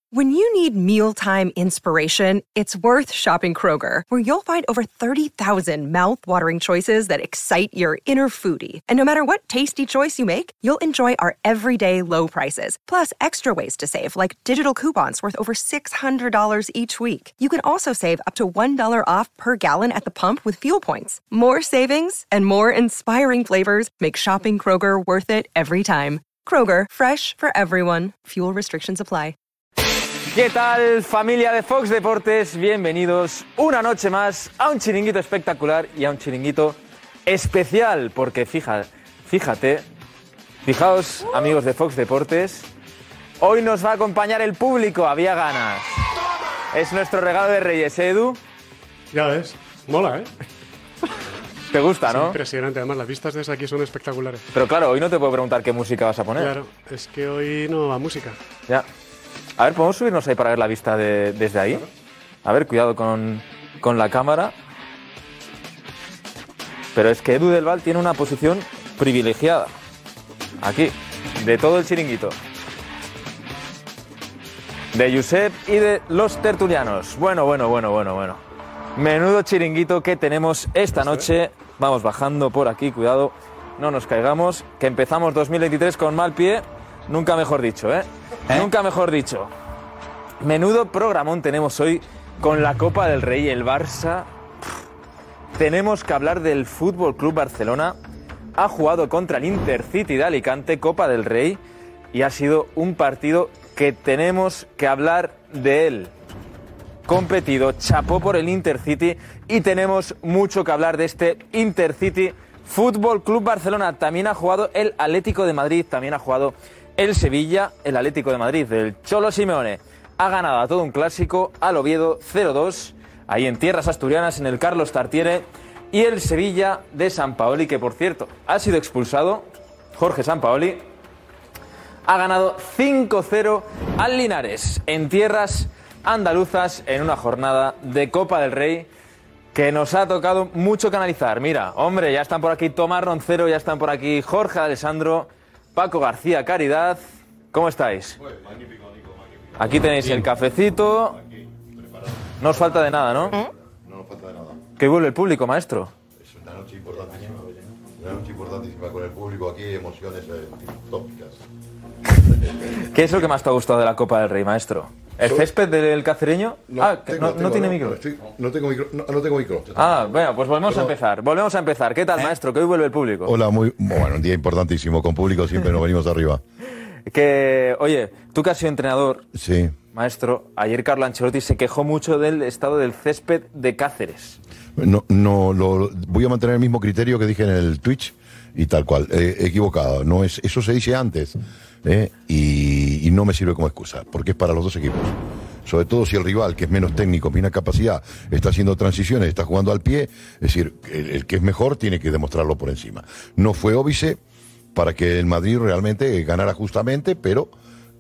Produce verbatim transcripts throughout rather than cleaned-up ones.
When you need mealtime inspiration, it's worth shopping Kroger, where you'll find over thirty thousand mouth-watering choices that excite your inner foodie. And no matter what tasty choice you make, you'll enjoy our everyday low prices, plus extra ways to save, like digital coupons worth over six hundred dollars each week. You can also save up to one dollar off per gallon at the pump with fuel points. More savings and more inspiring flavors make shopping Kroger worth it every time. Kroger, fresh for everyone. Fuel restrictions apply. ¿Qué tal, familia de Fox Deportes? Bienvenidos una noche más a un chiringuito espectacular y a un chiringuito especial, porque fíjate, fíjate, fijaos, amigos de Fox Deportes, hoy nos va a acompañar el público, había ganas. Es nuestro regalo de Reyes, ¿eh, Edu? Ya ves, mola, ¿eh? Te gusta, es ¿no? Impresionante, además las vistas desde aquí son espectaculares. Pero claro, hoy no te puedo preguntar qué música vas a poner. Claro, es que hoy no va música. Ya. A ver, ¿podemos subirnos ahí para ver la vista de, desde ahí? A ver, cuidado con, con la cámara. Pero es que Edu del Val tiene una posición privilegiada. Aquí, de todo el chiringuito. De Josep y de los tertulianos. Bueno, bueno, bueno, bueno, bueno. Menudo chiringuito que tenemos esta noche. Vamos bajando por aquí, cuidado, no nos caigamos. Que empezamos dos mil veintitrés con mal pie. Nunca mejor dicho, ¿eh? ¿Eh? Nunca mejor dicho. Menudo programón tenemos hoy con la Copa del Rey, el Barça. Pff, tenemos que hablar del Fútbol Club Barcelona. Ha jugado contra el Intercity de Alicante, Copa del Rey, y ha sido un partido que tenemos que hablar de él. Competido, chapó por el Intercity y tenemos mucho que hablar de este Intercity Fútbol Club Barcelona. También ha jugado el Atlético de Madrid, también ha jugado el Sevilla, el Atlético de Madrid del Cholo Simeone. Ha ganado a todo un clásico, al Oviedo cero dos, ahí en tierras asturianas, en el Carlos Tartiere, y el Sevilla de Sampaoli, que por cierto ha sido expulsado, Jorge Sampaoli, ha ganado cinco cero al Linares, en tierras andaluzas, en una jornada de Copa del Rey que nos ha tocado mucho que analizar. Mira, hombre, ya están por aquí Tomás Roncero, ya están por aquí Jorge Alessandro, Paco García Caridad. ¿Cómo estáis? Pues, magnífico, Nico, magnífico. Aquí tenéis el cafecito. Aquí, no os falta de nada, ¿no? ¿Eh? No nos falta de nada. ¿Qué vuelve el público, maestro? Es una noche importantísima. Una noche importantísima con el público aquí, emociones eh, tópicas. ¿Qué es lo que más te ha gustado de la Copa del Rey, maestro? ¿El césped del cacereño? No, ah, tengo, no, tengo, no tiene no, micro. No, estoy, no tengo micro. No, no tengo micro. Ah, bueno, pues volvemos Pero, a empezar. Volvemos a empezar. ¿Qué tal, ¿eh? maestro? Que hoy vuelve el público. Hola, muy bueno, un día importantísimo. Con público siempre nos venimos arriba. Que, oye, tú que has sido entrenador, sí, maestro, ayer Carlo Ancelotti se quejó mucho del estado del césped de Cáceres. No, no, lo, voy a mantener el mismo criterio que dije en el Twitch y tal cual. Eh, equivocado. No es, eso se dice antes. Eh, y, y no me sirve como excusa, porque es para los dos equipos. Sobre todo si el rival, que es menos técnico, menos capacidad, está haciendo transiciones, está jugando al pie, es decir, el, el que es mejor tiene que demostrarlo por encima. No fue óbice para que el Madrid realmente ganara justamente, pero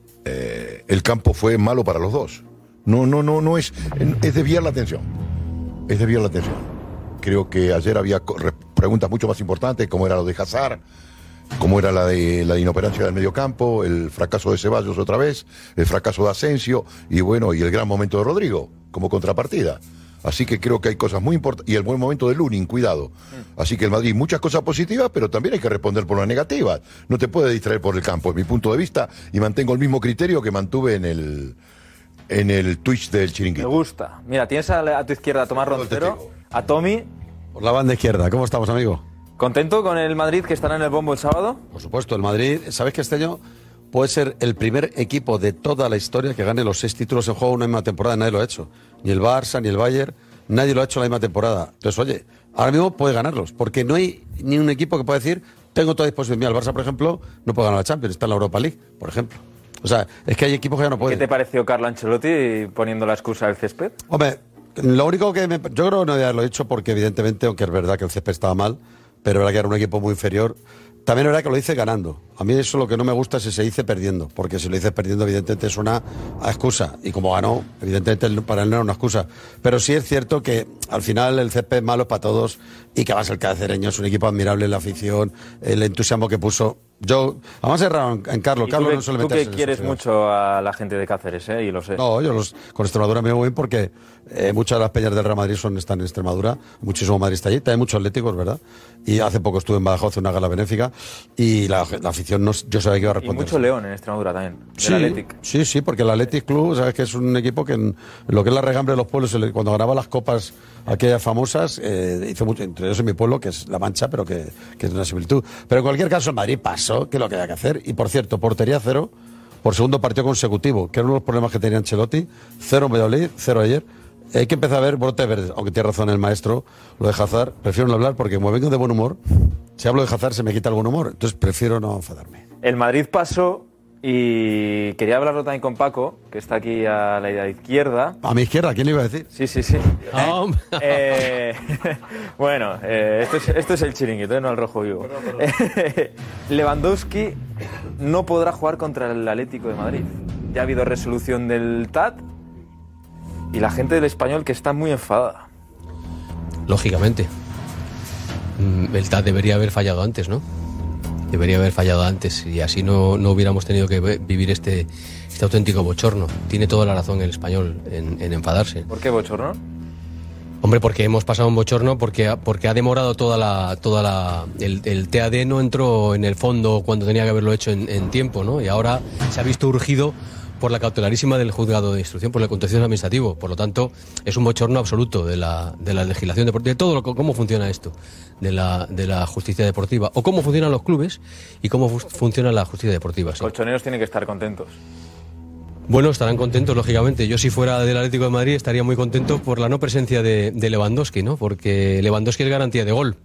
eh, el campo fue malo para los dos. No, no, no, no es, es desviar la atención. Es desviar la atención. Creo que ayer había preguntas mucho más importantes, como era lo de Hazard, como era la de la inoperancia del mediocampo, el fracaso de Ceballos otra vez, el fracaso de Asensio y bueno, y el gran momento de Rodrigo como contrapartida. Así que creo que hay cosas muy importantes, y el buen momento de Lunin, cuidado. Así que el Madrid, muchas cosas positivas, pero también hay que responder por las negativas. No te puedes distraer por el campo, es mi punto de vista, y mantengo el mismo criterio que mantuve en el en el Twitch del Chiringuito. Me gusta. Mira, tienes a, a tu izquierda a Tomás Roncero, a Tommy. Por la banda izquierda, ¿cómo estamos, amigo? ¿Contento con el Madrid que estará en el bombo el sábado? Por supuesto, el Madrid, ¿sabes que este año puede ser el primer equipo de toda la historia que gane los seis títulos en juego en una misma temporada? Nadie lo ha hecho. Ni el Barça, ni el Bayern, nadie lo ha hecho en la misma temporada. Entonces, oye, ahora mismo puede ganarlos, porque no hay ni un equipo que pueda decir, tengo toda disposición. Mira, el Barça, por ejemplo, no puede ganar la Champions, está en la Europa League, por ejemplo. O sea, es que hay equipos que ya no pueden. ¿Qué te pareció Carlo Ancelotti poniendo la excusa del césped? Hombre, lo único que me, yo creo que no había lo hecho porque evidentemente, aunque es verdad que el césped estaba mal, pero era que era un equipo muy inferior. También es verdad que lo dice ganando. A mí eso lo que no me gusta es si se dice perdiendo, porque si lo dices perdiendo evidentemente es una excusa, y como ganó, evidentemente para él no era una excusa. Pero sí es cierto que al final el césped es malo para todos y que va a ser el cacereño, es un equipo admirable en la afición, el entusiasmo que puso. Yo, además es raro en, en Carlos. Y Carlos tú que, no suele tú meterse que en quieres esos mucho a la gente de Cáceres, ¿eh? Y lo sé. No, yo los, con Extremadura me voy bien porque eh, muchas de las peñas del Real Madrid son, están en Extremadura, muchísimo madridista allí, también muchos atléticos, ¿verdad? Y hace poco estuve en Badajoz en una gala benéfica y la, la afición, no, yo sabía que iba a Y responder. mucho León en Extremadura también, del Sí, Athletic. sí, sí, porque el Athletic Club, sabes que es un equipo que en lo que es la regambre de los pueblos, cuando ganaba las copas aquellas famosas, eh, hizo mucho, entre ellos en mi pueblo, que es La Mancha, pero que, que es una similitud. Pero en cualquier caso, el Madrid pasó, que es lo que había que hacer. Y por cierto, portería cero, por segundo partido consecutivo, que era uno de los problemas que tenía Ancelotti, cero en Valladolid, cero ayer. Hay que empezar a ver brotes verdes, aunque tiene razón el maestro, lo de Hazard, prefiero no hablar porque como vengo de buen humor, si hablo de Hazard se me quita el buen humor, entonces prefiero no enfadarme. El Madrid pasó y quería hablarlo también con Paco, que está aquí a la izquierda. A mi izquierda, ¿quién le iba a decir? Sí, sí, sí. Oh. Eh, bueno, eh, esto, es, esto es el chiringuito, ¿eh? No el rojo vivo. Eh, Lewandowski no podrá jugar contra el Atlético de Madrid. Ya ha habido resolución del T A T y la gente del Español que está muy enfadada. Lógicamente. Mm, El T A T debería haber fallado antes, ¿no? Debería haber fallado antes y así no, no hubiéramos tenido que ve- vivir este, este auténtico bochorno. Tiene toda la razón el español en, en enfadarse. ¿Por qué bochorno? Hombre, porque hemos pasado un bochorno, porque ha, porque ha demorado toda la... toda la el, el T A D no entró en el fondo cuando tenía que haberlo hecho en, en tiempo, ¿no? Y ahora se ha visto urgido por la cautelarísima del juzgado de instrucción, por el contencioso administrativo. Por lo tanto, es un bochorno absoluto de la, de la legislación deportiva, de todo lo, cómo funciona esto, de la, de la justicia deportiva, o cómo funcionan los clubes y cómo fu- funciona la justicia deportiva. Sí. Colchoneros tienen que estar contentos. Bueno, estarán contentos, lógicamente. Yo, si fuera del Atlético de Madrid, estaría muy contento por la no presencia de, de Lewandowski, ¿no? Porque Lewandowski es garantía de gol.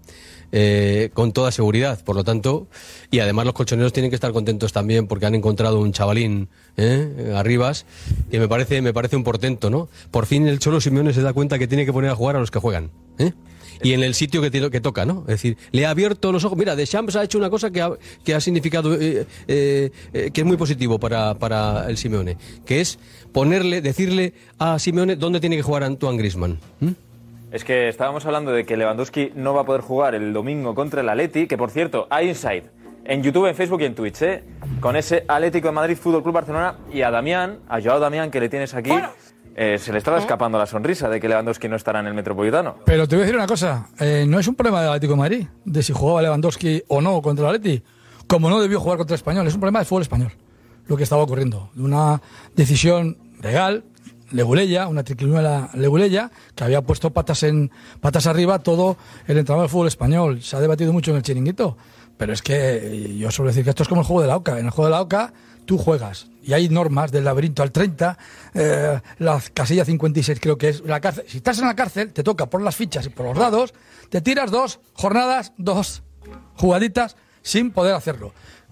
Eh, con toda seguridad, por lo tanto, y además los colchoneros tienen que estar contentos también porque han encontrado un chavalín, ¿eh? Arribas, que me parece, me parece un portento, ¿no? Por fin el Cholo Simeone se da cuenta que tiene que poner a jugar a los que juegan, ¿eh? Y en el sitio que, tiene, que toca, ¿no? Es decir, le ha abierto los ojos. Mira, Deschamps ha hecho una cosa que ha, que ha significado, eh, eh, eh, que es muy positivo para, para el Simeone, que es ponerle, decirle a Simeone dónde tiene que jugar Antoine Griezmann. ¿Mm? Es que estábamos hablando de que Lewandowski no va a poder jugar el domingo contra el Atleti, que por cierto, hay Inside en YouTube, en Facebook y en Twitch, ¿eh? Con ese Atlético de Madrid Fútbol Club Barcelona, y a Damián, a Joao Damián, que le tienes aquí, eh, se le estaba escapando la sonrisa de que Lewandowski no estará en el Metropolitano. Pero te voy a decir una cosa, eh, no es un problema del Atlético de Madrid, de si jugaba Lewandowski o no contra el Atleti, como no debió jugar contra el Español, es un problema del fútbol español, lo que estaba ocurriendo, de una decisión legal, Legulella, una triquiñuela Legulella, que había puesto patas en patas arriba todo el entramado del fútbol español. Se ha debatido mucho en el chiringuito, pero es que yo suelo decir que esto es como el juego de la oca. En el juego de la oca tú juegas y hay normas del laberinto al treinta, eh, la casilla cincuenta y seis creo que es la cárcel. Si estás en la cárcel, te toca por las fichas y por los dados, te tiras dos jornadas, dos jugaditas sin poder hacerlo.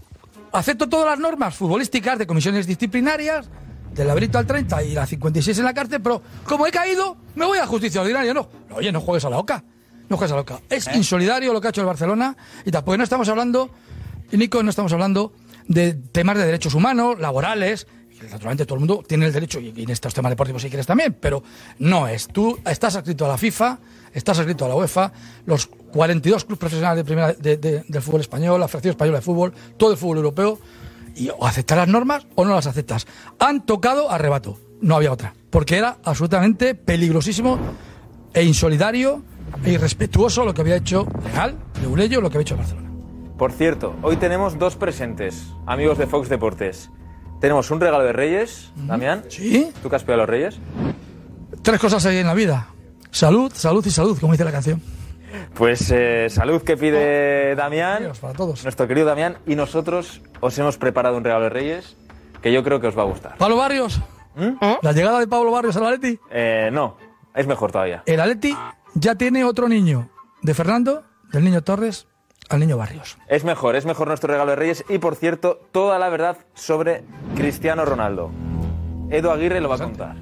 Acepto todas las normas futbolísticas de comisiones disciplinarias, del laberinto al treinta y la cincuenta y seis en la cárcel, pero como he caído, me voy a justicia ordinaria. No, oye, no juegues a la oca. No juegues a la oca. Es ¿Eh? insolidario lo que ha hecho el Barcelona y tampoco no estamos hablando, y Nico, no estamos hablando de temas de derechos humanos, laborales. Naturalmente todo el mundo tiene el derecho, y en estos temas deportivos si quieres también, pero no es. Tú estás adscrito a la FIFA, estás adscrito a la UEFA, los cuarenta y dos clubes profesionales de primera de, de, del fútbol español, la Federación Española de Fútbol, todo el fútbol europeo. Y o aceptas las normas o no las aceptas. Han tocado a rebato, no había otra, porque era absolutamente peligrosísimo e insolidario e irrespetuoso lo que había hecho legal, Legulello, lo que había hecho Barcelona. Por cierto, hoy tenemos dos presentes, amigos de Fox Deportes. Tenemos un regalo de Reyes, uh-huh. Damián. ¿Sí? ¿Tú qué has pedido a los Reyes? Tres cosas hay en la vida: salud, salud y salud, como dice la canción. Pues eh, salud que pide Damián, para todos. Nuestro querido Damián, y nosotros os hemos preparado un regalo de Reyes que yo creo que os va a gustar. ¿Pablo Barrios? ¿Mm? ¿La llegada de Pablo Barrios al Atleti? Eh, no, es mejor todavía. El Atleti ya tiene otro niño, de Fernando, del niño Torres al niño Barrios. Es mejor, es mejor nuestro regalo de Reyes y, por cierto, toda la verdad sobre Cristiano Ronaldo. Edu Aguirre lo va a contar.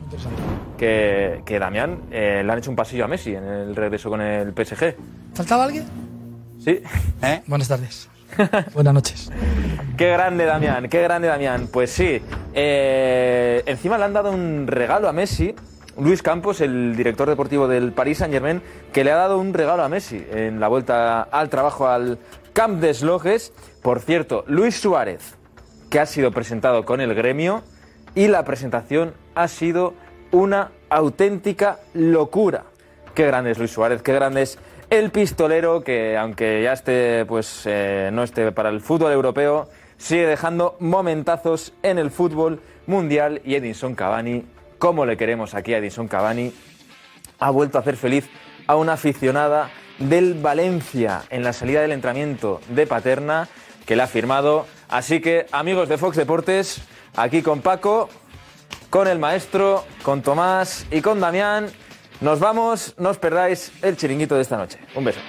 Que, que Damián eh, le han hecho un pasillo a Messi en el regreso con el P S G. ¿Faltaba alguien? Sí. ¿Eh? Buenas tardes. Buenas noches. Qué grande Damián, qué grande Damián. Pues sí, eh, encima le han dado un regalo a Messi Luis Campos, el director deportivo del Paris Saint-Germain, que le ha dado un regalo a Messi en la vuelta al trabajo al Camp des Loges. Por cierto, Luis Suárez, que ha sido presentado con el gremio, y la presentación ha sido una auténtica locura. Qué grande es Luis Suárez, qué grande es el pistolero, que aunque ya esté, pues eh, no esté para el fútbol europeo, sigue dejando momentazos en el fútbol mundial. Y Edinson Cavani, como le queremos aquí a Edinson Cavani, ha vuelto a hacer feliz a una aficionada del Valencia en la salida del entrenamiento de Paterna, que le ha firmado. Así que, amigos de Fox Deportes, aquí con Paco, con el maestro, con Tomás y con Damián, nos vamos, no os perdáis el chiringuito de esta noche. Un beso.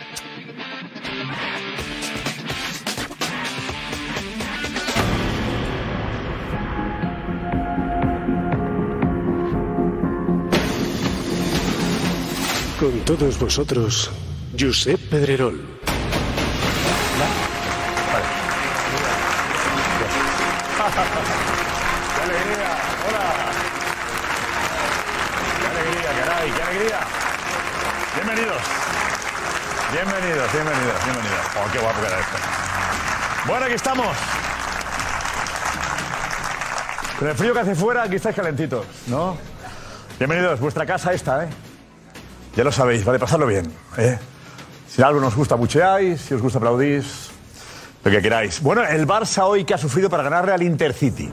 Con todos vosotros, Josep Pedrerol. ¡Qué alegría! ¡Hola! ¡Qué alegría, caray! ¡Qué alegría! Bienvenidos. Bienvenidos, bienvenidos, bienvenidos. ¡Oh, qué guapo que era esto! Bueno, aquí estamos. Con el frío que hace fuera, aquí estáis calentitos, ¿no? Bienvenidos, vuestra casa esta, ¿eh? Ya lo sabéis, vale, pasadlo bien, ¿eh? Si algo nos gusta, bucheáis, si os gusta, aplaudís, lo que queráis. Bueno, el Barça hoy que ha sufrido para ganarle al Intercity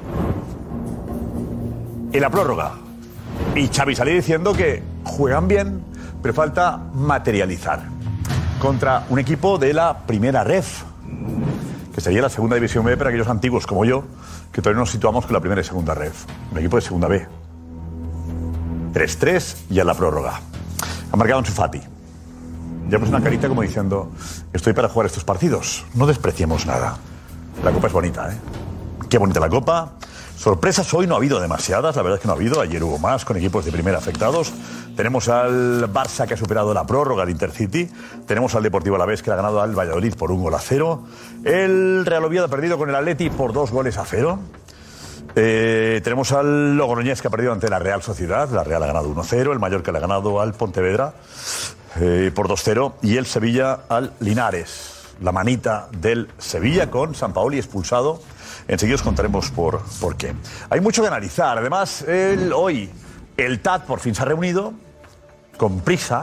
en la prórroga. Y Xavi salió diciendo que juegan bien, pero falta materializar. Contra un equipo de la primera ref, que sería la segunda división B para aquellos antiguos como yo, que todavía nos situamos con la primera y segunda ref. Un equipo de segunda B. tres tres y a la prórroga. Ha marcado Ansu Fati. Ya pues una carita como diciendo, estoy para jugar estos partidos. No despreciemos nada. La Copa es bonita, ¿eh? Qué bonita la Copa. Sorpresas hoy no ha habido demasiadas, la verdad es que no ha habido. Ayer hubo más con equipos de primera afectados. Tenemos al Barça que ha superado la prórroga de Intercity. Tenemos al Deportivo Alavés que ha ganado al Valladolid por un gol a cero. El Real Oviedo ha perdido con el Atleti por dos goles a cero. Eh, tenemos al Logroñés que ha perdido ante la Real Sociedad. La Real ha ganado uno cero. El Mallorca le ha ganado al Pontevedra eh, por dos cero. Y el Sevilla al Linares. La manita del Sevilla con Sampaoli expulsado. Enseguida os contaremos por, por qué. Hay mucho que analizar. Además, el, hoy el T A T por fin se ha reunido con prisa.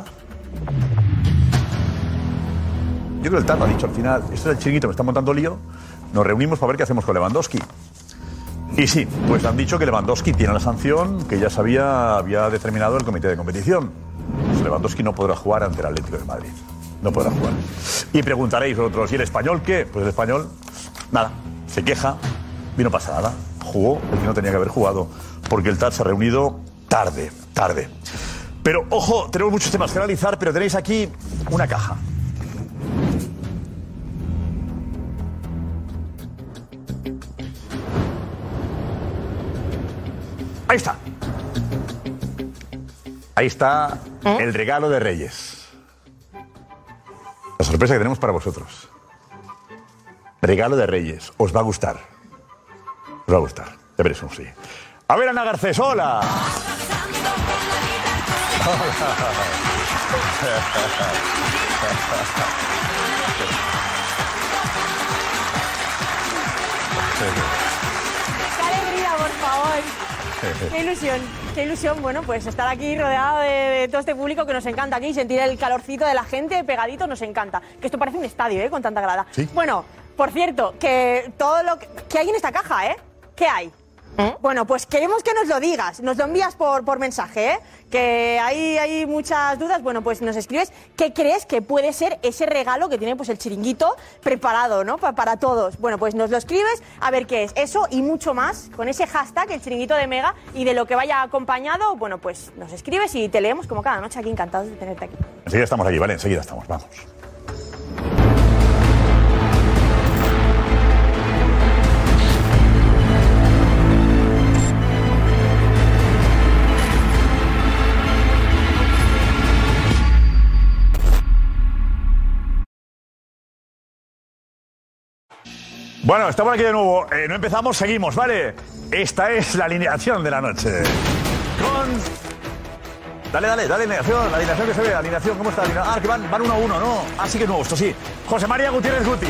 Yo creo que el T A T ha dicho al final, este es el chiringuito, me está montando lío. Nos reunimos para ver qué hacemos con Lewandowski. Y sí, pues han dicho que Lewandowski tiene la sanción que ya sabía, había determinado el comité de competición. Pues Lewandowski no podrá jugar ante el Atlético de Madrid. No podrá jugar. Y preguntaréis vosotros, ¿y el español qué? Pues el español, nada, se queja y no pasa nada. Jugó el que no tenía que haber jugado, porque el T A T se ha reunido tarde, tarde. Pero, ojo, tenemos muchos temas que analizar, pero tenéis aquí una caja. Ahí está. Ahí está ¿Eh? el regalo de Reyes. La sorpresa que tenemos para vosotros. Regalo de Reyes. Os va a gustar. Os va a gustar. Ya veréis un sí. A ver, Ana Garcés, hola. ¡Qué alegría, por favor! ¡Qué ilusión! ¡Qué ilusión! Bueno, pues estar aquí rodeado de, de todo este público que nos encanta aquí, sentir el calorcito de la gente pegadito, nos encanta. Que esto parece un estadio, ¿eh? Con tanta grada. ¿Sí? Bueno, por cierto, que todo lo que, que hay en esta caja, ¿eh? ¿Qué hay? ¿Eh? Bueno, pues queremos que nos lo digas, nos lo envías por, por mensaje, ¿eh? Que hay, hay muchas dudas. Bueno, pues nos escribes qué crees que puede ser ese regalo que tiene pues el chiringuito preparado, ¿no? Pa, para todos. Bueno, pues nos lo escribes a ver qué es eso y mucho más con ese hashtag, el chiringuito de Mega, y de lo que vaya acompañado. Bueno, pues nos escribes y te leemos como cada noche aquí, encantados de tenerte aquí. Enseguida estamos aquí, ¿vale? Enseguida estamos, vamos. Bueno, estamos aquí de nuevo. Eh, no empezamos, seguimos, ¿vale? Esta es la alineación de la noche. Con Dale, dale, dale, alineación, la alineación que se ve, alineación, ¿cómo está? Ah, que van, van uno a uno, ¿no? Ah, sí que es nuevo, esto sí. José María Gutiérrez Guti.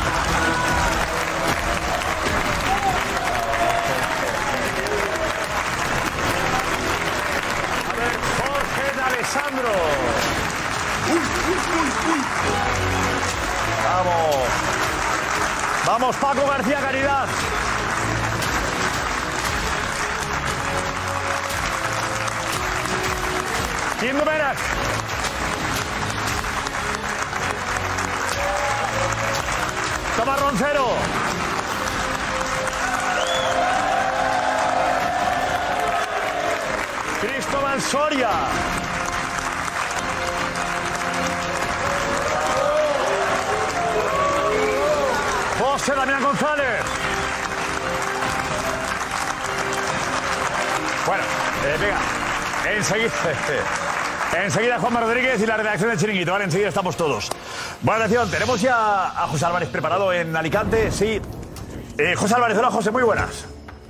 A ver, Jorge de Alessandro. Uy, uy, uy, uy. Vamos. Vamos, Paco García Caridad. Quinto Meras. Tomás Roncero. Cristóbal Soria. José Damián González. Bueno, eh, venga, enseguida, enseguida Juanma Rodríguez y la redacción del Chiringuito, ¿vale? Enseguida estamos todos. Buena atención, tenemos ya a José Álvarez preparado en Alicante, sí. Eh, José Álvarez, hola José, muy buenas.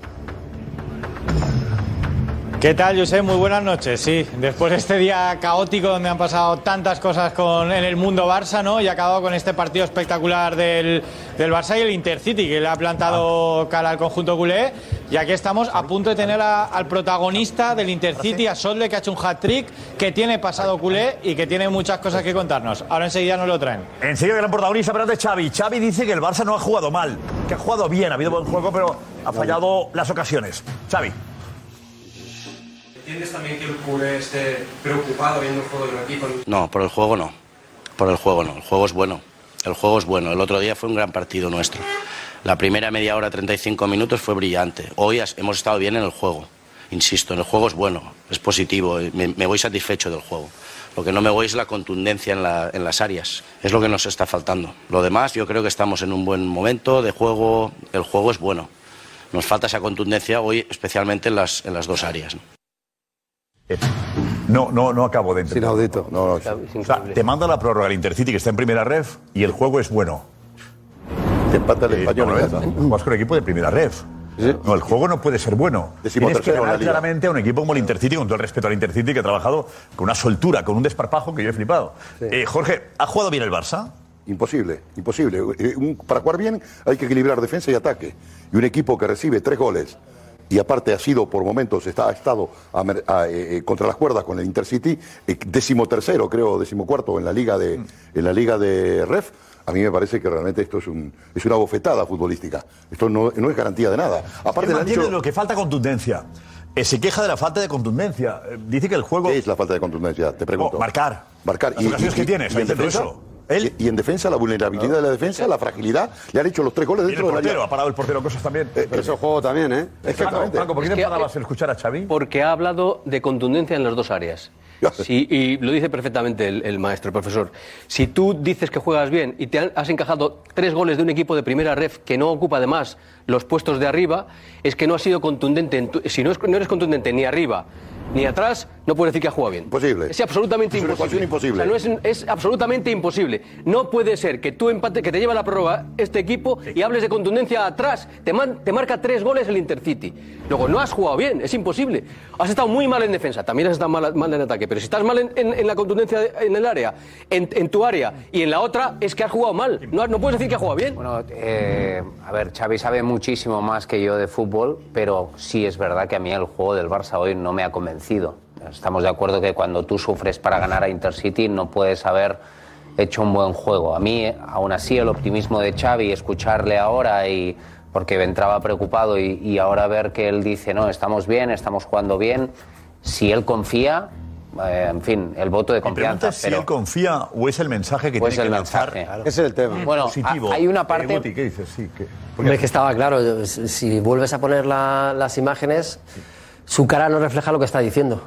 ¿Qué tal, José? Muy buenas noches. Sí, después de este día caótico donde han pasado tantas cosas con, en el mundo Barça, ¿no? Y ha acabado con este partido espectacular del, del Barça y el Intercity, que le ha plantado cara al conjunto culé. Y aquí estamos a punto de tener a, al protagonista del Intercity, a Sodle, que ha hecho un hat-trick, que tiene pasado culé y que tiene muchas cosas que contarnos. Ahora enseguida nos lo traen. Enseguida el gran protagonista, pero antes Xavi. Xavi dice que el Barça no ha jugado mal, que ha jugado bien, ha habido buen juego, pero ha fallado las ocasiones. Xavi. ¿Entiendes también que el culé esté preocupado viendo el juego del equipo? No, por el juego no. Por el juego no. El juego es bueno. El juego es bueno. El otro día fue un gran partido nuestro. La primera media hora, treinta y cinco minutos, fue brillante. Hoy hemos estado bien en el juego. Insisto, en el juego es bueno, es positivo. Me, me voy satisfecho del juego. Lo que no me voy es la contundencia en, la, en las áreas. Es lo que nos está faltando. Lo demás, yo creo que estamos en un buen momento de juego. El juego es bueno. Nos falta esa contundencia hoy, especialmente en las, en las dos áreas, ¿no? No, no, no acabo de entender. Sin audito. No, no, o sea, te manda la prórroga el Intercity, que está en primera ref, y el juego es bueno. Te empata el español. Eh, no, no, vas con un equipo de primera ref. ¿Sí? No, el juego no puede ser bueno. Decimos Tienes que ganar claramente a un equipo como el Intercity, con todo el respeto al Intercity, que ha trabajado con una soltura, con un desparpajo que yo he flipado. Sí. Eh, Jorge, ¿ha jugado bien el Barça? Imposible, imposible. Para jugar bien hay que equilibrar defensa y ataque. Y un equipo que recibe tres goles y aparte ha sido por momentos, está, ha estado a, a, eh, contra las cuerdas con el Intercity, eh, décimo tercero, creo, décimo cuarto en la liga de, en la liga de Ref. A mí me parece que realmente esto es, un, es una bofetada futbolística. Esto no, no es garantía de nada. Aparte, le dicho, lo que falta contundencia. Eh, se queja de la falta de contundencia. Eh, dice que el juego... ¿Qué es la falta de contundencia? Te pregunto. Oh, marcar. Marcar. Las ocasiones que tienes, y en defensa, eso. Él, y en defensa, la vulnerabilidad de la defensa, la fragilidad, le han hecho los tres goles dentro del área. Ha parado el portero cosas también. Eh, pero ese juego también, ¿eh? Exactamente. Franco, ¿por qué te parabas en escuchar a Xavi? Porque ha hablado de contundencia en las dos áreas. Sí, y lo dice perfectamente el, el maestro, el profesor. Si tú dices que juegas bien y te has encajado tres goles de un equipo de primera ref que no ocupa además los puestos de arriba, es que no has sido contundente. En tu, si no, es, no eres contundente ni arriba ni atrás, no puedes decir que ha jugado bien. Imposible. Es absolutamente es una imposible. imposible. O sea, no es, es absolutamente imposible. No puede ser que tú empate, que te lleva a la prórroga este equipo y hables de contundencia atrás. Te, man, te marca tres goles el Intercity. Luego, no has jugado bien, es imposible. Has estado muy mal en defensa, también has estado mal, mal en ataque. Pero si estás mal en, en, en la contundencia de, en el área, en, en tu área y en la otra, es que has jugado mal. No, no puedes decir que has jugado bien. Bueno, eh, a ver, Xavi sabe muchísimo más que yo de fútbol, pero sí es verdad que a mí el juego del Barça hoy no me ha convencido. Estamos de acuerdo que cuando tú sufres para ganar a Intercity no puedes haber hecho un buen juego. A mí, aún así, el optimismo de Xavi, escucharle ahora, y porque entraba preocupado y, y ahora ver que él dice, no, estamos bien, estamos jugando bien, si él confía, eh, en fin, el voto de confianza. ¿Me preguntas pero, si él confía o es el mensaje que tiene que lanzar? Claro. Ese es el tema. Bueno, positivo. Hay una parte... Eh, Guti, ¿qué dices? Sí, que... Hombre, es que estaba claro, si vuelves a poner la, las imágenes, su cara no refleja lo que está diciendo.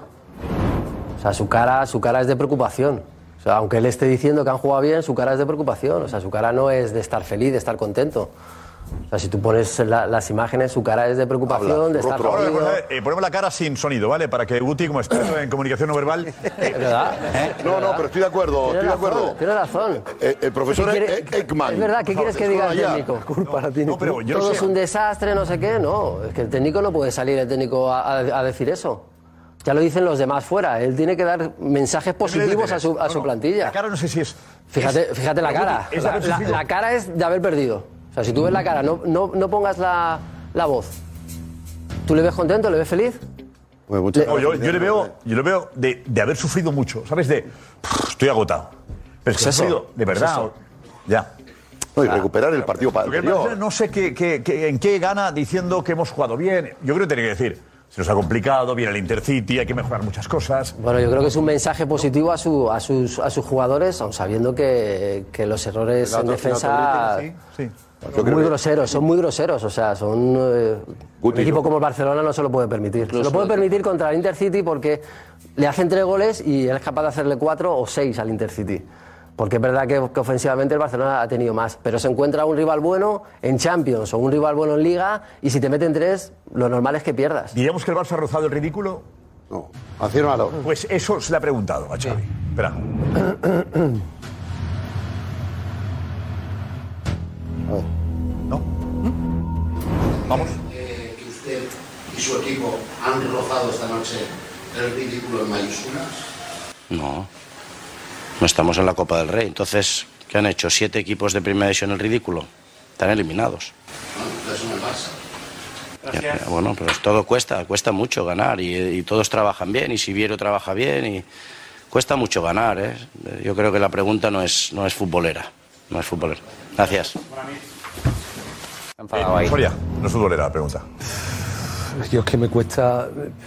O sea, su cara, su cara es de preocupación. O sea, aunque él esté diciendo que han jugado bien, su cara es de preocupación. O sea, su cara no es de estar feliz, de estar contento. O sea, si tú pones la, las imágenes, su cara es de preocupación, Habla, de estar Ahora, eh, ponemos la cara sin sonido, ¿vale? Para que Guti, como experto en comunicación no verbal... Eh, ¿verdad? ¿Eh? No, no, pero estoy de acuerdo, Tienes estoy de razón, acuerdo. Tienes razón. Eh, el profesor quiere, Ekman. Es verdad, ¿qué no, quieres que diga el técnico? Culpa no, técnico. No, pero yo Todo sé. es un desastre, no sé qué. No, es que el técnico no puede salir, el técnico, a, a decir eso. Ya lo dicen los demás fuera. Él tiene que dar mensajes positivos a su, a su plantilla. La cara no sé si es... Fíjate, es, fíjate la cara. Es la, la, la cara es de haber perdido. O sea, si tú ves la cara, no, no, no pongas la, la voz. ¿Tú le ves contento? ¿Le ves feliz? Bueno, le, no, yo, yo le veo, yo le veo de, de haber sufrido mucho, ¿sabes? De... Pff, estoy agotado. Pero es que ha sufrido, de verdad. Ya. No, y recuperar el partido para el no, no sé qué, qué, qué, en qué gana diciendo que hemos jugado bien. Yo creo que tiene que decir, se nos ha complicado, viene el Intercity, hay que mejorar muchas cosas. Bueno, yo creo que es un mensaje positivo a, su, a, sus, a sus jugadores, aun sabiendo que, que los errores en defensa sí, sí. son muy groseros, son muy groseros. O sea, son eh, un equipo como el Barcelona no se lo puede permitir. Se lo puede permitir contra el Intercity porque le hacen tres goles y él es capaz de hacerle cuatro o seis al Intercity. Porque es verdad que, que ofensivamente el Barcelona ha tenido más, pero se encuentra un rival bueno en Champions o un rival bueno en Liga y si te meten tres, lo normal es que pierdas. ¿Diríamos que el Barça ha rozado el ridículo? No, afírmalo. Pues eso se le ha preguntado a Xavi. Sí. Espera. ¿No? Vamos. Eh, que usted y su equipo han rozado esta noche el ridículo en mayúsculas. No. No estamos en la Copa del Rey. Entonces, ¿qué han hecho? ¿Siete equipos de primera división el ridículo? Están eliminados. No, eso no es Barça. Ya, ya, bueno, pero todo cuesta, cuesta mucho ganar y, y todos trabajan bien y Siviero trabaja bien y cuesta mucho ganar, ¿eh? Yo creo que la pregunta no es, no es futbolera, no es futbolera. Gracias. Eh, Soria, no es futbolera la pregunta. Yo es que me cuesta...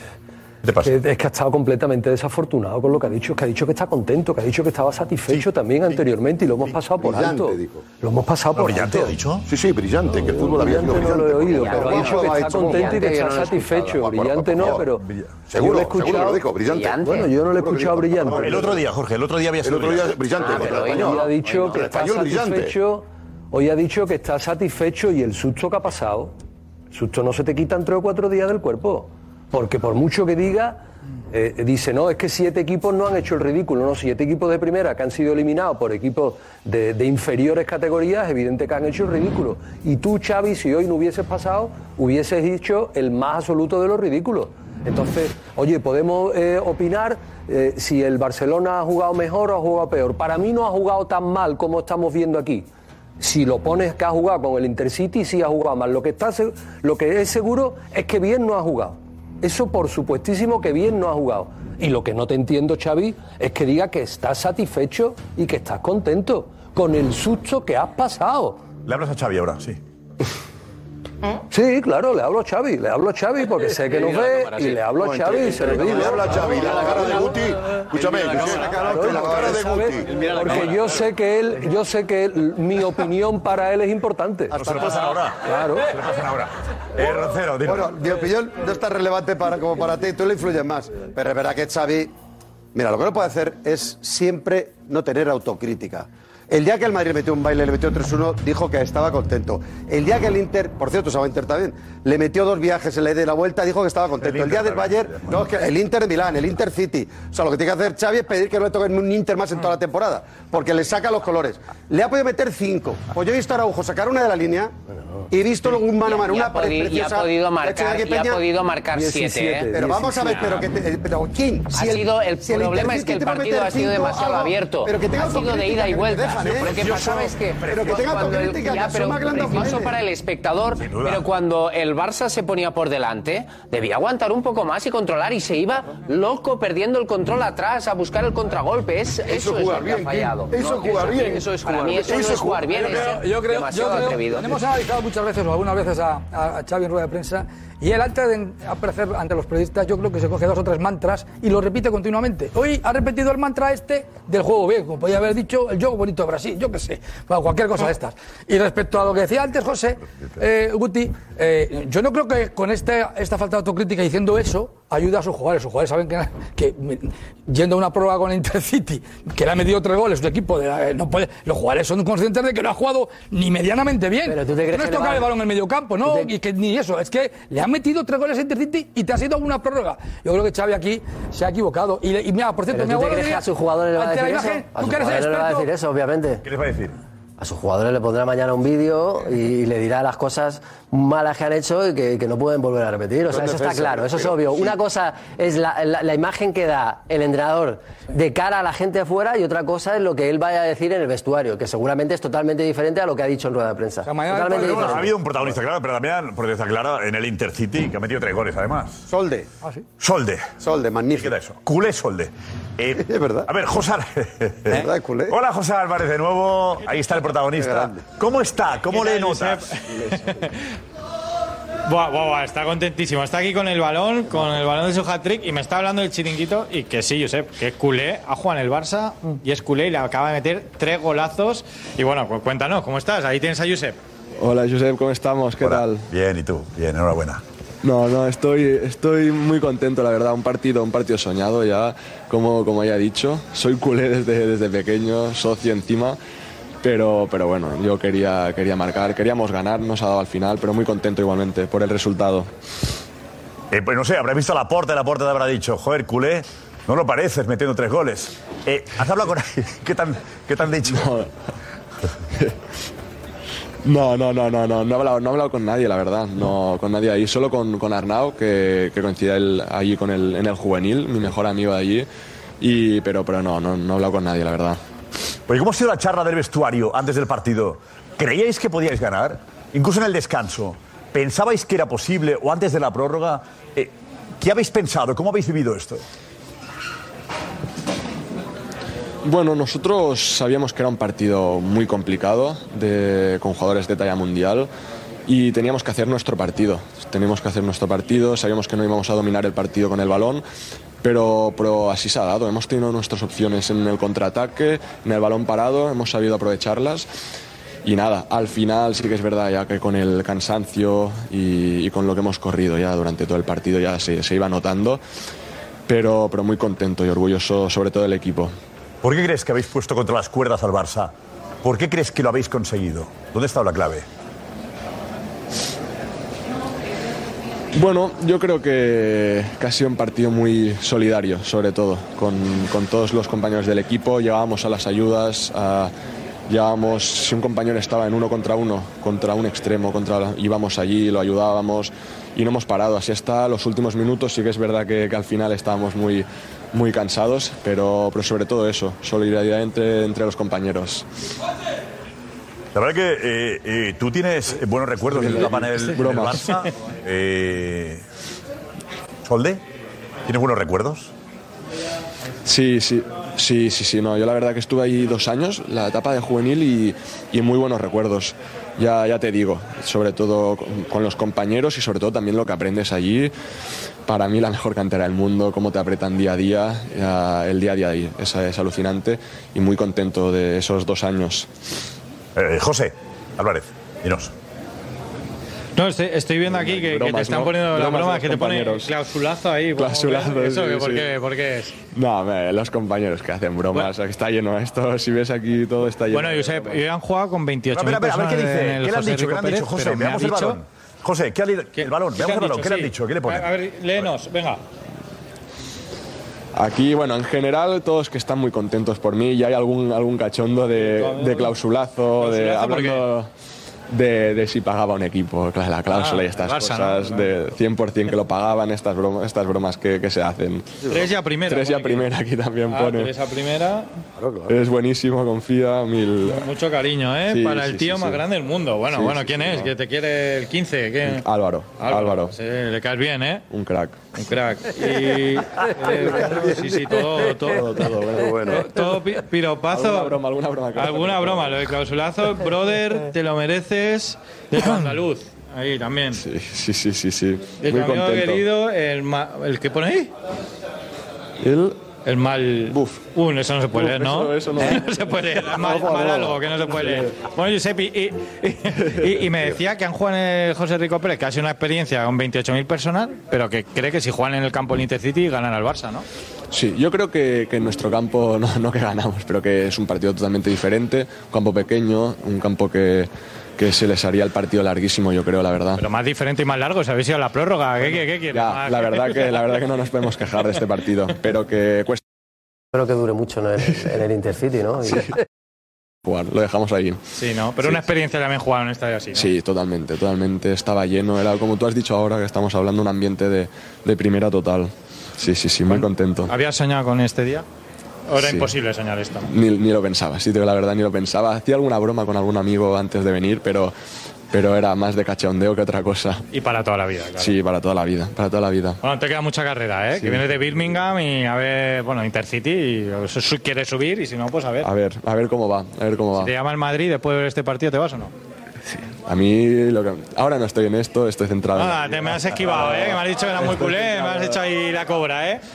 Que, es que ha estado completamente desafortunado con lo que ha dicho, que ha dicho que está contento, que ha dicho que estaba satisfecho sí, también sí, anteriormente y lo hemos pasado por alto. Dijo. Lo hemos pasado por brillante, alto. ¿Ha dicho? Sí, sí, brillante, que el fútbol había sido brillante. No lo he oído, pero ha dicho que está contento y que está satisfecho. Brillante no, pero seguro lo he escuchado. Lo dijo, brillante. Bueno, yo no lo he escuchado brillante. El otro día, Jorge, el otro día había sido el otro día brillante. Hoy ha dicho que está satisfecho. Hoy ha dicho que está satisfecho y el susto que ha pasado, el susto no se te quita en tres o cuatro días del cuerpo, porque por mucho que diga Eh, dice, no, es que siete equipos no han hecho el ridículo, no, siete equipos de primera que han sido eliminados por equipos de, de inferiores categorías, evidente que han hecho el ridículo. Y tú, Xavi, si hoy no hubieses pasado, hubieses hecho el más absoluto de los ridículos. Entonces, oye, podemos eh, opinar eh, si el Barcelona ha jugado mejor o ha jugado peor. Para mí no ha jugado tan mal como estamos viendo aquí. Si lo pones que ha jugado con el Intercity, sí ha jugado mal. Lo que, está, lo que es seguro es que bien no ha jugado. Eso por supuestísimo que bien no ha jugado. Y lo que no te entiendo, Xavi, es que diga que estás satisfecho y que estás contento con el susto que has pasado. Le hablas a Xavi ahora, sí. ¿Eh? Sí, claro, le hablo a Xavi, le hablo a Xavi porque sé que nos ve y le hablo a Xavi y se lo digo. Le habla a Xavi, la cara de Guti, escúchame, la cara de Guti. Porque yo sé que él, yo sé que él, mi opinión para él es importante. No se lo pasan ahora. Claro. Se lo pasan ahora. Eh, Rocero, dime. Bueno, mi opinión no es tan relevante para, como para ti, tú le influyes más. Pero es verdad que Xavi, mira, lo que no puede hacer es siempre no tener autocrítica. El día que el Madrid le metió un baile, le metió tres uno, dijo que estaba contento. El día que el Inter, por cierto, se va a Inter también, le metió dos viajes en la ida y la vuelta, dijo que estaba contento. El, el día del Bayern, no, es que el Inter de Milán, el Inter City. O sea, lo que tiene que hacer Xavi es pedir que no le toquen un Inter más en toda la temporada, porque le saca los colores. Le ha podido meter cinco. Pues yo he visto a Araujo sacar una de la línea y he visto un mano a mano, una pared preciosa. Y ha podido marcar, y ha podido marcar siete, ¿eh? Pero vamos a ver, pero, que te, pero ¿quién? Si ha el, sido, el, si el problema es que el partido ha sido demasiado algo, abierto. Pero que tenga ha sido de ida y vuelta. Dejan, ¿eh? Lo que pasaba es que pero que tenga cuando el, ya, pero precioso para el espectador, pero cuando el Barça se ponía por delante, debía aguantar un poco más y controlar, y se iba loco perdiendo el control atrás a buscar el contragolpe. Es, eso, eso es lo que ha fallado. Eso es jugar bien. Eso es jugar bien. Eso no es jugar bien. Yo creo, yo creo, hemos analizado muchas veces o algunas veces a, a Xavi en rueda de prensa, y él antes de aparecer ante los periodistas, yo creo que se coge dos o tres mantras y lo repite continuamente. Hoy ha repetido el mantra este del juego bien, como podía haber dicho el juego bonito de Brasil, yo qué sé, bueno, cualquier cosa de estas. Y respecto a lo que decía antes José, eh, Guti, eh, yo no creo que con este, esta falta de autocrítica diciendo eso ayuda a sus jugadores. Sus jugadores saben que, que yendo a una prueba con el Intercity, que le ha metido tres goles, su equipo de, no puede, los jugadores son conscientes de que no ha jugado ni medianamente bien. Pero tú te crees no es que tocar va... el balón en el medio campo, no, te... y que ni eso, es que le han metido tres goles a Intercity y te ha sido una prórroga. Yo creo que Xavi aquí se ha equivocado. Y, y mira, por cierto, ¿Pero mi tú te crees que a sus jugadores le va a decir eso? A sus jugadores le va a decir eso, obviamente. ¿Qué les va a decir? A a sus jugadores le pondrá mañana un vídeo y le dirá las cosas malas que han hecho y que, que no pueden volver a repetir. O sea, eso está claro, eso es obvio. Una cosa es la, la, la imagen que da el entrenador de cara a la gente afuera y otra cosa es lo que él vaya a decir en el vestuario, que seguramente es totalmente diferente a lo que ha dicho en rueda de prensa. O sea, totalmente bueno, ha habido un protagonista claro, pero también protagonista claro en el Intercity, que ha metido tres goles además. Solde. Ah, sí. Solde. Solde, magnífico. ¿Qué da eso? Culé Solde. Eh, es verdad. A ver, José. ¿Eh? ¿Verdad, culé? Hola, José Álvarez de nuevo. Ahí está el protagonista. ¿Cómo está? ¿Cómo le notas? Buah, buah, buah, está contentísimo. Está aquí con el balón, con el balón de su hat-trick y me está hablando del chiringuito y que sí, Josep, que es culé, ha jugado en el Barça y es culé y le acaba de meter tres golazos. Y bueno, pues cuéntanos, ¿cómo estás? Ahí tienes a Josep. Hola, Josep, ¿cómo estamos? ¿Qué Hola. tal? Bien, ¿y tú? Bien, enhorabuena. No, no, estoy, estoy muy contento, la verdad. Un partido, un partido soñado ya, como, como ya he dicho. Soy culé desde, desde pequeño, socio encima. Pero, pero bueno, yo quería, quería marcar, queríamos ganar, nos ha dado al final, pero muy contento igualmente por el resultado. Eh, pues no sé, habrá visto a Laporte, Laporte te habrá dicho, joder, culé, no lo pareces metiendo tres goles. Eh, ¿Has hablado con alguien? ¿Qué te han, qué te han dicho? No, no, no, no, no, no he hablado, no he hablado con nadie, la verdad, no con nadie ahí, solo con, con Arnau, que, que coincidía él allí con el, en el juvenil, mi mejor amigo de allí, y, pero, pero no, no, no he hablado con nadie, la verdad. Oye, ¿cómo ha sido la charla del vestuario antes del partido? ¿Creíais que podíais ganar? Incluso en el descanso. ¿Pensabais que era posible o antes de la prórroga? Eh, ¿Qué habéis pensado? ¿Cómo habéis vivido esto? Bueno, nosotros sabíamos que era un partido muy complicado de, con jugadores de talla mundial y teníamos que hacer nuestro partido. Teníamos que hacer nuestro partido, sabíamos que no íbamos a dominar el partido con el balón. Pero, pero así se ha dado, hemos tenido nuestras opciones en el contraataque, en el balón parado, hemos sabido aprovecharlas y nada, al final sí que es verdad ya que con el cansancio y, y con lo que hemos corrido ya durante todo el partido ya se, se iba notando, pero, pero muy contento y orgulloso sobre todo del equipo. ¿Por qué crees que habéis puesto contra las cuerdas al Barça? ¿Por qué crees que lo habéis conseguido? ¿Dónde está la clave? Bueno, yo creo que, que ha sido un partido muy solidario, sobre todo, con, con todos los compañeros del equipo. Llegábamos a las ayudas, a, llegábamos, si un compañero estaba en uno contra uno, contra un extremo, contra, íbamos allí, lo ayudábamos y no hemos parado. Así hasta los últimos minutos, sí que es verdad que, que al final estábamos muy, muy cansados, pero, pero sobre todo eso, solidaridad entre, entre los compañeros. La verdad que eh, eh, tú tienes buenos recuerdos de tu etapa en el, en el Barça. Eh, ¿Solde? ¿Tienes buenos recuerdos? Sí, sí, sí, sí, sí. No, yo la verdad que estuve ahí dos años, la etapa de juvenil y, y muy buenos recuerdos. Ya, ya te digo, sobre todo con, con los compañeros y sobre todo también lo que aprendes allí. Para mí la mejor cantera del mundo, cómo te apretan día a día, ya, el día a día ahí, es, es alucinante y muy contento de esos dos años. Eh, José Álvarez, dinos. No, estoy, estoy viendo aquí que, bromas, que te están ¿no? poniendo la Bromas broma, los que te pone compañeros. clausulazo ahí. Clausulazo, ¿Eso? sí, ¿Por, sí. qué, ¿Por qué es? No, me, los compañeros que hacen bromas, bueno. Está lleno esto, si ves aquí todo está lleno. Bueno, Josep, hoy han jugado con veintiocho mil a ver, a ver, personas ¿qué dice? en el ¿Qué le han José dicho? ¿Qué le han Rico dicho, Pérez, José? pero me Veamos ha el dicho- balón. José, ¿qué ha leído? El balón, ¿Qué veamos han el balón. dicho? ¿Qué le han Sí. dicho? ¿Qué le ponen? A ver, léenos, venga. Aquí, bueno, en general todos que están muy contentos por mí y hay algún, algún cachondo de, de clausulazo, de ¿Clausulazo por hablando de, de si pagaba un equipo, claro, la cláusula Ah, y estas el Barça, cosas, ¿no? de cien por ciento que lo pagaban, estas bromas, estas bromas que, que se hacen. Tres ya primera. Tres ya pone aquí. primera aquí también Ah, pone. tres a primera. Es buenísimo, confía, mil... Mucho cariño, ¿eh? Sí, Para el sí, tío sí, más sí. grande del mundo. Bueno, Sí, bueno, sí, ¿quién sí, es? no. Que te quiere el quince. ¿Qué? Álvaro, Álvaro. Sí, le caes bien, ¿eh? Un crack. Un crack. Y, eh, bueno, sí, sí, todo, todo, Todo, todo, bueno, bueno. todo pi- piropazo. Alguna broma, alguna broma. que- Alguna broma, lo de clausulazo. Brother, te lo mereces. De tu andaluz. Ahí también. Sí, sí, sí, sí, sí. De tu Muy amigo contento. querido, el, ma- el que pone ahí. El... El mal. Buf. Uh, eso no se puede Buf, leer, ¿no? eso- eso no. No se puede leer. Mal, Ojo, mal no. algo que no se puede leer. Bueno, Josep, y, y, y- y me decía que han jugado en el José Rico Pérez, que ha sido una experiencia con veintiocho mil personas, pero que cree que si juegan en el campo del Intercity ganan al Barça, ¿no? Sí, yo creo que, que en nuestro campo no, no que ganamos, pero que es un partido totalmente diferente, un campo pequeño, un campo que, que se les haría el partido larguísimo, yo creo, la verdad. Pero más diferente y más largo, si habéis ido a la prórroga. ¿Qué, qué, qué quieres? Ya, Más- la verdad que la verdad que no nos podemos quejar de este partido, pero que cuesta. Espero que dure mucho en el, en el Intercity, ¿no? Y- jugar, lo dejamos ahí. Sí, ¿no? Pero Sí. una experiencia también jugar en un estadio así, ¿no? Sí, totalmente, totalmente. Estaba lleno, era como tú has dicho ahora, que estamos hablando de un ambiente de, de primera total. Sí, sí, sí, muy contento. ¿Habías soñado con este día? ¿O era Sí. imposible soñar esto? Ni, ni lo pensaba, sí, te digo la verdad, ni lo pensaba. Hacía alguna broma con algún amigo antes de venir, pero, pero era más de cachondeo que otra cosa. Y para toda la vida, claro. Sí, para toda la vida, para toda la vida. Bueno, te queda mucha carrera, ¿eh? Sí. Que vienes de Birmingham y a ver, bueno, Intercity, y su- su- quieres subir y si no, pues a ver. A ver, a ver cómo va, a ver cómo va. Si te llama el Madrid después de ver este partido, ¿te vas o no? A mí, lo que, ahora no estoy en esto, estoy centrado en la Ah, te me has esquivado, ¿eh? Que me has dicho que eras muy culé, me has hecho ahí la cobra, ¿eh?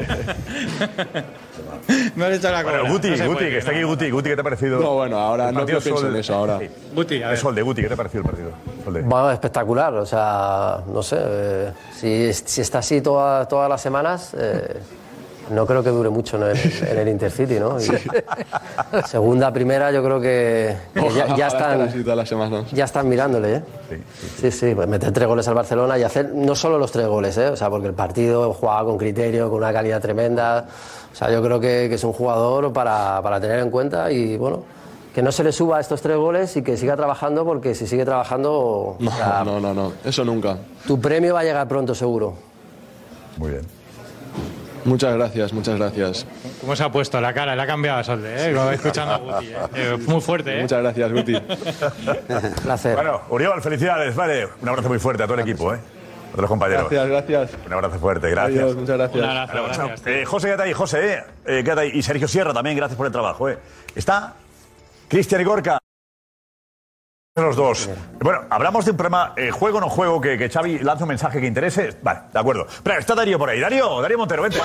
me has hecho la cobra. Bueno, Guti, No se Guti, puede, que está no. aquí Guti. Guti, ¿qué te ha parecido? No, bueno, ahora el no partido pienso Sol- en eso ahora. Sí. Guti, a ver. El Sol de Guti, ¿qué te ha parecido el partido? Sol de- Bueno, espectacular, o sea, no sé, eh, si, si está así toda- todas las semanas, eh, no creo que dure mucho en el, en el Intercity, ¿no? Y segunda, primera, yo creo que, que ya, Ojalá, ya ojalá están, estar así todas las semanas. ya están mirándole, ¿eh? Sí, sí, pues meter tres goles al Barcelona y hacer no solo los tres goles, ¿eh? O sea, porque el partido jugaba con criterio, con una calidad tremenda. O sea, yo creo que, que es un jugador para, para tener en cuenta y, bueno, que no se le suba estos tres goles y que siga trabajando, porque si sigue trabajando, No, o sea, no, no, no, eso nunca. tu premio va a llegar pronto, seguro. Muy bien. Muchas gracias, muchas gracias. ¿Cómo se ha puesto la cara? Le ha cambiado a Solde, ¿eh? Como escuchando a Guti, ¿eh? Eh, muy fuerte, ¿eh? Muchas gracias, Guti. Placer. Bueno, Uriol, felicidades, vale. Un abrazo muy fuerte a todo el equipo, ¿eh? A todos los compañeros. Gracias, gracias. Un abrazo fuerte, gracias. Adiós, muchas gracias. Un abrazo, Bueno, chao. gracias. Eh, José, quédate ahí, José, eh. Eh, quédate ahí. Y Sergio Sierra también, gracias por el trabajo, eh. Está Cristian y Gorka. Los dos. Bueno, hablamos de un problema, eh, juego o no juego, que, que Xavi lance un mensaje que interese. Vale, de acuerdo. Pero está Darío por ahí. Darío, Darío Montero, vente.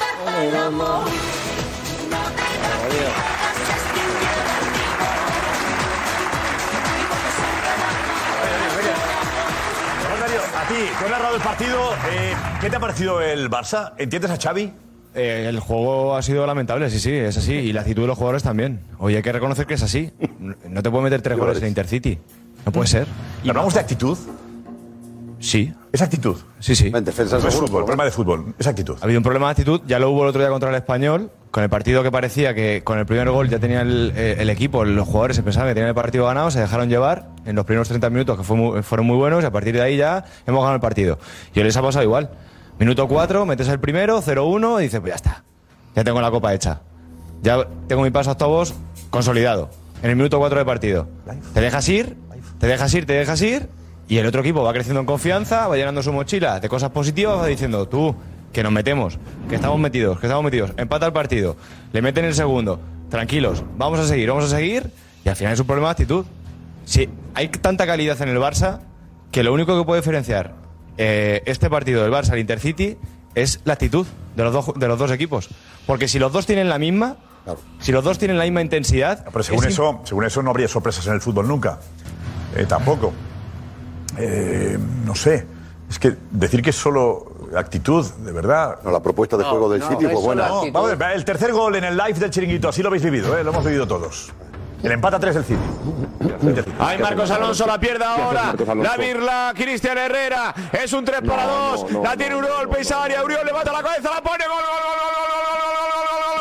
Bueno, Darío, a ti, tú has narrado el partido. eh, ¿Qué te ha parecido el Barça? ¿Entiendes a Xavi? Eh, el juego ha sido lamentable, sí, sí, es así. Y la actitud de los jugadores también. Oye, hay que reconocer que es así. No te puede meter tres goles en Intercity. No puede ser. ¿Y hablamos de actitud? Sí. ¿Es actitud? Sí, sí. En defensa no es fútbol, problema de fútbol. Es actitud. Ha habido un problema de actitud, ya lo hubo el otro día contra el Español, con el partido que parecía que con el primer gol ya tenía el, eh, el equipo, los jugadores se pensaban que tenían el partido ganado, se dejaron llevar en los primeros treinta minutos, que fue muy- fueron muy buenos, y a partir de ahí ya hemos ganado el partido. Y hoy les ha pasado igual. Minuto cuatro, metes el primero, cero uno, y dices, pues ya está, ya tengo la copa hecha. Ya tengo mi paso a octavos consolidado, en el minuto cuatro de partido. Te dejas ir, te dejas ir, te dejas ir, y el otro equipo va creciendo en confianza, va llenando su mochila de cosas positivas, va diciendo, tú, que nos metemos, que estamos metidos, que estamos metidos, empata el partido, le meten el segundo, tranquilos, vamos a seguir, vamos a seguir, y al final es un problema de actitud. Sí, hay tanta calidad en el Barça que lo único que puede diferenciar eh, este partido del Barça al Intercity es la actitud de los, dos, de los dos equipos. Porque si los dos tienen la misma, si los dos tienen la misma intensidad... Pero según es eso, según eso no habría sorpresas en el fútbol nunca. Eh, tampoco. Eh, no sé. Es que decir que es solo actitud, de verdad. No, la propuesta de juego del City fue buena. No, vamos a ver, el tercer gol en el live del Chiringuito, así lo habéis vivido, ¿eh? Lo hemos vivido todos. El empate a tres del City. Hay Marcos Alonso, la pierde ahora. La birla, Cristian Herrera. Es un tres para dos. La tiene Uriol, pisa área. Uriol levanta la cabeza, la pone. Gol, gol, gol, gol, gol, gol, gol, gol,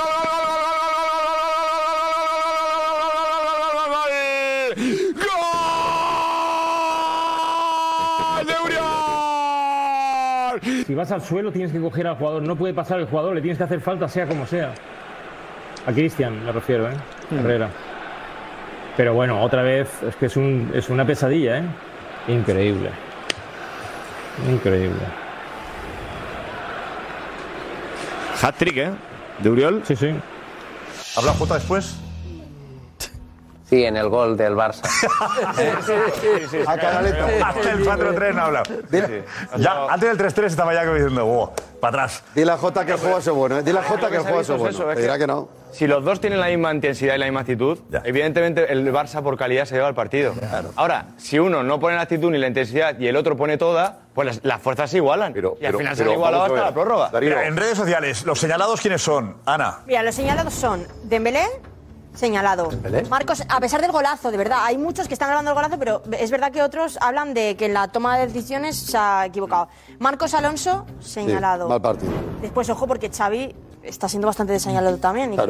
Si vas al suelo tienes que coger al jugador, no puede pasar el jugador, le tienes que hacer falta sea como sea. A Cristian me refiero, ¿eh? Herrera. Pero bueno, otra vez es que es, un, es una pesadilla, ¿eh? Increíble. Increíble. Hat-trick, ¿eh? De Uriol. Sí, sí. ¿Habla Jota después? Sí, en el gol del Barça. A Canaleta. Hasta el cuatro tres no ha hablado. Ya, antes del tres tres estaba ya como diciendo, wow, para atrás. Dile a Jota que el juego es bueno, ¿eh? Dile a Jota que el juego es bueno. Te dirá que no. Si los dos tienen la misma intensidad y la misma actitud, evidentemente el Barça por calidad se lleva el partido. Ahora, si uno no pone la actitud ni la intensidad y el otro pone toda, pues las, las fuerzas se igualan. y al pero- final se han pero igualado vamos a hasta ver. la prórroga. Mira, en redes sociales, ¿los señalados quiénes son? Ana. Mira, los señalados son Dembélé, señalado. Marcos, a pesar del golazo, de verdad, hay muchos que están hablando del golazo, pero es verdad que otros hablan de que en la toma de decisiones se ha equivocado. Marcos Alonso, señalado. Sí, mal partido. Después, ojo, porque Xavi está siendo bastante señalado también. Y Claro.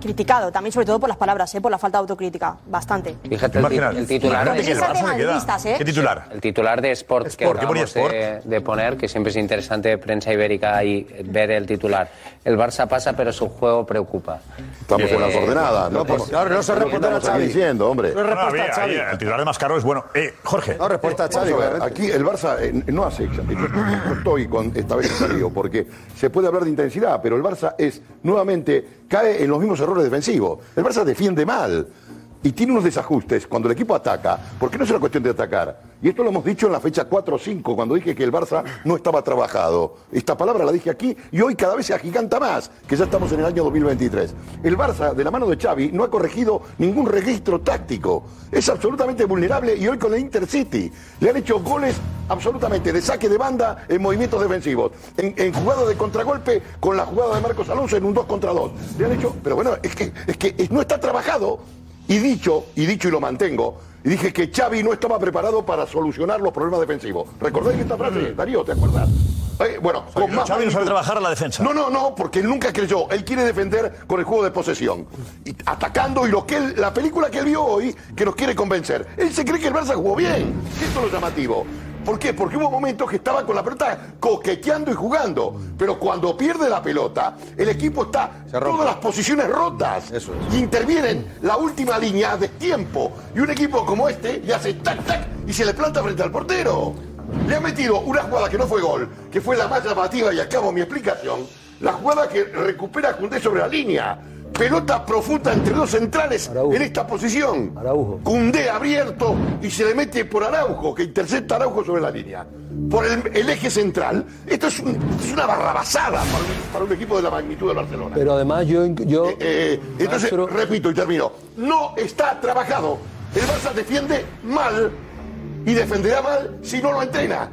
criticado, también sobre todo por las palabras, ¿eh? Por la falta de autocrítica, bastante. Fíjate el, ti- el titular. Imagínate que el Barça se queda. ¿eh? ¿Qué titular? El titular de Sport, que Sport, ¿qué ponía acabamos de, de poner, que siempre es interesante prensa ibérica y ver el titular. El Barça pasa, pero su juego preocupa. Estamos en las ordenadas, ¿no? pues, Claro, no se responde a Xavi diciendo, hombre. No, había- ahí, el titular de Mascaró es bueno. Eh, Jorge. No, respuesta a Xavi. Aquí el Barça eh, no hace yo, yo estoy con esta vez salido porque se puede hablar de intensidad, pero el Barça es nuevamente cae en los mismos errores defensivos. El Barça defiende mal y tiene unos desajustes cuando el equipo ataca, porque no es una cuestión de atacar. Y esto lo hemos dicho en la fecha cuatro o cinco, cuando dije que el Barça no estaba trabajado. Esta palabra la dije aquí y hoy cada vez se agiganta más, que ya estamos en el año dos mil veintitrés. El Barça, de la mano de Xavi, no ha corregido ningún registro táctico. Es absolutamente vulnerable y hoy con el Intercity le han hecho goles absolutamente de saque de banda en movimientos defensivos, en, en jugada de contragolpe con la jugada de Marcos Alonso en un dos contra dos. Le han hecho, pero bueno, es que, es que no está trabajado. Y dicho, y dicho y lo mantengo, y dije que Xavi no estaba preparado para solucionar los problemas defensivos. ¿Recordáis esta frase, Darío? ¿Te acuerdas? Eh, bueno, O sea, que Xavi no sabe trabajar a la defensa. No, no, no, porque él nunca creyó. Él quiere defender con el juego de posesión. Y atacando, y lo que él, la película que él vio hoy, que nos quiere convencer. Él se cree que el Barça jugó bien. Esto es lo llamativo. ¿Por qué? Porque hubo momentos que estaba con la pelota coqueteando y jugando. Pero cuando pierde la pelota, el equipo está todas las posiciones rotas. Eso es. Y intervienen la última línea de tiempo. Y un equipo como este le hace tac, tac, y se le planta frente al portero. Le ha metido una jugada que no fue gol, que fue la más llamativa, y acabo mi explicación. La jugada que recupera Koundé sobre la línea. Pelota profunda entre dos centrales Araujo. En esta posición. Araujo. Koundé abierto y se le mete por Araujo, que intercepta a Araujo sobre la línea. Por el, el eje central. Esto es, un, es una barrabasada para un, para un equipo de la magnitud del Barcelona. Pero además yo... yo eh, eh, entonces, Maestro... repito y termino. No está trabajado. El Barça defiende mal y defenderá mal si no lo entrena.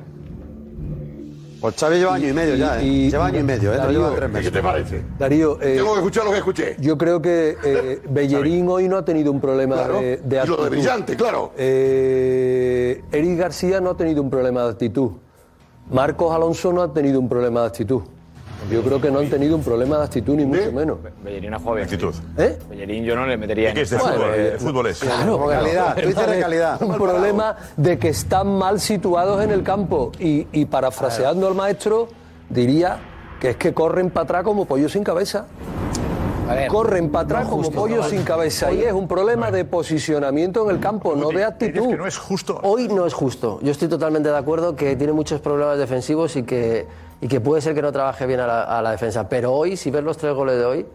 Pues Xavi lleva año y medio ya, ¿eh? Y, lleva año y medio, ¿eh? Darío, No lleva tres meses. ¿Qué te parece? Darío, eh, tengo que escuchar lo que escuché. Yo creo que eh, Bellerín hoy no ha tenido un problema claro. de, de actitud. Y lo de Brillante, claro. Eh, Eric García no ha tenido un problema de actitud. Marcos Alonso no ha tenido un problema de actitud. Yo creo que no han tenido un problema de actitud, ni mucho menos. Bellerín ha jugado bien. Actitud. ¿Eh? Bellerín yo no le metería en... ¿Qué es de Bueno, fútbol? eh, De fútbol es. Claro, calidad. Tú dices de calidad. Un problema de que están mal situados en el campo. Y, y parafraseando al maestro, diría que es que corren para atrás como pollo sin cabeza. Ver, corren para atrás no como justo, pollo no, sin cabeza. Oye, y es un problema no. de posicionamiento en el campo, no de actitud. Que no es justo. Hoy no es justo. Yo estoy totalmente de acuerdo que tiene muchos problemas defensivos y que, y que puede ser que no trabaje bien a la, a la defensa. Pero hoy, si ves los tres goles de hoy,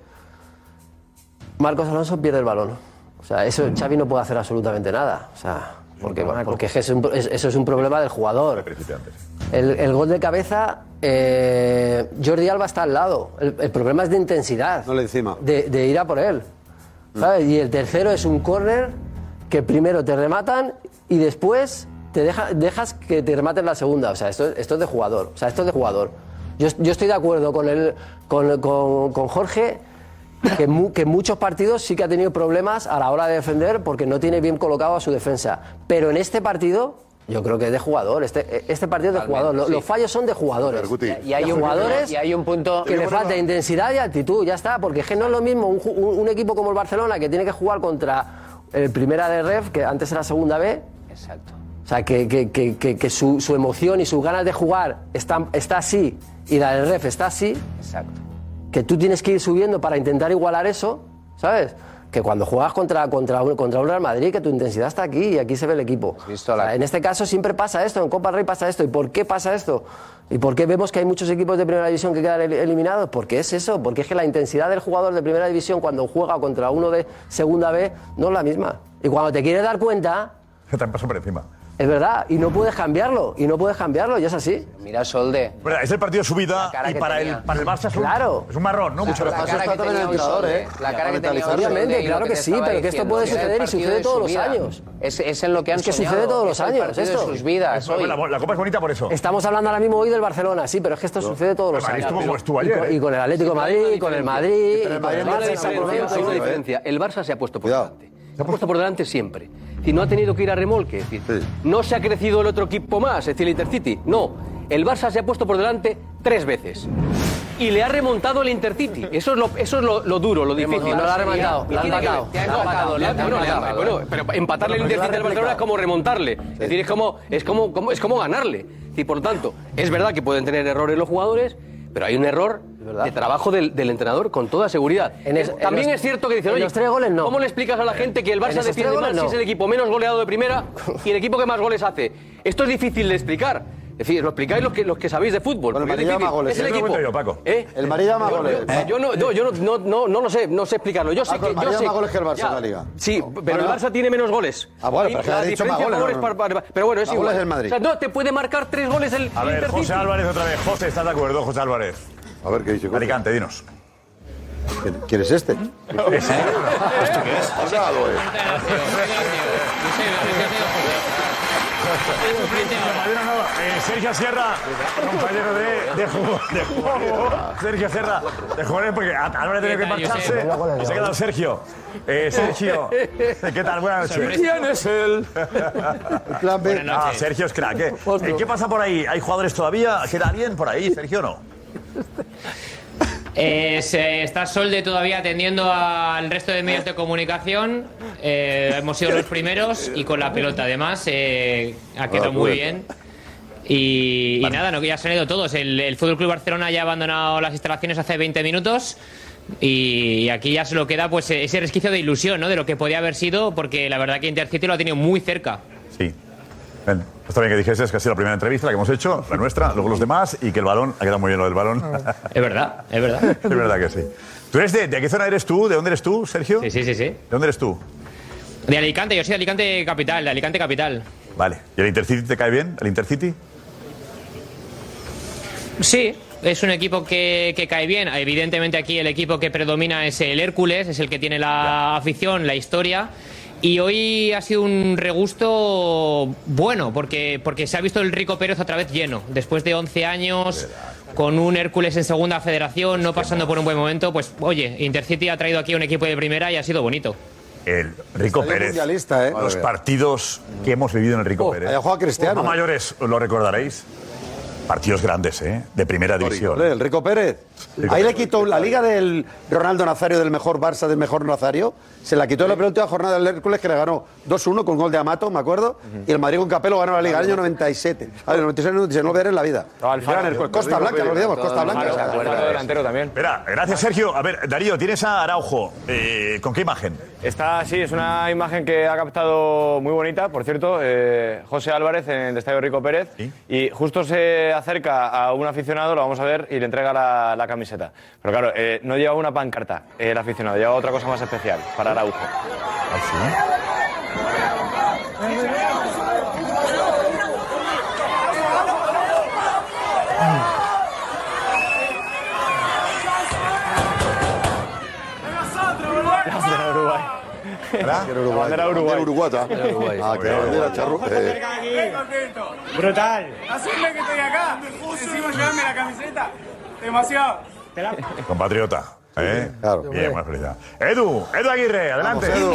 Marcos Alonso pierde el balón. O sea, eso Xavi no puede hacer absolutamente nada. O sea, porque, bueno, porque eso, es un, eso es un problema del jugador. El, el gol de cabeza, eh, Jordi Alba está al lado. El, el problema es de intensidad. No le encima. De, de ir a por él. ¿Sabes? Y el tercero es un córner que primero te rematan y después te deja, dejas que te rematen la segunda. O sea, esto, esto es de jugador. O sea, esto es de jugador. Yo, yo estoy de acuerdo con, el, con, con, con Jorge que, mu, que en muchos partidos sí que ha tenido problemas a la hora de defender porque no tiene bien colocado a su defensa. Pero en este partido... Yo creo que es de jugador. Este, este partido es de jugador. Los, sí. los fallos son de jugadores. Y, y, hay, un, jugadores y hay un punto que le falta intensidad y actitud. Ya está. Porque es que no es lo mismo un, un, un equipo como el Barcelona que tiene que jugar contra el Primera de Ref, que antes era Segunda B. Exacto. O sea, que, que, que, que, que su, su emoción y sus ganas de jugar está, está así y la del Ref está así. Exacto. Que tú tienes que ir subiendo para intentar igualar eso, ¿sabes? Que cuando juegas contra, contra, un, contra un Real Madrid, que tu intensidad está aquí y aquí se ve el equipo. Visto la... o sea, en este caso siempre pasa esto, en Copa del Rey pasa esto. ¿Y por qué pasa esto? ¿Y por qué vemos que hay muchos equipos de Primera División que quedan eliminados? Porque es eso, porque es que la intensidad del jugador de Primera División cuando juega contra uno de Segunda B no es la misma. Y cuando te quieres dar cuenta... Se te pasó por encima. Es verdad, y no puedes cambiarlo, y no puedes cambiarlo, y es así. Mira, Solde. Bueno, es el partido de subida y para el, para el Barça es un, claro. es un marrón, ¿no? La, Mucho la cara que tenía el entrenador, ¿eh? La cara que tenía Obviamente, claro que sí, pero que esto puede suceder y sucede todos los años. Es, es en lo que han Es que soñado. sucede todos los es años, esto. De sus vidas, hoy. La, la Copa es bonita por eso. Estamos hablando ahora mismo hoy del Barcelona, sí, pero es que esto no. sucede todos los años. Como estuvo ayer, y, con, y con el Atlético de Madrid, con el Madrid... Pero el Madrid hay una diferencia, hay una diferencia. El Barça se ha puesto por delante. Se ha puesto por delante siempre. Y no ha tenido que ir a remolque. Es decir, sí. No se ha crecido el otro equipo más, es decir, el Intercity. No. El Barça se ha puesto por delante tres veces. y le ha remontado el Intercity. Eso es lo, eso es lo, lo duro, lo difícil. No, no lo ha remontado, lo ha empatado. Te ha empatado, le ha empatado. Bueno, pero empatarle el Intercity al Barcelona es como remontarle. Es decir, es como, es como, como, es como ganarle. Y por lo tanto, es verdad que pueden tener errores los jugadores, pero hay un error de trabajo del, del entrenador con toda seguridad. En es, También los, es cierto que dicen, en oye, los tres goles no. ¿cómo le explicas a la gente que el Barça defiende mal no. si es el equipo menos goleado de primera y el equipo que más goles hace? Esto es difícil de explicar. Es decir, lo explicáis los que, los que sabéis de fútbol. Bueno, el Madrid más goles. Es el equipo. Yo, Paco. ¿Eh? El Madrid más goles. Yo, yo, no, yo, yo no, no, no lo sé, no sé explicarlo. Yo sé Paco, que el Madrid yo sé, más goles que el Barça ya, en la Liga. Sí, pero bueno, el Barça tiene menos goles. Ah, bueno, y pero es que la ha dicho más diferencia goles. de goles No, no, no. para, pero bueno, es Más igual. goles del Madrid. O sea, no te puede marcar tres goles el A ver, Intercity. José Álvarez otra vez. José, ¿estás de acuerdo, José Álvarez? A ver, ¿qué dice? Alicante, dinos. ¿Quieres este? ¿Esto qué es? Pasado, eh. Eh, Sergio Sierra, compañero de, de, jugo, de jugo. Sergio Sierra, de jugadores, porque Álvarez tiene que marcharse y se ha quedado Sergio. Eh, Sergio, ¿qué tal? Buenas noches. ¿Quién es él? Plan B. Ah, Sergio es crack. ¿eh? Eh, ¿Qué pasa por ahí? ¿Hay jugadores todavía? ¿Queda alguien por ahí, Sergio, o no? Eh, se está Solde todavía atendiendo al resto de medios de comunicación. Eh, hemos sido los primeros y con la pelota además eh, ha quedado muy bien. Y, y nada, no, que ya se han ido todos. El, el Fútbol Club Barcelona ya ha abandonado las instalaciones hace veinte minutos. Y aquí ya solo queda pues ese resquicio de ilusión, ¿no? De lo que podía haber sido, porque la verdad que Intercity lo ha tenido muy cerca. Sí. Bien, está bien que dijeses que ha sido la primera entrevista la que hemos hecho, la nuestra, luego los demás, y que el balón, ha quedado muy bien lo del balón. Es verdad, es verdad. Es verdad que sí. ¿Tú eres de, de qué zona eres tú? ¿De dónde eres tú, Sergio? Sí, sí, sí, sí. ¿De dónde eres tú? De Alicante, yo soy de Alicante capital, de Alicante capital. Vale. ¿Y el Intercity te cae bien? ¿El Intercity? Sí, es un equipo que, que cae bien. Evidentemente aquí el equipo que predomina es el Hércules, es el que tiene la afición, la historia. Y hoy ha sido un regusto bueno, porque, porque se ha visto el Rico Pérez otra vez lleno. Después de once años, con un Hércules en segunda federación, no pasando por un buen momento, pues oye, Intercity ha traído aquí un equipo de primera y ha sido bonito. El Rico Estadio Pérez. mundialista, ¿eh? Los partidos que hemos vivido en el Rico Oh, Pérez. haya jugado Cristiano. Los mayores, lo recordaréis. Partidos grandes, ¿eh? De primera división. El Rico Pérez. Rico Ahí Pérez. le quitó la liga del Ronaldo Nazario, del mejor Barça, del mejor Nazario. Se la quitó en la penúltima jornada del Hércules, que le ganó dos uno con gol de Amato, me acuerdo. Y el Madrid con Capello ganó la liga en el año noventa y siete. A ver, noventa y seis, noventa y seis, no ver en la vida. Gran Hércules. Costa Blanca, no olvidemos, Costa Blanca. delantero también. Espera, gracias, Sergio. A ver, Darío, tienes a Araujo. Eh, ¿Con qué imagen? Está, sí, es una imagen que ha captado muy bonita, por cierto, eh, José Álvarez en el Estadio Rico Pérez. ¿Sí? Y justo se acerca a un aficionado, lo vamos a ver, y le entrega la, la camiseta. Pero claro, eh, no lleva una pancarta eh, el aficionado, lleva otra cosa más especial para Araujo. La bandera Uruguay. Uruguata. Ah, que la bandera charru. eh. Brutal. Hacerle que estoy acá. Encima llevarme la camiseta. Demasiado. Compatriota. ¿Eh? Claro. Bien, buena felicidad. Edu, Edu Aguirre, adelante. Vamos, Edu.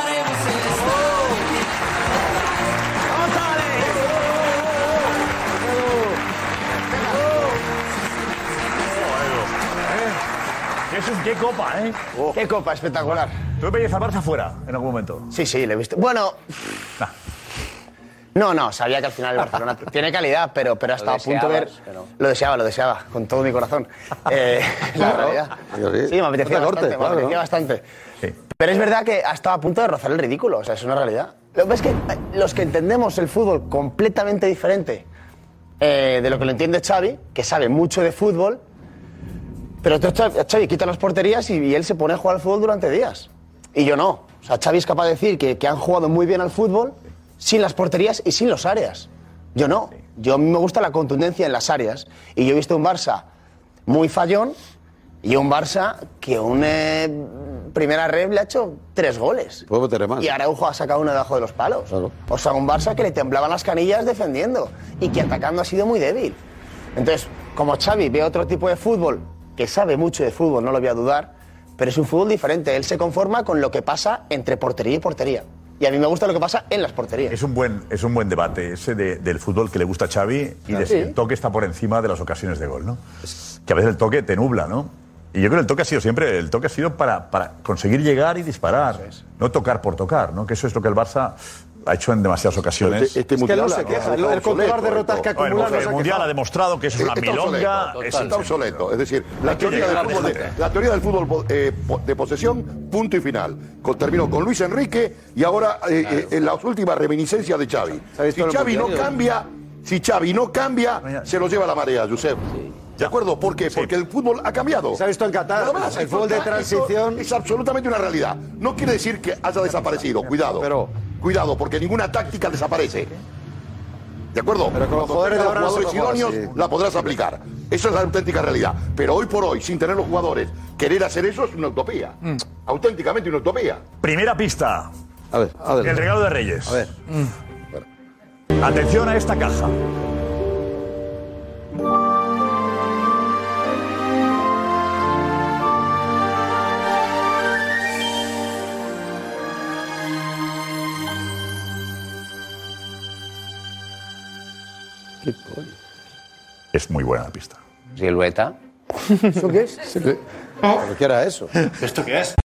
¿Qué, es, qué copa, ¿eh? Oh. Qué copa, espectacular. ¿Tú veías a Barça fuera en algún momento? Sí, sí, le he visto. Bueno. Nah. No, no, sabía que al final el Barcelona tiene calidad, pero, pero ha estado a punto de ver. Pero... Lo deseaba, lo deseaba, con todo mi corazón. Eh, la realidad. Sí, me apetecía bastante, corte, me claro, apetecía ¿no? bastante. Sí. Pero es verdad que ha estado a punto de rozar el ridículo, o sea, es una realidad. Lo que pasa es que los que entendemos el fútbol completamente diferente eh, de lo que lo entiende Xavi, que sabe mucho de fútbol, pero Xavi quita las porterías y, y él se pone a jugar al fútbol durante días. Y yo no. O sea, Xavi es capaz de decir que, que han jugado muy bien al fútbol sin las porterías y sin los áreas. Yo no. Yo a mí me gusta la contundencia en las áreas. Y yo he visto un Barça muy fallón y un Barça que un eh, primera ref le ha hecho tres goles. Puedo meter más. Y Araujo ha sacado uno debajo de los palos. Claro. O sea, un Barça que le temblaban las canillas defendiendo y que atacando ha sido muy débil. Entonces, como Xavi ve otro tipo de fútbol, que sabe mucho de fútbol, no lo voy a dudar, pero es un fútbol diferente. Él se conforma con lo que pasa entre portería y portería. Y a mí me gusta lo que pasa en las porterías. Es un buen, es un buen debate ese de, del fútbol que le gusta a Xavi y de si el toque está por encima de las ocasiones de gol, ¿no? que a veces el toque te nubla, ¿no? Y yo creo que el toque ha sido siempre, el toque ha sido para, para conseguir llegar y disparar, no tocar por tocar, ¿no? Que eso es lo que el Barça ha hecho en demasiadas ocasiones. Este, este es que no se queja, el, el control de derrotas que acumula. El, el, el Mundial ha demostrado que es una está milonga. Obsoleto, es, está obsoleto. Es decir, la teoría, del fútbol, de, la teoría del fútbol eh, de posesión, punto y final. Con, terminó con Luis Enrique y ahora eh, claro. eh, en las últimas reminiscencias de Xavi. Si Xavi no cambia, si Xavi no cambia, se lo lleva la marea, Josep. Sí. ¿De acuerdo? ¿Por qué? Sí. Porque el fútbol ha cambiado. Se ha visto en Qatar. Más, el fútbol de transición es absolutamente una realidad. No quiere decir que haya desaparecido. Cuidado. Pero, cuidado, porque ninguna táctica desaparece. ¿De acuerdo? Pero con los jugadores, de los jugadores idóneos sí. la podrás aplicar. Esa es la auténtica realidad. Pero hoy por hoy, sin tener los jugadores, querer hacer eso es una utopía. Mm. Auténticamente una utopía. Primera pista. A ver, a ver. El regalo de Reyes. A ver. Mm. Atención a esta caja. Es muy buena la pista. Silueta. ¿Eso qué es? ¿Pero qué era eso? ¿Esto qué es?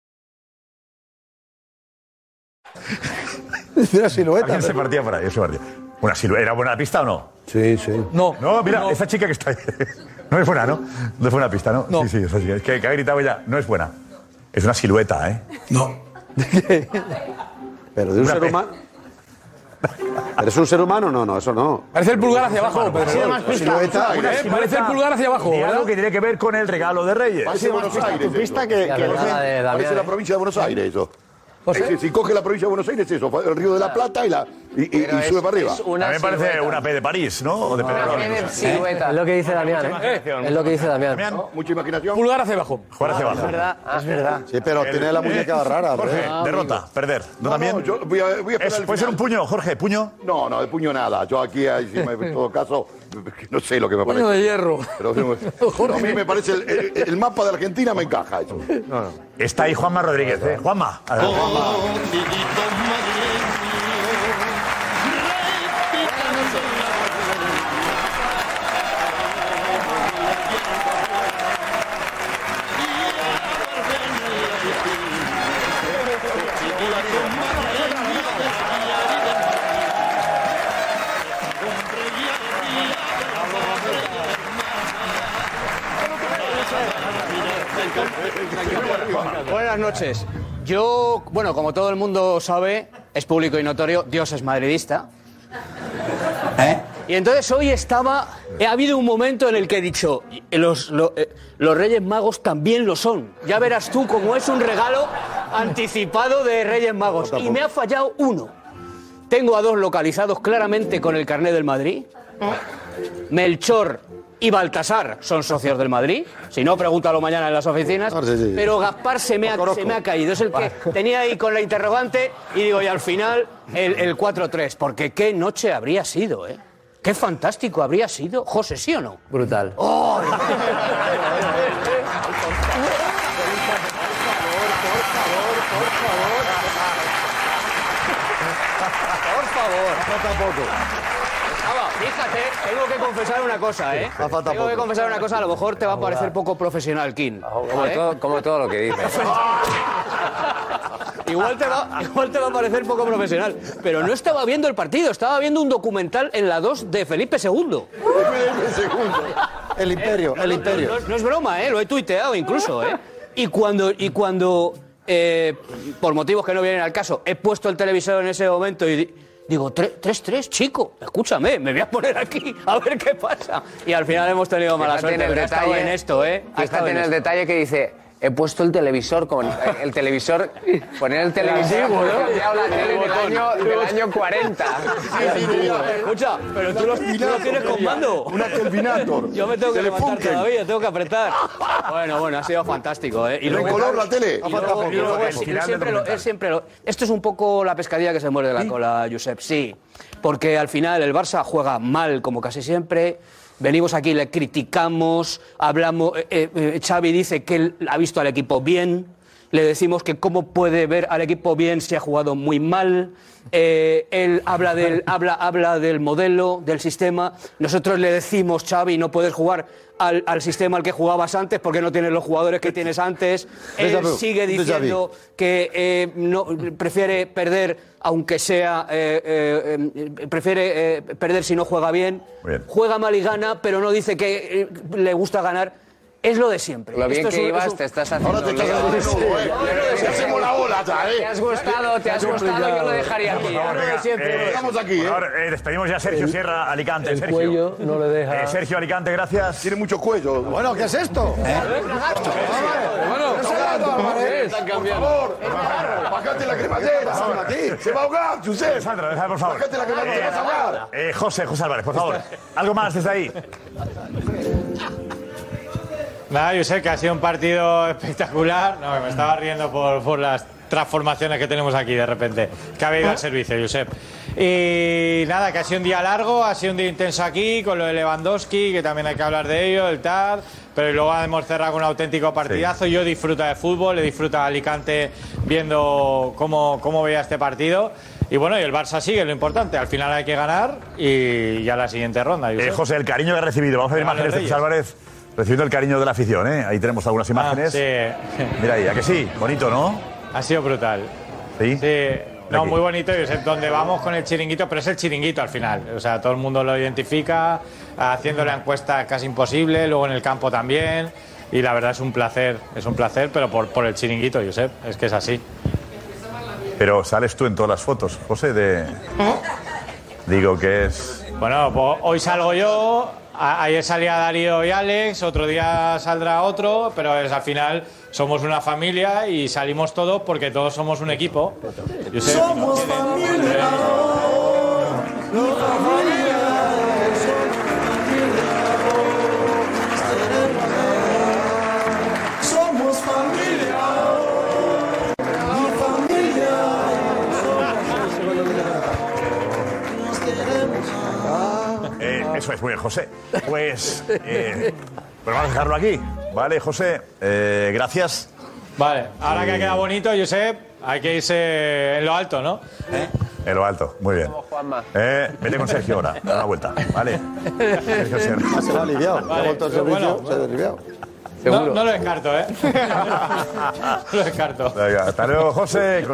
Es una silueta. ¿Quién se partía por ahí? Se partía. ¿Una silueta? ¿Era buena la pista o no? Sí, sí. No. No, mira, no. esa chica que está ahí. No es buena, ¿no? No es buena pista, ¿no? No. Sí, sí, esa chica. Es que, que ha gritado ella. No es buena. Es una silueta, ¿eh? No. Pero de un Una ser pe- humano. ¿Eres un ser humano? No, no, eso no. Parece el pulgar hacia abajo, Pedro. Sí, además, pista. Silueta. Una ¿Eh? silueta Parece el pulgar hacia abajo, de ¿verdad? algo que tiene que ver con el regalo de Reyes. Parece Buenos Aires. Tu pista eso. que, La que verdad, de Parece Damián. la provincia de Buenos Aires, eso. O sea, Es decir, si coge la provincia de Buenos Aires, eso, el río de la Plata y, la, y, y, y sube para arriba. También parece una P de París, ¿no? O de Pedro. Silueta. Es lo que dice Damián, ¿eh? Es lo que dice Damián. ¿No? Mucha imaginación. pulgar hacia abajo. Jugar hacia abajo. Es verdad, es verdad. Sí, pero tiene la muñeca rara. Jorge, ¿no? derrota, perder. ¿No, No, también? no, yo voy a, voy a esperar Es- el ¿Puede ser final. un puño, Jorge? ¿Puño? No, no, de puño nada. Yo aquí, encima, en todo caso, no sé lo que me parece. Puño de hierro. Pero, pero a mí me parece el, el- el mapa de Argentina me encaja eso. No, no. Está ahí Juanma Rodríguez, ¿eh? Juanma. A ver. Buenas noches. Yo, bueno, como todo el mundo sabe, es público y notorio, Dios es madridista. ¿Eh? Y entonces hoy estaba, ha habido un momento en el que he dicho, los, lo- eh, los Reyes Magos también lo son. Ya verás tú cómo es un regalo anticipado de Reyes Magos. Y me ha fallado uno. Tengo a dos localizados claramente con el carné del Madrid. Melchor y Baltasar son socios del Madrid. Si no, pregúntalo mañana en las oficinas. Sí, sí. Pero Gaspar se me, ha, se me ha caído. Es el que tenía ahí con la interrogante y digo, y al final el, el cuatro tres. Porque qué noche habría sido, ¿eh? Qué fantástico habría sido. José, ¿sí o no? Brutal. ¡Oh! Por favor. Chava, fíjate, tengo que confesar una cosa, ¿eh? Tengo que confesar una cosa, a lo mejor te va a parecer poco profesional, King. Como, ¿Eh? todo, como todo lo que dices. Igual te, va, igual te va a parecer poco profesional, pero no estaba viendo el partido, estaba viendo un documental en la dos de Felipe segundo. El Imperio, el Imperio. No, no, no es broma, ¿eh? Lo he tuiteado incluso, ¿eh? Y cuando, y cuando eh, por motivos que no vienen al caso, he puesto el televisor en ese momento y di- digo, tres tres, chico, escúchame, me voy a poner aquí a ver qué pasa. Y al final hemos tenido mala Fíjate suerte, en el pero ha estado detalle- en esto, ¿eh? Ha estado Fíjate en en el esto. detalle que dice, he puesto el televisor con el televisor, poner el televisor, antiguo, ¿no? he cambiado la tele del año, del año cuarenta. Escucha, pero tú lo, tú lo tienes con mando. Una Kelvinator. Yo me tengo que Se le levantar funken. todavía, tengo que apretar. Bueno, bueno, ha sido fantástico, ¿eh? ¿Y en color la tele? Y luego, y luego es, es siempre lo, es siempre lo- esto es un poco la pescadilla que se muerde la cola, Josep, sí. Porque al final el Barça juega mal, como casi siempre. Venimos aquí, le criticamos, hablamos. Eh, eh, Xavi dice que él ha visto al equipo bien. le decimos que cómo puede ver al equipo bien si ha jugado muy mal. Eh, él habla del, habla, habla del modelo, del sistema. Nosotros le decimos, Xavi, no puedes jugar al, al sistema al que jugabas antes porque no tienes los jugadores que tienes antes. Él sigue diciendo que eh, no, prefiere perder aunque sea, eh, eh, eh, prefiere eh, perder si no juega bien. bien. Juega mal y gana, pero no dice que eh, le gusta ganar. Es lo de siempre. Lo bien Esto que es un, ibas, es un... te estás haciendo... Ahora te estás haciendo lío. eh. Te hacemos la ola ya, ¿eh? Te has gustado, te has gustado, yo lo dejaría aquí. Estamos aquí, ¿eh? Ahora, eh, despedimos ya a Sergio Sierra, Alicante. El Sergio. cuello no le deja... Eh, Sergio Alicante, gracias. Tiene mucho cuello. Bueno, ¿qué es esto? ¿Eh? Bueno, ¿qué se va Por favor, bájate la cremallera. Se va a ahogar, José. Sandra, déjame, por favor. Bájate la cremallera, se va a ahogar. Eh, José, José Álvarez, por favor. Algo más desde ahí. Nada, yo sé que ha sido un partido espectacular. No, me estaba riendo por, por las transformaciones que tenemos aquí de repente. Que ha ido al servicio, Josep. Y nada, que ha sido un día largo, ha sido un día intenso aquí, con lo de Lewandowski, que también hay que hablar de ello, el T A D. Pero luego hemos cerrado con un auténtico partidazo. Sí. Yo disfruto de fútbol, le disfruto a Alicante viendo cómo, cómo veía este partido. Y bueno, y el Barça sigue, lo importante. Al final hay que ganar y ya la siguiente ronda. Eh, José, el cariño que ha recibido. Vamos a ver imágenes de José Álvarez. Recibiendo el cariño de la afición, ¿eh? Ahí tenemos algunas imágenes. Ah, sí. Mira ahí, ¿a que sí? Bonito, ¿no? Ha sido brutal. ¿Sí? Sí. No, muy bonito. Y es donde vamos con el chiringuito, pero es el chiringuito al final. O sea, todo el mundo lo identifica, haciendo la encuesta casi imposible, luego en el campo también. Y la verdad es un placer, es un placer, pero por, por el chiringuito, Josep. Es que es así. Pero sales tú en todas las fotos, José, de... Digo que es... Bueno, pues hoy salgo yo... Ayer salía Darío y Alex, otro día saldrá otro, pero es, al final somos una familia y salimos todos porque todos somos un equipo. Yo sé, somos familia. Somos familia. Eh, eso es, muy bien, José. Pues, eh, pues vamos a dejarlo aquí, ¿vale, José? Eh, gracias. Vale, ahora que ha quedado bonito, Josep, hay que irse en lo alto, ¿no? ¿Eh? En lo alto, muy bien. Eh, vete con Sergio ahora, da una vuelta, ¿vale? Sergio Sierra. Se lo ha aliviado, vale, ha vuelto al servicio, bueno, se ha desliviado. No, no lo descarto, ¿eh? No lo descarto. Venga, hasta luego, José.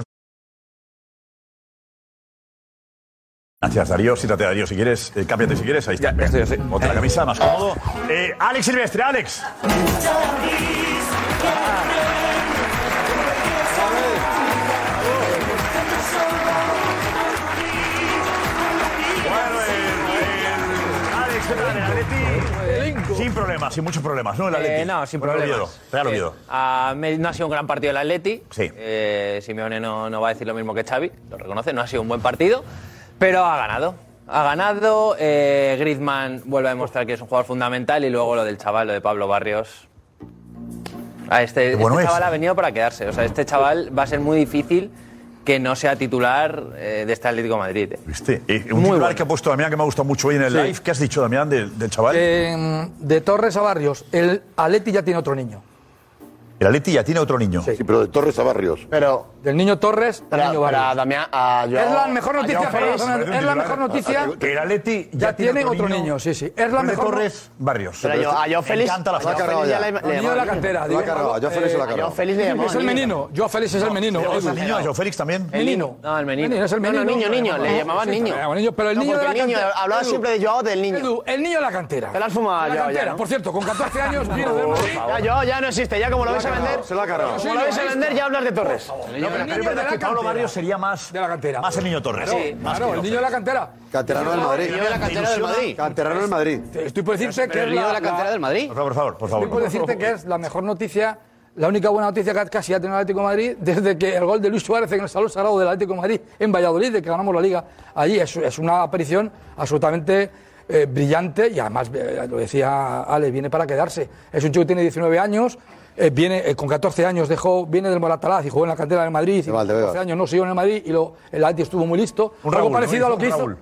Gracias, Darío. Siéntate, Darío, si quieres. Eh, cámbiate si quieres. Ahí está. Ya, estoy, estoy. Ponte la camisa, más cómodo. Eh, Alex Silvestre, Alex. Bueno, el, el Alex, ¿qué tal? El Atleti, sin problemas, sin muchos problemas, ¿no? El Atleti. Eh, no, sin Real problemas. Oviedo. Real Oviedo. Eh, ah, me- no ha sido un gran partido el Atleti. Sí. Eh, Simeone no, no va a decir lo mismo que Xavi, lo reconoce, no ha sido un buen partido, pero ha ganado. Ha ganado, eh, Griezmann vuelve a demostrar que es un jugador fundamental y luego lo del chaval, lo de Pablo Barrios. Ah, este bueno este es. chaval ha venido para quedarse, o sea, este chaval va a ser muy difícil que no sea titular eh, de este Atlético de Madrid. eh. ¿Viste? Y un titular que ha puesto Damián que me ha gustado mucho hoy en el Sí. live. ¿Qué has dicho, Damián, del, del chaval? Eh, de Torres a Barrios, el Atleti ya tiene otro niño. El Atleti ya tiene otro niño. Sí. pero de Torres a Barrios. Pero Del niño Torres al para, niño para Barrios. Damián, a Joao- Es la mejor a noticia, Joao Félix, perdón, es la mejor noticia. Que el Atleti Ya tiene otro niño, sí, sí. Es la Después de mejor Torres, Barrios. Pero yo- a Joao Me Félix- encanta la a Joao frase. Félix ya le- El le niño de la llamaba cantera. niño. digo, Lo ha cargado, a Joao Félix se lo ha eh, cargado. A Joao Félix le Es llamaba el niño. menino. Joao Félix es el menino. ¿Es el Edu. niño a Joao Félix también? El menino. No, el menino. Menino, es el No, menino. no, niño, niño, le llamaban Sí, niño. le llamaban niño, pero el No, niño de porque la el niño, cantera. hablaba Edu, siempre de Joao del niño. Edu, el niño de la cantera. Te la has fumado, De la Joao, ya, cantera. ¿no? Por cierto, con catorce años vino de Madrid. Ya, Joao ya no existe, ya como lo vais a vender. Se lo ha cargado. Como lo vais a vender, ya hablas de Torres. No, pero El niño es de verdad la que Pablo cantera. Barrios sería más, De la cantera. más el niño Torres. Sí, más Claro, que el niño de la cantera. Canterano del Madrid. El niño de la cantera del Madrid. Canterano del Madrid. Estoy por decirte que Pero es el niño de la, la cantera del Madrid. Por favor, por favor, por Estoy por favor. decirte que es la mejor noticia, la única buena noticia que casi ha tenido el Atlético de Madrid desde que el gol de Luis Suárez en el Salón Sagrado del Atlético de Madrid en Valladolid, de que ganamos la Liga allí. Es, es una aparición absolutamente eh, brillante y además, eh, lo decía Ale, viene para quedarse. Es un chico que tiene diecinueve años, eh, viene eh, con catorce años, dejó, viene del Moratalaz y jugó en la cantera del Madrid. Y De Valdebebas. catorce años no siguió en el Madrid y lo, el Atlético estuvo muy listo. Un Algo Raúl, parecido ¿no? a lo que Un hizo. Raúl.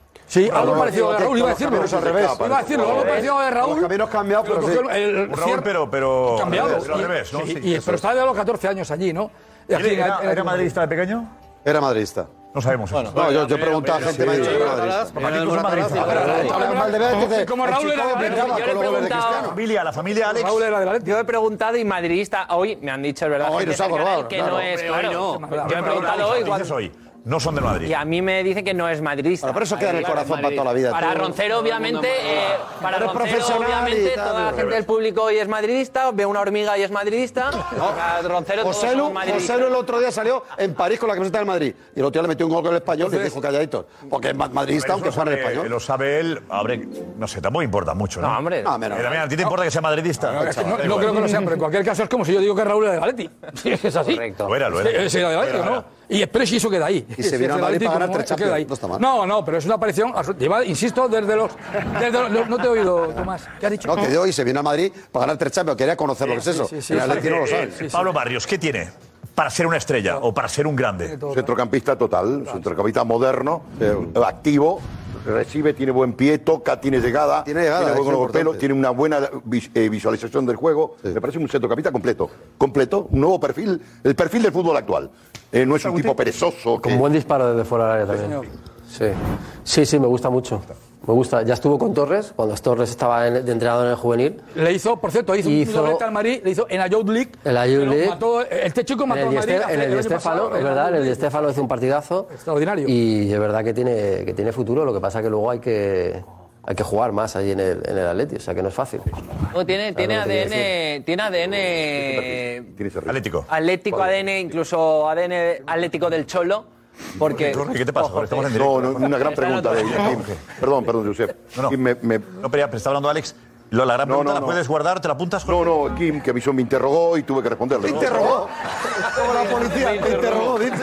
Sí, algo parecido a Raúl, iba a decirlo. Al revés. Iba a decirlo, algo parecido a Raúl. Los caminos cambiados, pero sí. Raúl, pero, pero cambiado. pero al revés, ¿no? Sí, Sí, y- eso pero es. estaba de los catorce años allí, ¿no? Y aquí, ¿Era, en- en- era madridista de pequeño? Era madridista. No sabemos eso. No, yo, yo he preguntado a gente, me ha dicho que era madridista. Para ti tú eres madridista. Hablan mal de Betis, dice, Como el Raúl era Chicago de pintaba yo le he con los goles de preguntado- Cristiano. Familia, la familia Alex. Raúl era de la Leti. Yo he preguntado y madridista hoy me han dicho, es verdad, Hoy gente nos ha cercana a él acordado, que claro. no es, claro. Yo he preguntado hoy Dices cuando- hoy. No son del Madrid. y a mí me dicen que no es madridista. Bueno, pero eso queda en el corazón para toda la vida. Para Tú- Roncero, obviamente, eh, para Eres Roncero, profesional obviamente, y tal, toda la pero- gente del público hoy es madridista, ve una hormiga y es madridista. Para Roncero todos José Lu, somos madridistas. José Lu el otro día salió en París con la camiseta del Madrid. Y el otro día le metió un gol con el español y dijo calladito. Porque es ma- madridista, Pero aunque eso fuera en lo sabe- español. Lo sabe él. Abre, no sé, tampoco importa mucho, ¿no? No, hombre. No, menos. Eh, Damián, ¿a ti te importa que sea madridista? No, es que no, Da no igual. creo que lo sea, pero en cualquier caso es como si yo digo que Raúl era de la Leti. Sí, es así. Correcto. Lo era, lo era. Sí, sí, era de la Leti, Lo era, ¿no? Y Express y eso queda ahí. Y se Sí, vino es al de Madrid Leti, para ganar como tres se queda ahí. Champions. No está mal. No, no, pero es una aparición. absu- Lleva, insisto, desde los. Desde los no te he oído, Tomás. ¿Qué has dicho? No, que dio y se vino a Madrid para ganar tres Champions. Quería conocer lo que es eso. sí, sí, el sí. Atleti no lo Eh, sabe. eh, Pablo Barrios, ¿qué tiene para ser una estrella o para ser un grande? Centrocampista total, centrocampista moderno, eh, activo, recibe, tiene buen pie, toca, tiene llegada, Tiene llegada, buen eso es golpeo, importante. tiene una buena vis- eh, visualización del juego. Me parece un centrocampista completo. Completo, un nuevo perfil, el perfil del fútbol actual. Eh, no es un tipo perezoso. Con que- buen disparo desde fuera del área también. Sí. sí, sí, me gusta mucho. Me gusta. Ya estuvo con Torres, cuando Torres estaba en- de entrenador en el juvenil. Le hizo, por cierto, hizo, Hizo- un doblete al Madrid, le hizo en la Youth League. En la Youth pero League. mató- este chico En mató el al Di Madrid. Ste- hace- en el el Di año Stéfano, pasado, es en la verdad, en el Youth Di League. Stéfano hizo un partidazo. Extraordinario. Y es verdad que tiene, que tiene futuro, lo que pasa que luego hay que, hay que jugar más allí en el, en el Atleti, o sea que no es fácil. No, tiene, tiene Claro, lo que A D N, tiene A D N Atlético. atlético, A D N, incluso A D N atlético del Cholo, porque... Jorge, ¿qué te pasa? Jorge? Estamos en No, directo. no, una gran Está en pregunta de otro- Kim. Perdón, perdón, Josep. No, no. Kim me- me- No, pero ya, pero está hablando Alex. Lo, la gran No, pregunta no, la no. puedes guardar, te la apuntas, Jorge. No, no, Kim, que avisó, me interrogó y tuve que responderle. ¿Te interrogó? Como la policía, te interrogó. dice.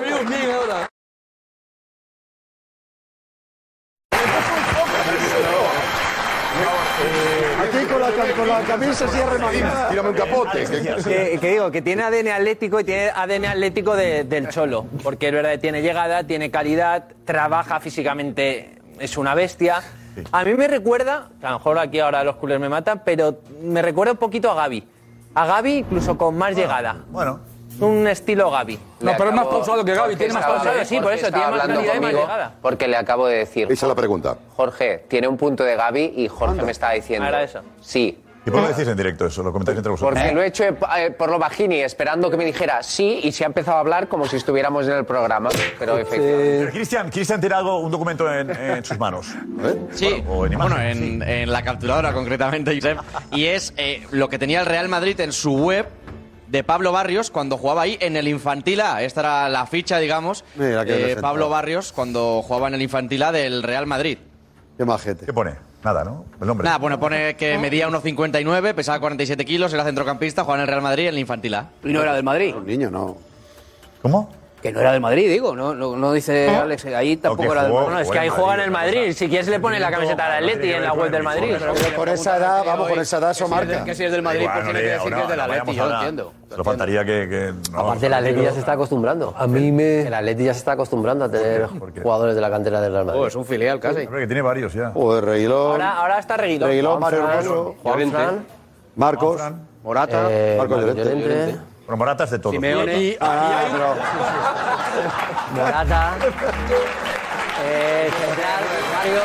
Aquí con la, con la camisa así arremanada. Tírame un capote. Que, que digo, que tiene A D N atlético y tiene A D N atlético de- del Cholo, porque es verdad que tiene llegada, tiene calidad, trabaja físicamente, es una bestia. A mí me recuerda, que a lo mejor aquí ahora los culés me matan, pero me recuerda un poquito a Gavi. A Gavi incluso con más llegada. Bueno. Un estilo Gavi. No, pero es más pausado que Gavi, Jorge tiene más estaba- pausado. Sí, por Jorge eso, estaba tiene más hablando calidad y más conmigo llegada. Porque le acabo de decir, Esa es la pregunta. Jorge, tiene un punto de Gavi y Jorge me estaba diciendo, Ahora eso. sí. ¿Y por qué decís en directo eso? Lo comentáis entre vosotros. Porque lo he hecho eh, por lo bajini, esperando que me dijera sí, y se ha empezado a hablar como si estuviéramos en el programa. Pero efectivamente. Eh, Cristian, Cristian tiene algo, un documento en, en sus manos. Sí, O en bueno, imagen. en, en la capturadora concretamente, Josep. Y es eh, lo que tenía el Real Madrid en su web de Pablo Barrios cuando jugaba ahí en el Infantil A. Esta era la ficha, digamos, Mira, qué de defensa. Pablo Barrios cuando jugaba en el Infantil A del Real Madrid. Qué majete. ¿Qué pone? Nada, ¿no? El nombre. Nada, bueno, pone que medía uno cincuenta y nueve, pesaba cuarenta y siete kilos, era centrocampista, jugaba en el Real Madrid en el Infantil A. Y no era del Madrid. Un niño, no. ¿Cómo? Que no era del Madrid, digo. No, no, no dice Alex. Ahí tampoco que era del jugó- Madrid. No, es que ahí juega en el Madrid. Si quieres le pone la camiseta al Atleti en la web del Madrid. Pero con esa edad, vamos, con esa edad eso marca. Que si es del Madrid, Igual, pues no tiene le- que decir que es del ahora Atleti. vayamos Yo lo ahora. entiendo. Solo faltaría que. que no, Aparte, el Atleti ya se está acostumbrando. A mí me... El Atleti ya se está acostumbrando a tener jugadores de la cantera del Real Madrid. Oh, es un filial casi. Hombre, que tiene varios ya. Joder, Reguilón. Ahora, ahora está Reguilón. Reguilón, Mario Fran, Hermoso, Juan Fran, Marcos. Fran. Morata. eh, Marco Marco Llorente. Llorente, Bueno, Moratas de todo. Simeone. Y, ah, pero- Morata, eh, central, Mario,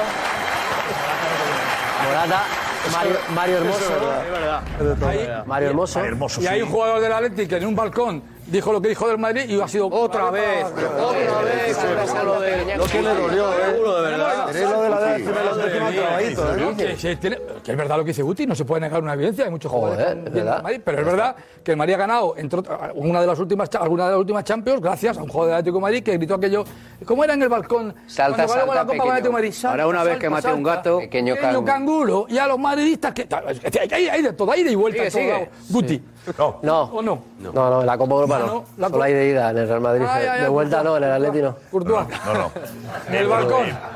Morata, Mario, Mario Hermoso, Mario Hermoso. Mario Hermoso, y hay sí. un jugador del Atlético que en un balcón dijo lo que dijo del Madrid y ha sido Otra vez. Otra vez. Lo de. Lo que le dolió, ¿eh? Seguro, de verdad. Tenéis lo de la décima y los décimos trabaditos, ¿eh? Que, se tiene- que es verdad lo que dice Guti, no se puede negar una evidencia, hay muchos Joder, jugadores es que vienen verdad. del Madrid, pero es verdad que el Madrid ha ganado entre otras, una de las últimas cha- alguna de las últimas Champions gracias a un jugador del Atlético de Madrid que gritó aquello, ¿cómo era en el balcón? Salta, Cuando ganamos salta, la Copa pequeño. Atlético de Madrid, salta, Ahora una vez salta, que mate un salta, gato. Pequeño pequeño canguro. canguro, y a los madridistas que hay, hay, hay de todo, hay de y vuelta Sigue, en todos sigue. lados. Guti, No. No, ¿o no? no, no, en la Copa Europa No, no. no, la Solo hay de ida en el Real Madrid. Ay, ay, De ay, vuelta Courtois. no, en el Atleti no. Courtois. No, no. En el balcón.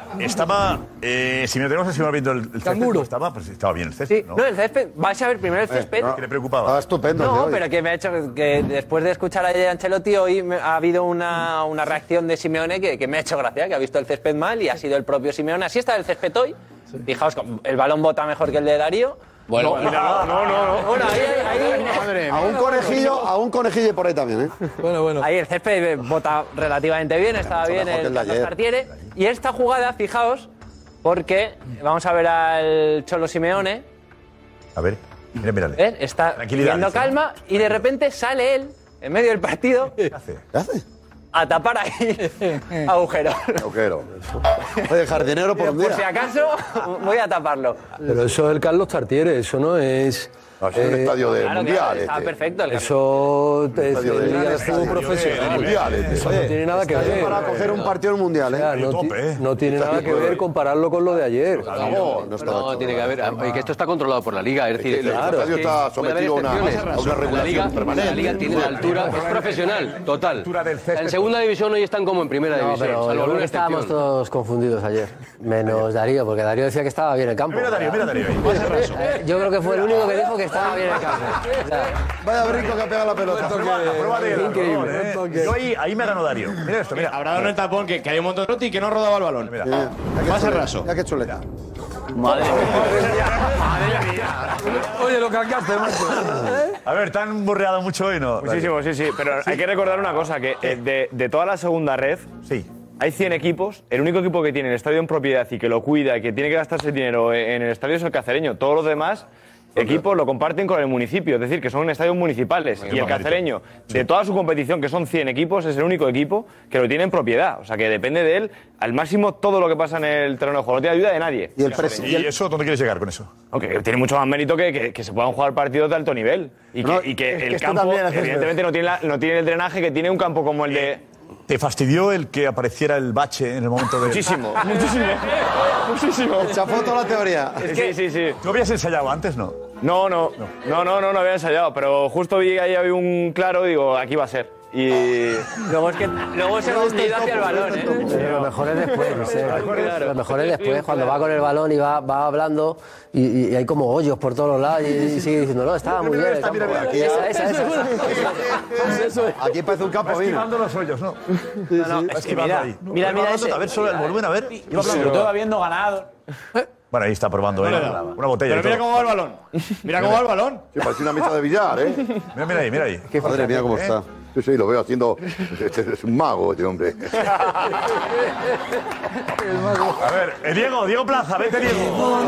Estaba. Eh, si me tenemos a Simeone viendo el, el césped, ¿no estaba? Pues estaba bien el césped, Sí, ¿no? no, el césped. Vais a ver primero el césped. ¿Qué le preocupaba? Estaba estupendo. No, tío. pero que me ha hecho que después de escuchar a Ancelotti hoy me- ha habido una, una reacción de Simeone que, que me ha hecho gracia, que ha visto el césped mal y ha sido el propio Simeone. Así está el césped hoy. Fijaos, el balón bota mejor que el de Darío. Bueno, no, no, no, no. Bueno, ahí, ahí, ahí- A un conejillo, a un conejillo por ahí también, ¿eh? Bueno, bueno. Ahí el césped bota relativamente bien, estaba mucho bien mejor que el el de ayer. Tartiere. Y esta jugada, fijaos, porque vamos a ver al Cholo Simeone. A ver, mira, mírale. ¿ves? Está Tranquilidad, viendo dice. calma y de repente sale él en medio del partido ¿Qué hace? ¿Qué hace? a tapar ahí agujero. Agujero. Oye, jardinero por un Por día. si acaso, voy a taparlo. Pero eso es el Carlos Tartiere, eso no es. No, es un estadio de Claro, mundial. claro, estaba este. perfecto. el Eso es estadio de- liga de estadio fútbol de- profesional. mundial, este. Eso no tiene nada que Estadio ver. para coger un partido en mundial, O sea, ¿eh? no, tope, ti- ¿eh? no tiene Estadio nada que de- ver compararlo con lo de ayer. No, no estaba No, hecho. tiene que haber. Y que esto está controlado por la liga. Es decir, El claro, estadio es que está puede haber sometido a una, excepciones. a una La liga, regulación permanente. la liga tiene la altura, es profesional, total. altura del césped. En segunda división hoy están como en primera No, división. pero salvo yo creo alguna que estábamos excepción. todos confundidos ayer. Menos Darío, porque Darío decía que estaba bien el campo. Mira Darío, mira Darío. ahí. Eh, Yo creo que fue el único que dijo que estaba bien el campo. O sea, Vaya brinco que ha pegado la pelota. La prueba, la prueba de Increíble. ¿eh? Yo ahí, ahí me ganó Darío. Mira esto, mira. Habrá dado en el tapón que, que hay un montón de y que no rodaba el balón. Mira. Más raso. Ya que chuleta. Madre Oye, lo cargaste, macho. A ver, ¿te han burreado mucho hoy, no? Muchísimo, sí, sí. Pero hay que recordar una cosa, que eh, de, de toda la segunda red Sí. hay cien equipos. El único equipo que tiene el estadio en propiedad y que lo cuida y que tiene que gastarse dinero en el estadio es el Cacereño. Todos los demás equipos lo comparten con el municipio, es decir, que son estadios municipales. Y el Cacereño, de toda su competición, que son cien equipos, es el único equipo que lo tiene en propiedad. O sea, que depende de él al máximo todo lo que pasa en el terreno de juego. No tiene ayuda de nadie. Y el presi- ¿Y eso dónde quieres llegar con eso? Aunque tiene mucho más mérito que, que, que se puedan jugar partidos de alto nivel. Y que, No, y que es que el esto campo, también es evidentemente, no tiene, la- no tiene el drenaje que tiene un campo como el de... ¿Te fastidió el que apareciera el bache en el momento de...? Muchísimo, muchísimo, muchísimo. Echa foto la teoría. Es que, sí, sí, sí. ¿Tú habías ensayado antes, no? No, no, no, no, no, no había ensayado, pero justo vi que ahí había un claro y digo, aquí va a ser. Y Luego es que luego se va hundido hacia el balón, ¿eh? pero lo mejor es después, no sé. Lo mejor es después, cuando va con el balón y va, va hablando y, y hay como hoyos por todos los lados y, y sigue diciendo, no, estaba muy bien el campo. Aquí, Esa, esa, esa. esa. aquí parece un campo Va vino. esquivando los hoyos, ¿no? No, no, Va es que esquivando mira, ahí. mira, Iba mira hablando, ese. A ver, solo el volumen, a ver. Iba Sobre hablando. todo habiendo ganado. Bueno, ahí está probando, ¿eh? Una botella. Pero y mira todo. cómo va el balón. Mira cómo va el balón. Sí, parece una mesa de billar, ¿eh? Mira, mira ahí, mira ahí. Madre mía, cómo está. Sí, sí, lo veo haciendo. Este es un mago, este hombre. A ver, eh, Diego, Diego Plaza, vete, Diego.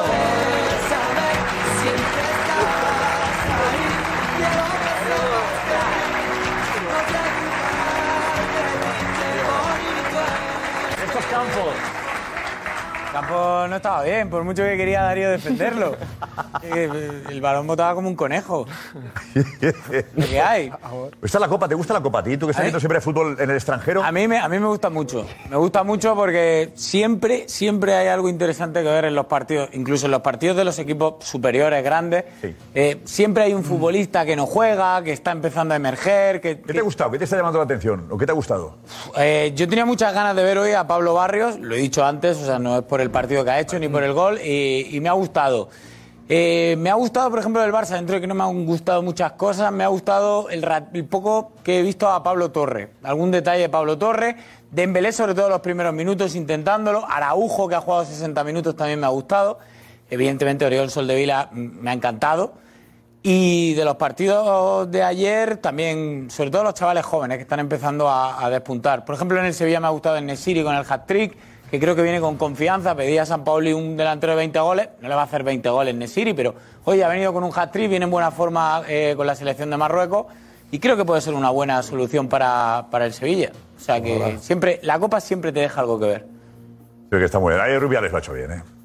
Estos campos. El campo no estaba bien, por mucho que quería Darío defenderlo. Eh, El balón botaba como un conejo. ¿Qué hay? ¿Esta es la copa? ¿Te gusta la copa a ti? ¿Tú que estás ¿Eh? viendo siempre fútbol en el extranjero? A mí, me, a mí me gusta mucho. Me gusta mucho porque siempre, siempre hay algo interesante que ver en los partidos, incluso en los partidos de los equipos superiores, grandes. Sí. Eh, siempre hay un futbolista que no juega, que está empezando a emerger. Que, ¿Qué te ha gustado? ¿Qué te está llamando la atención? ¿O qué te ha gustado? Eh, yo tenía muchas ganas de ver hoy a Pablo Barrios, lo he dicho antes, o sea, no es por el partido que ha hecho ni por el gol, y, y me ha gustado. Eh, me ha gustado, por ejemplo, el Barça, dentro de que no me han gustado muchas cosas, me ha gustado el, rat- el poco que he visto a Pablo Torre. Algún detalle de Pablo Torre, Dembélé sobre todo los primeros minutos intentándolo, Araujo que ha jugado sesenta minutos también me ha gustado, evidentemente Oriol Soldevila mm, me ha encantado. Y de los partidos de ayer, también, sobre todo los chavales jóvenes que están empezando a, a despuntar. Por ejemplo, en el Sevilla me ha gustado el Nesiri con el hat-trick, que creo que viene con confianza. Pedía a San Paoli un delantero de veinte goles, no le va a hacer veinte goles Nesiri, pero oye, ha venido con un hat-trick, viene en buena forma eh, con la selección de Marruecos y creo que puede ser una buena solución para, para el Sevilla. O sea que siempre, la Copa siempre te deja algo que ver. Creo que está muy bien. Ahí Rubiales lo ha hecho bien, ¿eh?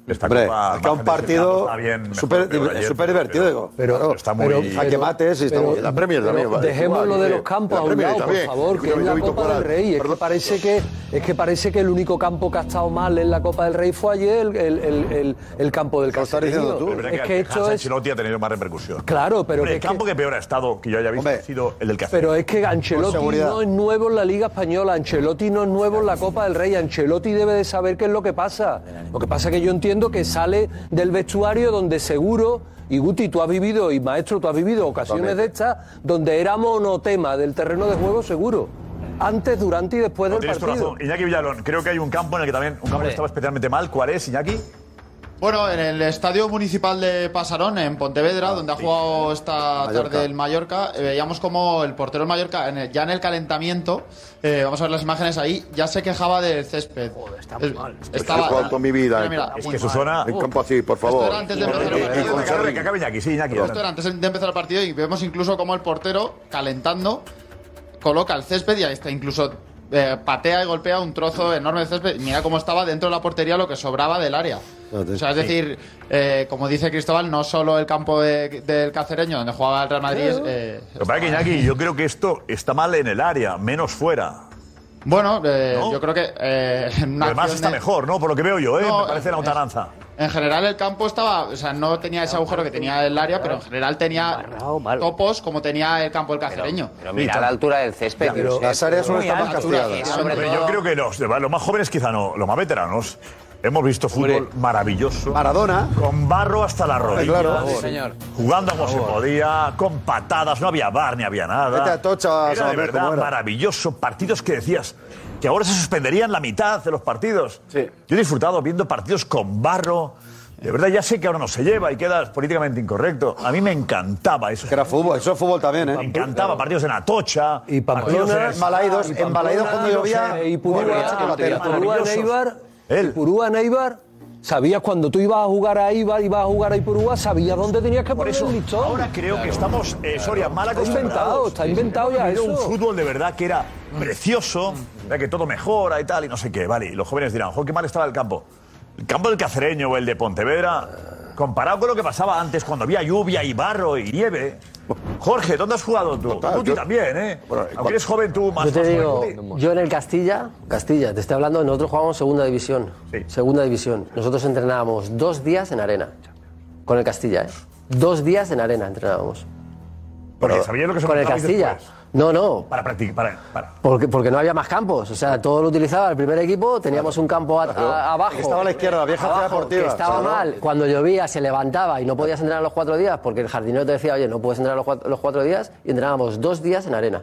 Esta Hombre, Copa es que un margen de partido está bien, súper mejor, peor ayer, súper divertido, digo. pero, Claro, está muy... pero- a que mates y está muy bien. La Premier también. Pero vale, dejemos igual, lo de sí. los campos La a un Premier lado, por también. favor, que es Escúchame, la yo he visto Copa jugar del al- Rey. Es que, Perdón. parece que, es que parece que el único campo que ha estado mal en la Copa del Rey fue ayer el, el, el, el, el campo del Cacereño. Pero es verdad Es que que Hans esto es... Ancelotti ha tenido más repercusión. Claro, pero Hombre, que el campo que... peor ha estado, que yo haya visto, ha sido el del Cáceres. Pero es que Ancelotti seguridad. no es nuevo en la Liga Española, Ancelotti no es nuevo en la Copa del Rey, Ancelotti debe de saber qué es lo que pasa. Lo que pasa es que yo entiendo que sale del vestuario donde seguro, y Guti, tú has vivido, y Maestro, tú has vivido ocasiones Totalmente. de estas, donde era monotema del terreno de juego seguro. Antes, durante y después No, del tienes tu partido. razón. Iñaki Villalón, creo que hay un campo en el que también, un campo que estaba especialmente mal. ¿Cuál es, Iñaki? Bueno, en el Estadio Municipal de Pasarón, en Pontevedra, donde ha jugado esta Mallorca. tarde el Mallorca, eh, veíamos como el portero del Mallorca, en el- ya en el calentamiento, eh, vamos a ver las imágenes ahí, ya se quejaba del césped. está muy mal. He jugado toda mi vida. Mira, mira, es muy que su mal. zona. En campo así, por favor. Esto era antes de empezar el partido. Que acabe, que acabe Iñaki, sí, Iñaki. Esto era antes de empezar el partido y vemos incluso como el portero, calentando, coloca el césped y ahí está incluso eh, patea y golpea un trozo enorme de césped. Mira cómo estaba dentro de la portería lo que sobraba del área. O sea, es decir, eh, como dice Cristóbal, no solo el campo de- del Cacereño, donde jugaba el Real Madrid. es, eh, Lo que pasa es que, Iñaki, yo creo que esto está mal en el área, menos fuera. bueno, eh, ¿No? yo creo que. Eh, en una Además acción está de- mejor, ¿no? Por lo que veo yo, ¿eh? No, Me parece la en- lontananza. En general el campo estaba, o sea, no tenía ese agujero que tenía el área, pero en general tenía topos como tenía el campo del Cacereño. Pero mira la altura del césped. Pero Josep. las áreas no Muy están alto. castigadas. Es sobre Hombre, todo- yo creo que los, los más jóvenes quizá no, los más veteranos, hemos visto fútbol maravilloso. Maradona. Con barro hasta las rodillas. Claro. Sí, Sí, señor. Jugando como se podía, con patadas, no había bar ni había nada. Vete a Tocha a Era de saber verdad cómo era. maravilloso. Partidos que decías que ahora se suspenderían la mitad de los partidos. Yo he disfrutado viendo partidos con barro. De verdad, ya sé que ahora no se lleva y queda políticamente incorrecto. A mí me encantaba eso. Que era fútbol, eso es fútbol también, ¿eh? Me encantaba partidos en Atocha. Y partidos Pamplona, en Malaídos, y en Pamplona, Malaídos cuando llovía, y Purúa, corría, y chocolatera. Purúa, Maravillosos. Neibar, Él. Purúa, Neibar, sabías cuando tú ibas a jugar a Ibar, ibas a jugar a Ipurúa, sabías dónde tenías que poner el listón. Ahora creo que estamos, eh, Soria, mal Está inventado, acostumbrados. está inventado ya Era un eso. fútbol de verdad que era precioso, era que todo mejora y tal, y no sé qué. Vale, y los jóvenes dirán, joder, qué mal estaba el campo. El campo del Cacereño o el de Pontevedra, comparado con lo que pasaba antes, cuando había lluvia y barro y nieve. Jorge, ¿dónde has jugado tú? Guti también, ¿eh? Aunque eres joven tú, más Yo te más digo, joven, Guti. yo en el Castilla, Castilla, te estoy hablando, nosotros jugábamos segunda división. Segunda división. Nosotros entrenábamos dos días en arena. Con el Castilla, ¿eh? Dos días en arena entrenábamos. Porque sabías lo que se Con el montabais Castilla. después. No, no. Para practicar, para, para. Porque, porque no había más campos. O sea, todo lo utilizaba el primer equipo, teníamos un campo a- a- abajo. Que estaba a la izquierda, la vieja ciudad abajo, deportiva. que estaba Claro. mal. Cuando llovía se levantaba y no podías entrenar los cuatro días porque el jardinero te decía, oye, no puedes entrenar los cuatro, los cuatro días, y entrenábamos dos días en arena.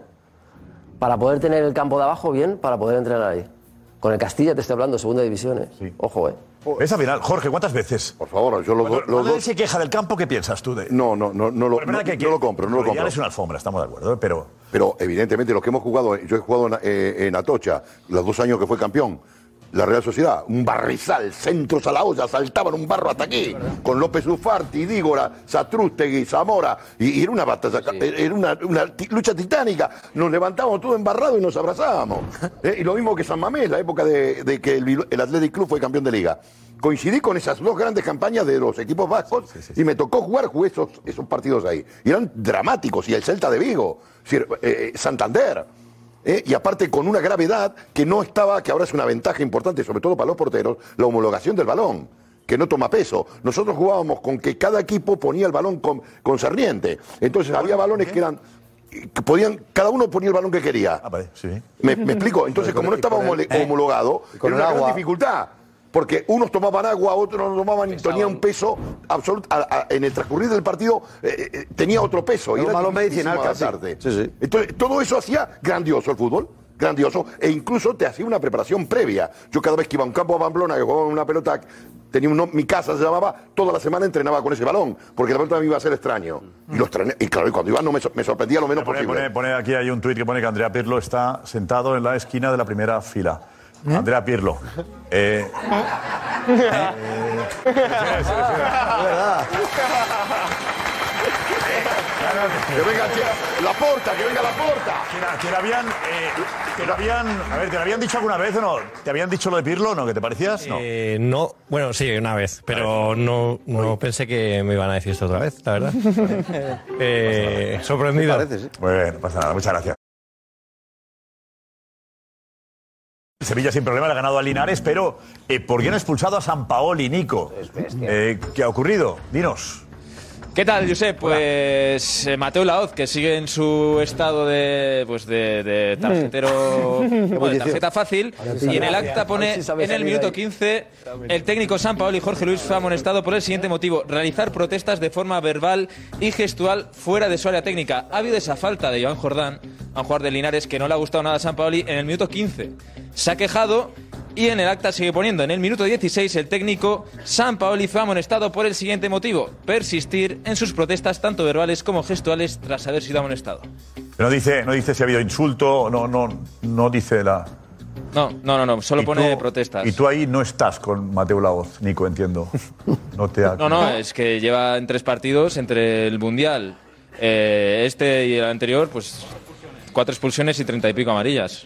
Para poder tener el campo de abajo bien, para poder entrenar ahí. Con el Castilla te estoy hablando, segunda división, ¿eh? Ojo, ¿eh? Esa final, Jorge, ¿cuántas veces? Por favor, yo los, Cuando, los cuando él dos. se queja del campo, ¿qué piensas tú de? No, no, no, no, lo, Pero es verdad no, que- no lo compro, no lo Ya compro. es una alfombra, estamos de acuerdo, pero. Pero evidentemente los que hemos jugado, yo he jugado en, eh, en Atocha, los dos años que fue campeón, la Real Sociedad, un barrizal, centros a la olla, saltaban un barro hasta aquí, con López Ufarti, Dígora, Satrústegui, Zamora, y, y era una batalla, era una, una ti- lucha titánica, nos levantábamos todos embarrados y nos abrazábamos. Eh, Y lo mismo que San Mamés, la época de, de que el, Bil- el Athletic Club fue campeón de liga. Coincidí con esas dos grandes campañas de los equipos vascos y me tocó jugar, jugué esos, esos partidos ahí. Y eran dramáticos, y el Celta de Vigo, es decir, eh, Santander. ¿eh? Y aparte con una gravedad que no estaba, que ahora es una ventaja importante, sobre todo para los porteros, la homologación del balón, que no toma peso. Nosotros jugábamos con que cada equipo ponía el balón con, concerniente. Entonces había balones que eran... que podían, cada uno ponía el balón que quería. ¿Me, me explico? Entonces, como no estaba homole- homologado, con era el una gran agua. dificultad. Porque unos tomaban agua, otros no tomaban y tenía un peso absoluto. a- a- en el transcurrir del partido eh, eh, tenía otro peso. Era y un era balón medicinal dificilísimo casi. adaptarte. Sí, sí. Entonces, todo eso hacía grandioso el fútbol. Grandioso. E incluso te hacía una preparación previa. Yo cada vez que iba a un campo a Pamplona, que jugaba una pelota, tenía un, nom- mi casa se llamaba, toda la semana entrenaba con ese balón. Porque la pelota me iba a ser extraño. Y, lo estrené- y claro, y cuando iba no me, sor- me sorprendía lo menos Pone, posible. pone- pone aquí hay un tuit que pone que Andrea Pirlo está sentado en la esquina de la primera fila. Andrea Pirlo. Eh, Que venga la porta, que venga la porta. ¿Te la, te la habían, eh, te la habían, a ver, ¿te lo habían dicho alguna vez o no? ¿Te habían dicho lo de Pirlo o no? ¿Que te parecías? No. Eh, no, bueno, sí, una vez, pero no, no pensé que me iban a decir esto otra vez, la verdad. eh, sorprendido. Parece, sí. Bueno, no pasa nada, muchas gracias. Sevilla sin problema le ha ganado a Linares, pero eh, ¿por qué no ha expulsado a Sampaoli, Nico? Eh, ¿Qué ha ocurrido? Dinos. ¿Qué tal, Josep? Pues eh, Mateo Laoz, que sigue en su estado de, pues de, de tarjetero, bueno, de tarjeta fácil, y en el acta pone en el minuto quince el técnico Sampaoli, Jorge Luis, fue amonestado por el siguiente motivo: realizar protestas de forma verbal y gestual fuera de su área técnica. Ha habido esa falta de Joan Jordán, a un jugador de Linares, que no le ha gustado nada a Sampaoli en el minuto quince. Se ha quejado. Y en el acta sigue poniendo, en el minuto dieciséis, el técnico Sampaoli fue amonestado por el siguiente motivo: persistir en sus protestas tanto verbales como gestuales tras haber sido amonestado. No dice, no dice si ha habido insulto, no, no, no dice la... No, no, no, no solo pone tú, protestas. Y tú ahí no estás con Mateo Laoz, Nico, entiendo. No te ha... No, no, es que lleva en tres partidos, entre el Mundial, eh, este y el anterior, pues cuatro expulsiones y treinta y pico amarillas.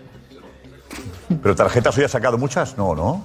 ¿Pero tarjetas hoy ha sacado muchas? No, ¿no?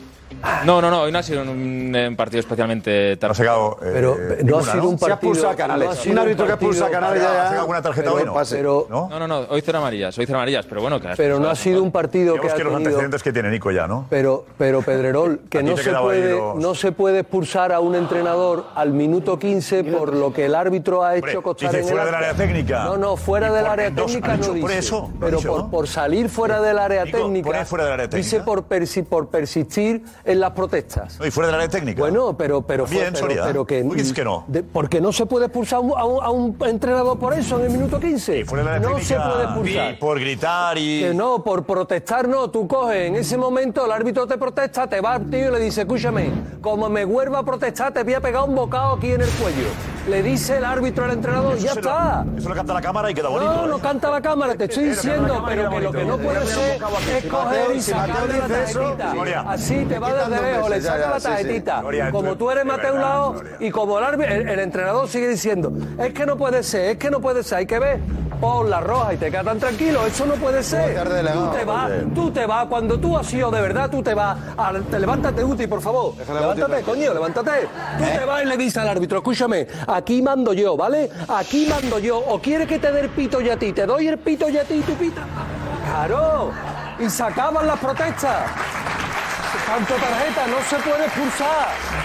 No, no, no, hoy no ha sido un, un partido especialmente tarde. No ha sacado. Eh, Pero no ninguna, ha sido ¿no? un partido. Se ha expulsado a Canales. No un árbitro que expulsa a Canales ya. ¿Ha sacado alguna tarjeta hoy? No. Pero, ¿No? no, no, no, hoy cero amarillas, hoy cero amarillas, pero bueno. Que pero no ha sido un partido que Digamos ha que los tenido... antecedentes que tiene Nico ya, ¿no? Pero, pero Pedrerol, que no se, puede, los... no se puede expulsar a un entrenador al minuto quince por lo que el árbitro ha hecho costar en el fuera acta. del área técnica. No, no, fuera del área técnica no dice. Por eso, pero dicho, por, ¿no? por salir fuera del área Nico, técnica, fuera del área técnica. dice por, persi, por persistir en las protestas. No, y fuera del área técnica. Bueno, pero, pero, Bien, fue, pero, Soria. pero que... ¿Por qué dices que no? De, porque no se puede expulsar a un, a, un, a un entrenador por eso en el minuto quince. Y fuera del área no técnica, se puede expulsar. y por gritar y... Que no, por protestar no. Tú coges, en ese momento el árbitro te protesta, te va al tío y le dice: escúchame, como me vuelva a protestar te voy a pegar un bocado aquí en el cuello. Le dice el árbitro al entrenador, Eso ya se está. Lo, eso lo canta la cámara y queda bonito. No, ¿eh? no canta la cámara, te estoy diciendo, pero que lo que no puede ser es coger y sacarle la tarjetita. Así te va desde lejos, le saca la tarjetita. Como tú eres Mateo Laoz y como el, árbitro, el, el entrenador sigue diciendo: es que no puede ser, es que no puede ser, hay que ver. Pon la roja y te quedas tan tranquilo, eso no puede ser. Tú te vas, tú te vas, cuando tú has sido de verdad, tú te vas. A, te, levántate, Guti, por favor. Levántate, coño, levántate. Tú te vas y le dices al árbitro: escúchame, aquí mando yo, ¿vale? Aquí mando yo. ¿O quiere que te dé el pito y a ti? Te doy el pito y a ti y tú pita. Claro. Y se acaban las protestas. Tanto tarjeta, no se puede expulsar.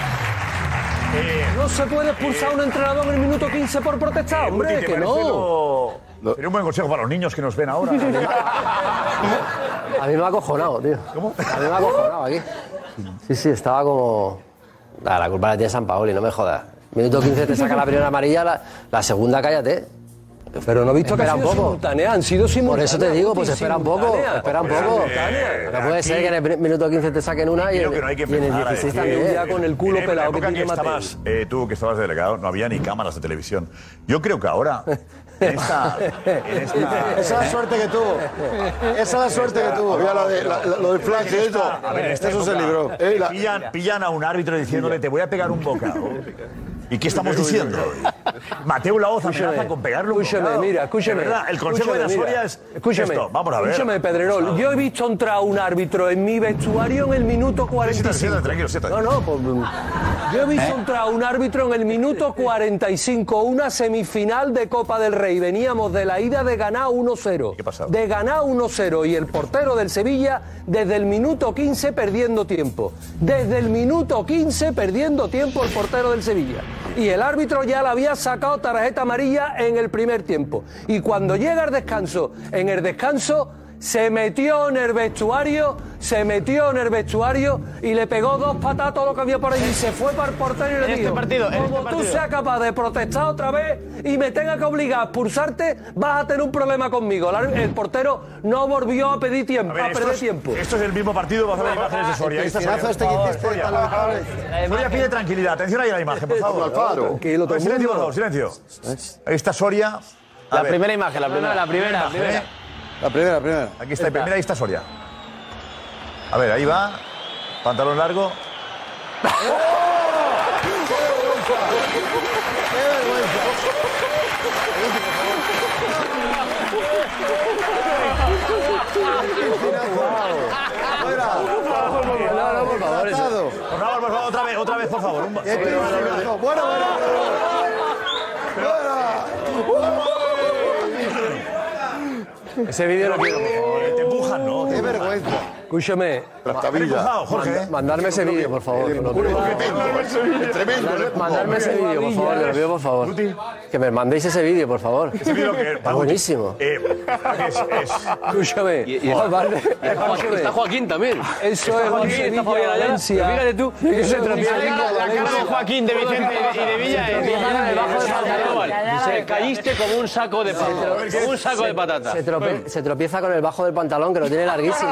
Eh, no se puede expulsar a eh, un entrenador en el minuto quince por protestar, eh, hombre, que no. Lo... Sería un buen consejo para los niños que nos ven ahora. A mí me ha acojonado, tío. ¿Cómo? A mí me ha acojonado aquí. Sí, sí, estaba como... Ah, la culpa la tiene Sampaoli, no me jodas. Minuto quince te saca la primera amarilla, la, la segunda cállate. Pero no he visto que han sido simultáneas, han sido simultáneas. Por eso te digo, pues espera un poco, espera un poco. No puede ser que en el minuto quince te saquen una y en el dieciséis también. Ya con el culo pelado que tiene Mateo. Eh, tú, que estabas delegado, no había ni cámaras de televisión. Yo creo que ahora... En esta, en esta... Esa es la suerte que tuvo. Esa es la suerte que tuvo. Había lo, de, la, lo del flash y eso. A ver, eso época, se libró. Eh, la... pillan, pillan a un árbitro diciéndole: te voy a pegar un bocado. ¿Y qué estamos diciendo? Mateo Laoz amenaza con pegarle un escúchame, bocado. Mira, escúchame. De verdad, el consejo de la Soria es escúchame, esto. Vamos a ver. Escúchame, Pedrerol. Yo he visto entrar a un árbitro en mi vestuario en el minuto cuarenta y cinco. Tranquilo, siéntate. No, no, pues, yo he visto entrar a un árbitro en el minuto cuarenta y cinco, una semifinal de Copa del Rey. Veníamos de la ida de ganar uno cero. ¿Qué pasaba? De ganar uno cero y el portero del Sevilla desde el minuto quince perdiendo tiempo. Desde el minuto quince perdiendo tiempo el portero del Sevilla. Y el árbitro ya le había sacado tarjeta amarilla en el primer tiempo. Y cuando llega el descanso, en el descanso se metió en el vestuario, se metió en el vestuario y le pegó dos patadas a todo lo que había por ahí y se fue para el portero y le en dijo: este partido, en como este tú partido. seas capaz de protestar otra vez y me tenga que obligar a expulsarte, vas a tener un problema conmigo. El, el portero no volvió a pedir tiempo, a, ver, a perder es, tiempo. Esto es el mismo partido, vamos a ver imágenes de Soria. El pinazo este que hiciste Soria, Soria pide tranquilidad. Atención ahí a la imagen, por favor. Alfaro. Tranquilo, todo el Silencio, por mundo. favor, silencio. Ahí está Soria. La primera imagen, la primera. La primera, la primera. La primera, la primera. Aquí está, primera, ahí está Soria. A ver, ahí va. Pantalón largo. ¡Qué vergüenza! No, no, por favor. Eso. Por favor, por favor, otra vez, otra vez, por favor. Un... Bueno, bueno, bueno. Ese vídeo lo quiero, por favor. Te empujan, ¿no? Qué vergüenza. Escúchame. Empujado, Jorge. Mandarme ese vídeo, por favor. que lo quiero. Tremendo. Mandarme ese vídeo, por favor, que lo pido, por favor. Que me mandéis ese vídeo, por favor. Ese vídeo que es buenísimo. Eh, es, es... Escúchame. Y, y está, vale. está Joaquín también. Eso es Joaquín, está Fabián allá. Fíjate tú. Eso se tropieza. La cara de Joaquín, de Vicente y de Villa es... Se caíste como un saco de patatas. Como un saco de patatas. Se, trope, se tropieza con el bajo del pantalón, que lo tiene larguísimo.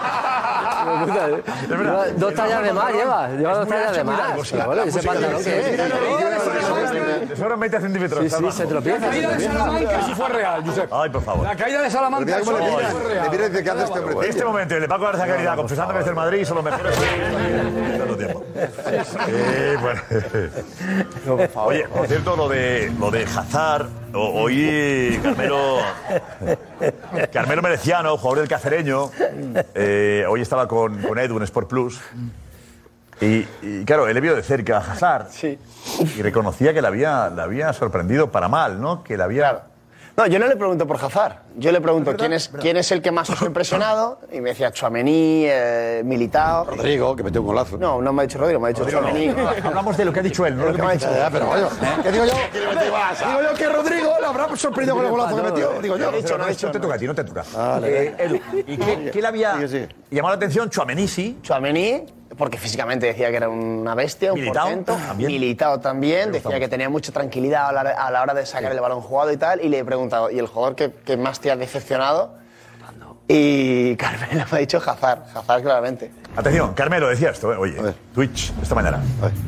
Lleva dos tallas de más, lleva. Lleva dos tallas de más. Pero bueno, ese pantalón que es. De sobran veinte centímetros. Sí, sí, se tropieza. La caída de Salamanca sí fue real, Josep. Ay, por favor. La caída de Salamanca sí fue real. Mira qué hace este hombre. En este momento, el de Paco García Caridad, confesando que es del Madrid, son los mejores. Tanto tiempo. Eh, bueno. Oye, por cierto, lo de, lo de Hazard, o- hoy Carmelo, Carmelo Mereciano, jugador del Cacereño, eh, hoy estaba con, con Edu en Sport Plus. Y, y claro, él le vio de cerca a Hazard y reconocía que le había, le había sorprendido para mal, ¿no? Que le había... No, yo no le pregunto por Hazard. Yo le pregunto quién es, quién es el que más os ha impresionado. Y me decía Tchouaméni, eh, Militao. Rodrigo, que metió un golazo. No, no me ha dicho Rodrigo, me ha dicho Tchouaméni. Hablamos de lo que ha dicho él, no lo que me ha dicho. Ya, pero bueno, ¿qué digo yo? Digo yo que Rodrigo le habrá sorprendido con el golazo que metió. Digo yo. No he dicho, no he dicho. No te toca a ti, no te toca. Vale. Eh, Edu, ¿y qué, qué le había llamado la atención? Tchouaméni, sí. Tchouaméni, porque físicamente decía que era una bestia, un Militao portento. también. Militao también, decía que tenía mucha tranquilidad a la, a la hora de sacar el balón jugado y tal. Y le he preguntado, ¿y el jugador que, que más te ha decepcionado? Y Carmelo me ha dicho Hazard, Hazard claramente. Atención, Carmelo decía esto, eh. Oye, Twitch, esta mañana.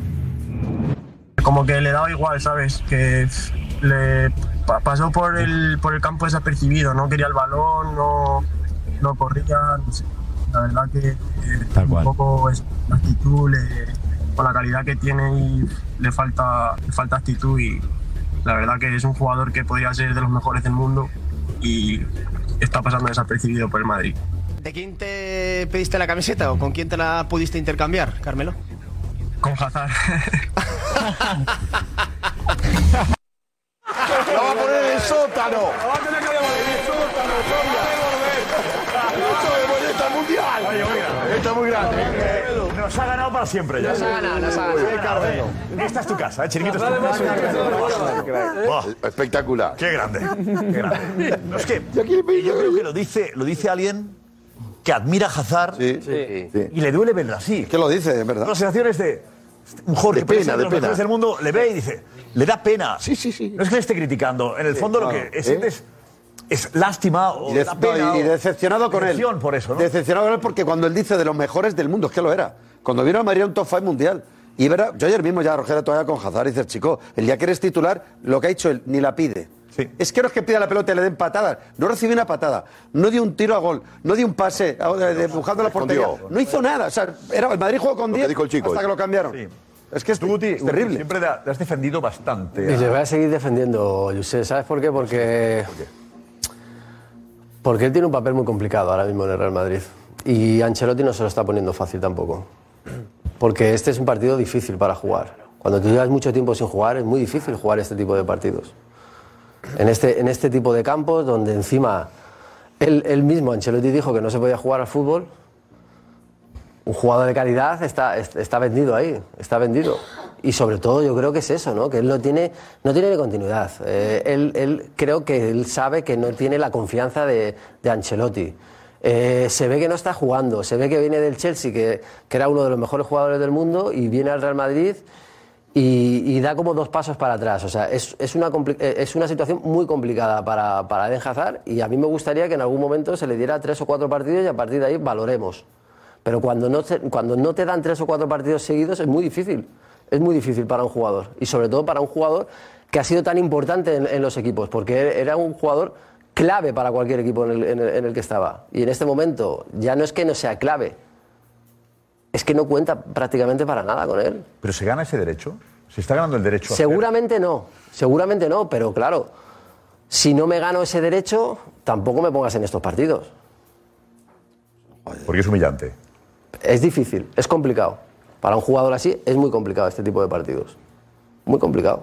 Como que le daba igual, ¿sabes? Que pff, le pa- pasó por el, por el campo desapercibido, no quería el balón, no, no corría, no sé. La verdad que eh, un poco es la actitud, le- con la calidad que tiene y le falta, le falta actitud y la verdad que es un jugador que podría ser de los mejores del mundo y está pasando desapercibido por el Madrid. ¿De quién te pediste la camiseta o con quién te la pudiste intercambiar, Carmelo? Con Hazard. ¡Lo va a poner en el sótano! Va a tener que devolver. ¡En el sótano, Soria! ¡Eso de boleta mundial! Oye, muy grande. Está muy grande. Eh, nos ha ganado para siempre ya. Nos ha ganado, nos ha ganado. Carmelo. Esta es tu casa, ¿eh? Chiringuito es tu casa. Buah, Espectacular. qué grande. Qué grande. No, es que yo creo que lo dice, lo dice alguien que admira a Hazard y le duele verlo así. ¿Qué lo dice, es verdad? Las sensaciones de un jugador De que puede pena, ser de los mejores pena. del mundo le ve y dice, le da pena. Sí, sí, sí. No es que le esté criticando. En el fondo lo claro. que sientes es lástima o Y, de- da pena. no, y- y o decepcionado con él. decepción por eso, ¿no? Decepcionado con él porque cuando él dice de los mejores del mundo, es que lo era. Cuando vino al Madrid era un top cinco mundial. Y verá, yo ayer mismo ya Rogelio todavía con Hazard y dice, chico, el día que eres titular, lo que ha hecho él, ni la pide. Sí. Es que no es que pida la pelota y le den patadas. No recibió una patada. No dio un tiro a gol. No dio un pase a- de, de- empujando la portería. Escondió. No hizo nada. O sea, era, el Madrid jugó con Lo que diez dijo el chico. hasta que lo cambiaron. Sí. Es que es, Tú, Guti, es terrible. Siempre le has defendido bastante. Y le voy a seguir defendiendo, Josep. ¿Sabes por qué? Porque... Porque él tiene un papel muy complicado ahora mismo en el Real Madrid. Y Ancelotti no se lo está poniendo fácil tampoco. Porque este es un partido difícil para jugar. Cuando tú llevas mucho tiempo sin jugar, es muy difícil jugar este tipo de partidos. En este, en este tipo de campos, donde encima él, él mismo, Ancelotti, dijo que no se podía jugar al fútbol, un jugador de calidad está, está vendido ahí, está vendido. Y sobre todo yo creo que es eso, ¿no? Que él no tiene, no tiene continuidad. Eh, él, él creo que él sabe que no tiene la confianza de, de Ancelotti. Eh, se ve que no está jugando, se ve que viene del Chelsea, que, que era uno de los mejores jugadores del mundo, y viene al Real Madrid y, y da como dos pasos para atrás. O sea, es, es, una, compli- eh, es una situación muy complicada para, para Eden Hazard, y a mí me gustaría que en algún momento se le diera tres o cuatro partidos y a partir de ahí valoremos. Pero cuando no, te, cuando no te dan tres o cuatro partidos seguidos es muy difícil. Es muy difícil para un jugador. Y sobre todo para un jugador que ha sido tan importante en, en los equipos. Porque era un jugador clave para cualquier equipo en el, en, el, en el que estaba. Y en este momento ya no es que no sea clave. Es que no cuenta prácticamente para nada con él. ¿Pero se gana ese derecho? ¿Se está ganando el derecho a Seguramente no. Seguramente no. Pero claro, si no me gano ese derecho, tampoco me pongas en estos partidos. Porque es humillante. Es difícil, es complicado. Para un jugador así es muy complicado este tipo de partidos. Muy complicado.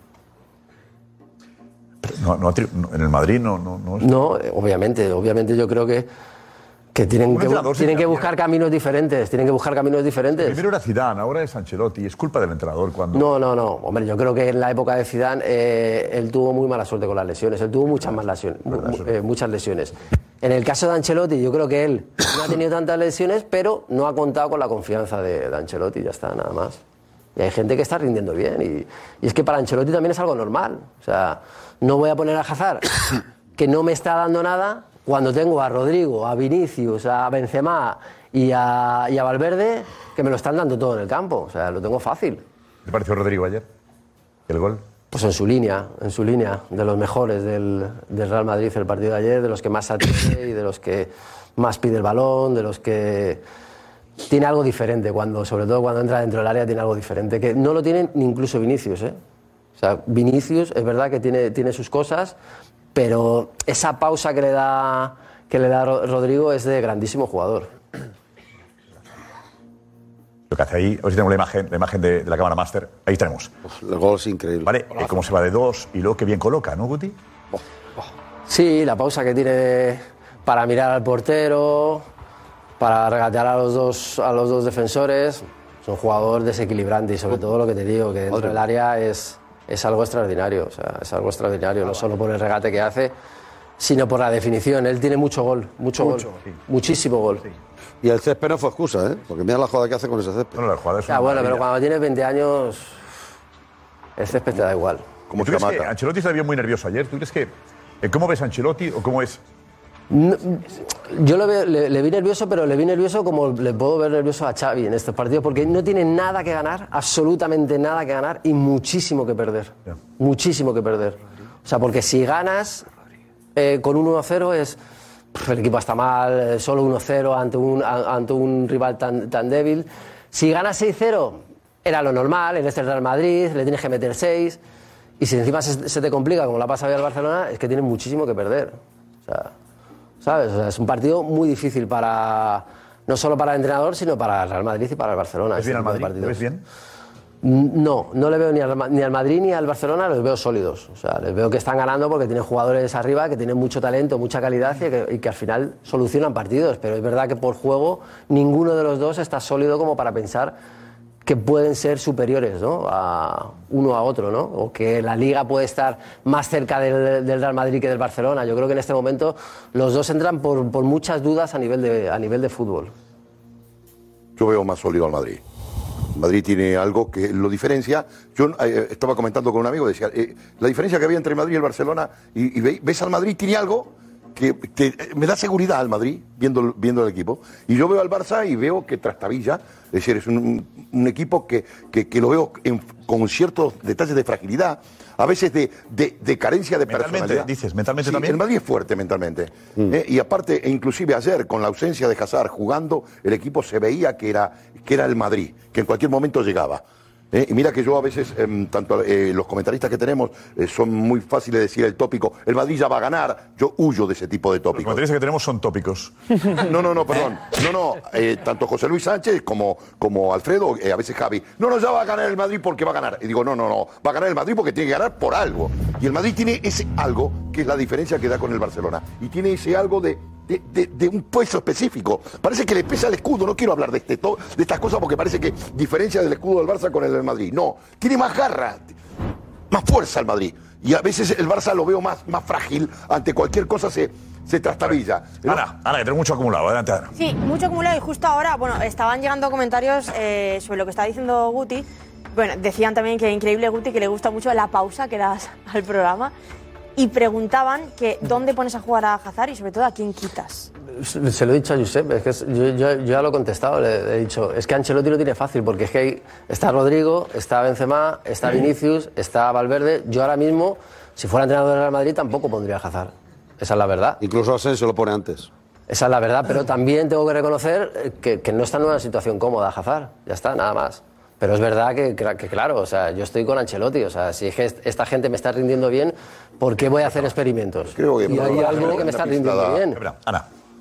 No, no, en el Madrid no... No, no, es... no obviamente, obviamente yo creo que, que tienen, que, tienen que buscar caminos diferentes, tienen que buscar caminos diferentes. Primero era Zidane, ahora es Ancelotti, es culpa del entrenador cuando... No, no, no, hombre, yo creo que en la época de Zidane eh, él tuvo muy mala suerte con las lesiones, él tuvo muchas más lesiones, eh, muchas lesiones. En el caso de Ancelotti, yo creo que él no ha tenido tantas lesiones, pero no ha contado con la confianza de, de Ancelotti, ya está, nada más. Y hay gente que está rindiendo bien. Y, y es que para Ancelotti también es algo normal. O sea, no voy a poner a Hazard, que no me está dando nada, cuando tengo a Rodrigo, a Vinicius, a Benzema y a, y a Valverde, que me lo están dando todo en el campo. O sea, lo tengo fácil. ¿Te pareció Rodrigo ayer? ¿El gol? Pues en su línea, en su línea, de los mejores del, del Real Madrid el partido de ayer, de los que más atiende y de los que más pide el balón, de los que... Tiene algo diferente, cuando, sobre todo cuando entra dentro del área, tiene algo diferente, que no lo tiene ni incluso Vinicius, ¿eh? O sea, Vinicius es verdad que tiene, tiene sus cosas, pero esa pausa que le da, que le da Rodrigo es de grandísimo jugador. Lo que hace ahí, hoy tenemos la imagen, la imagen de, de la cámara máster, ahí tenemos. El gol es increíble. Vale, eh, cómo se va de dos y luego que bien coloca, ¿no, Guti? Sí, la pausa que tiene para mirar al portero, para regatear a los dos, a los dos defensores. Es un jugador desequilibrante y sobre todo lo que te digo, que dentro del área es, es algo extraordinario. O sea, es algo extraordinario, no solo por el regate que hace, sino por la definición. Él tiene mucho gol, mucho, mucho gol, sí. Muchísimo gol. Sí. Y el césped no fue excusa, ¿eh? Porque mira la jugada que hace con ese césped. No, la jugada es una bueno, pero cuando tienes veinte años, el césped te da igual. ¿Cómo crees que Ancelotti se vio muy nervioso ayer? ¿Tú crees que cómo ves a Ancelotti o cómo es? No, yo lo veo, le, le vi nervioso, pero le vi nervioso como le puedo ver nervioso a Xavi en estos partidos, porque no tiene nada que ganar, absolutamente nada que ganar y muchísimo que perder. Yeah. Muchísimo que perder. O sea, porque si ganas eh, con un uno cero es... Pff, el equipo está mal, solo uno cero ante un, a, ante un rival tan, tan débil. Si ganas seis cero, era lo normal, eres el Real Madrid, le tienes que meter seis. Y si encima se, se te complica, como la pasa hoy al Barcelona, es que tienes muchísimo que perder. O sea... ¿Sabes? O sea, es un partido muy difícil para no solo para el entrenador, sino para el Real Madrid y para el Barcelona. ¿Ves bien al Madrid? ¿Lo ves bien? No, no le veo ni al, ni al Madrid ni al Barcelona, los veo sólidos. O sea, les veo que están ganando porque tienen jugadores arriba, que tienen mucho talento, mucha calidad y que, y que al final solucionan partidos. Pero es verdad que por juego ninguno de los dos está sólido como para pensar que pueden ser superiores, ¿no? A uno a otro, ¿no? O que la Liga puede estar más cerca del, del Real Madrid que del Barcelona. Yo creo que en este momento los dos entran por, por muchas dudas a nivel de, a nivel de fútbol. Yo veo más sólido al Madrid. Madrid tiene algo que lo diferencia. Yo eh, estaba comentando con un amigo, decía, eh, la diferencia que había entre Madrid y el Barcelona, y, y ve, ves al Madrid, tiene algo que te, me da seguridad al Madrid, viendo, viendo el equipo. Y yo veo al Barça y veo que trastabilla, es decir, es un, un equipo que, que, que lo veo en, con ciertos detalles de fragilidad, a veces de, de, de carencia de mentalmente, personalidad. Dices, mentalmente sí, también. El Madrid es fuerte mentalmente. Mm. Eh, y aparte, e inclusive ayer, con la ausencia de Hazard jugando, el equipo se veía que era, que era el Madrid, que en cualquier momento llegaba. Eh, y mira que yo a veces, eh, tanto eh, los comentaristas que tenemos, eh, son muy fáciles de decir el tópico, el Madrid ya va a ganar, yo huyo de ese tipo de tópicos. Los comentaristas que tenemos son tópicos. No, no, no, perdón. No, no, eh, tanto José Luis Sánchez como, como Alfredo, eh, a veces Javi, no, no, ya va a ganar el Madrid porque va a ganar. Y digo, no, no, no, va a ganar el Madrid porque tiene que ganar por algo. Y el Madrid tiene ese algo que es la diferencia que da con el Barcelona. Y tiene ese algo de... De, de, de un peso específico. Parece que le pesa el escudo. No quiero hablar de, este, to, de estas cosas porque parece que diferencia del escudo del Barça con el del Madrid. No, tiene más garra, más fuerza el Madrid. Y a veces el Barça lo veo más, más frágil. Ante cualquier cosa se, se trastabilla. Ana, Ana, que tengo mucho acumulado. Adelante, Ana. Sí, mucho acumulado. Y justo ahora, bueno, estaban llegando comentarios eh, sobre lo que estaba diciendo Guti. Bueno, decían también que increíble Guti, que le gusta mucho la pausa que das al programa. Y preguntaban que dónde pones a jugar a Hazard y sobre todo a quién quitas. Se lo he dicho a Josep, es que yo, yo, yo ya lo he contestado, le, le he dicho, es que Ancelotti lo tiene fácil, porque es que hay, está Rodrigo, está Benzema, está Vinicius, está Valverde. Yo ahora mismo, si fuera entrenador del Real Madrid, tampoco pondría a Hazard. Esa es la verdad. Incluso Asensio lo pone antes. Esa es la verdad, pero también tengo que reconocer que, que no está en una situación cómoda Hazard. Ya está, nada más. Pero es verdad que, que, que, claro, o sea, yo estoy con Ancelotti, o sea, si es que esta gente me está rindiendo bien, ¿por qué voy a hacer experimentos? Creo que y hay algo que me está rindiendo bien. Ana.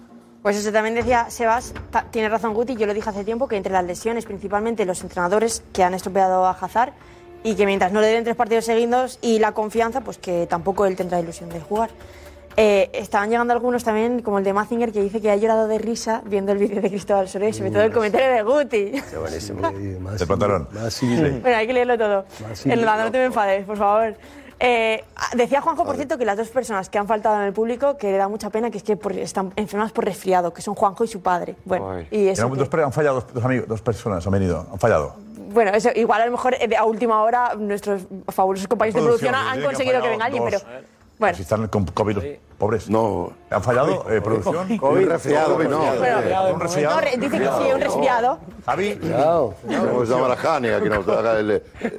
Pues eso también decía Sebas, ta- tiene razón Guti, yo lo dije hace tiempo, que entre las lesiones, principalmente los entrenadores que han estropeado a Hazard, y que mientras no le den tres partidos seguidos y la confianza, pues que tampoco él tendrá ilusión de jugar. Eh, estaban llegando algunos también, como el de Mazinger, que dice que ha llorado de risa viendo el vídeo de Cristóbal Soler, y sobre todo el comentario de Guti. Qué buenísimo. Del pantalón. Bueno, hay que leerlo todo. En no te me enfades, por favor. Eh, decía Juanjo, por cierto, que las dos personas que han faltado en el público, que le da mucha pena, que es que por- están enfermas por resfriado, que son Juanjo y su padre. Bueno, y eso Eran que- dos, per- han fallado dos, dos amigos, dos personas han venido, han fallado. bueno, eso, igual a lo mejor eh, a última hora nuestros fabulosos compañeros de producción han Producción, dicen que conseguido han que venga alguien, pero fallado bueno. Si están con COVID, los pobres. No. ¿Han fallado, eh, producción? COVID, resfriado, COVID, no. Un resfriado. No, re- dice que sí, un resfriado. Javi. Vamos a llamar a Jani a que nos haga el.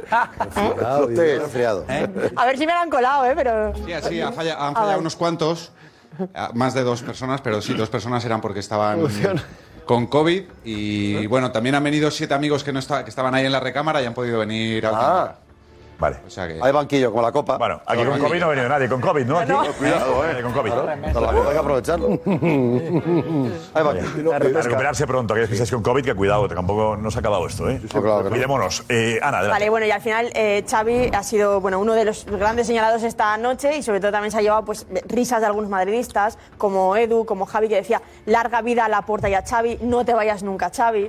Los test. Resfriado. A ver si me la han colado, ¿eh? Pero... Sí, sí, han fallado, han Ah, fallado vale. unos cuantos, eh, más de dos personas, pero sí, dos personas eran porque estaban con COVID y bueno, también han venido siete amigos que no esta- que estaban ahí en la recámara y han podido venir a última hora. Vale. O sea que... Hay banquillo, como la copa. Bueno, aquí con COVID no ha venido nadie, con COVID, ¿no? Aquí. Cuidado, eh. Con COVID. Claro, la copa hay que aprovecharlo. Hay banquillo. A recuperarse pronto, aquellos que estáis con COVID, que cuidado, que tampoco no se ha acabado esto, ¿eh? Cuidémonos. Eh, Ana, adelante. Vale, bueno, y al final eh, Xavi ha sido bueno, uno de los grandes señalados esta noche y sobre todo también se ha llevado pues, risas de algunos madridistas, como Edu, como Javi, que decía, larga vida a Laporta y a Xavi, no te vayas nunca, Xavi.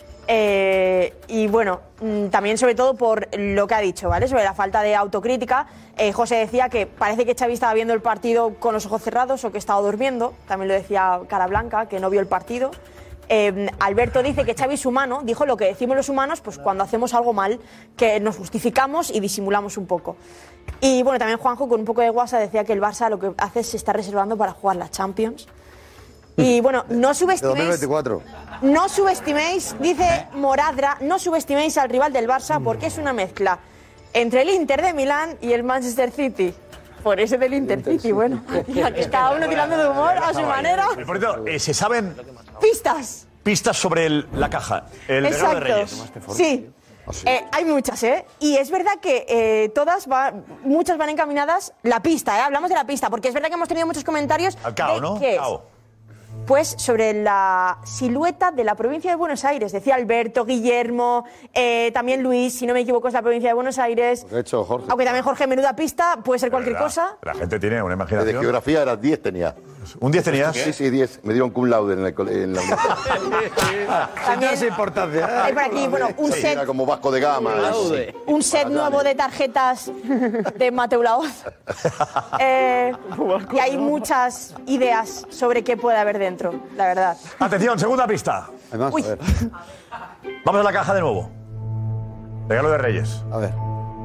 Eh, y bueno, mm, también sobre todo por lo que ha dicho, ¿vale? Sobre la falta de autocrítica. Eh, José decía que parece que Xavi estaba viendo el partido con los ojos cerrados o que estaba durmiendo. También lo decía Cara Blanca, que no vio el partido. Eh, Alberto dice que Xavi es humano, dijo lo que decimos los humanos, pues cuando hacemos algo mal, que nos justificamos y disimulamos un poco. Y bueno, también Juanjo, con un poco de guasa, decía que el Barça lo que hace es se está reservando para jugar la Champions. Y bueno, no De dos mil subestiméis... veinticuatro. No subestiméis, dice Moradra, no subestiméis al rival del Barça porque es una mezcla entre el Inter de Milán y el Manchester City. Por eso del Inter City, bueno. Ya que cada uno tirando de humor a su manera. Eh, Por cierto, eh, ¿se saben Pistas. pistas sobre el- la caja? El regalo de Exacto. Reyes. Sí. Eh, hay muchas, ¿eh? Y es verdad que eh, todas van, muchas van encaminadas la pista, ¿eh? Hablamos de la pista, porque es verdad que hemos tenido muchos comentarios Al cao, de ¿no? qué es. Cao. Pues sobre la silueta de la provincia de Buenos Aires. Decía Alberto, Guillermo, eh, también Luis, si no me equivoco, es la provincia de Buenos Aires. De hecho, Jorge. Aunque también Jorge, menuda pista, puede ser cualquier ¿Verdad? cosa. La gente tiene una imaginación. De geografía era diez tenía. ¿Un diez tenías? Sí, sí, diez. Me dieron cum laude en, el cole- en la universidad. También Esa importancia. hay por aquí, bueno, un Sí, set, era como Vasco de Gama. Sí. un set nuevo de tarjetas de Mateu Laoz. Eh, y hay muchas ideas sobre qué puede haber dentro, la verdad. Atención, segunda pista. Hay más, Uy. a ver. Vamos a la caja de nuevo. Regalo de Reyes. A ver.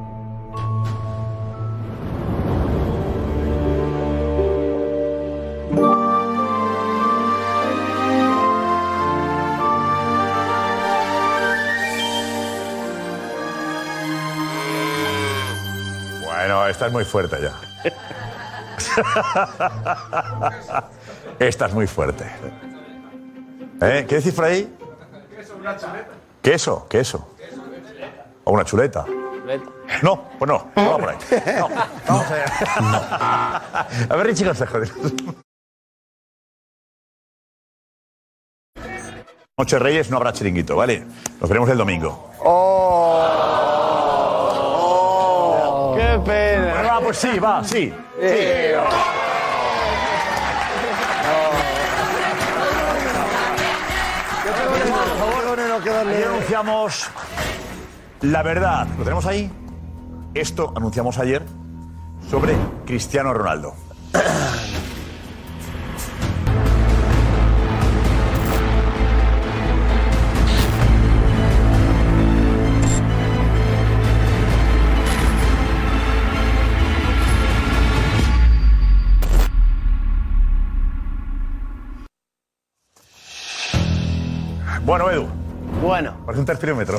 Bueno, esta es muy fuerte ya. Esta es muy fuerte. ¿Eh? ¿Qué decís por ahí? ¿Queso? ¿Queso? ¿O una chuleta? No, pues no, no va por ahí. No, vamos a ver. A ver, Richie Consejo. Noche Reyes no habrá chiringuito, ¿vale? Nos veremos el domingo. ¡Qué pena! Bueno, va, pues sí, va, sí. Sí. Ayer anunciamos la verdad. ¿Lo tenemos ahí? Esto anunciamos ayer sobre Cristiano Ronaldo. Bueno, Edu. Bueno. Parece un terpirómetro.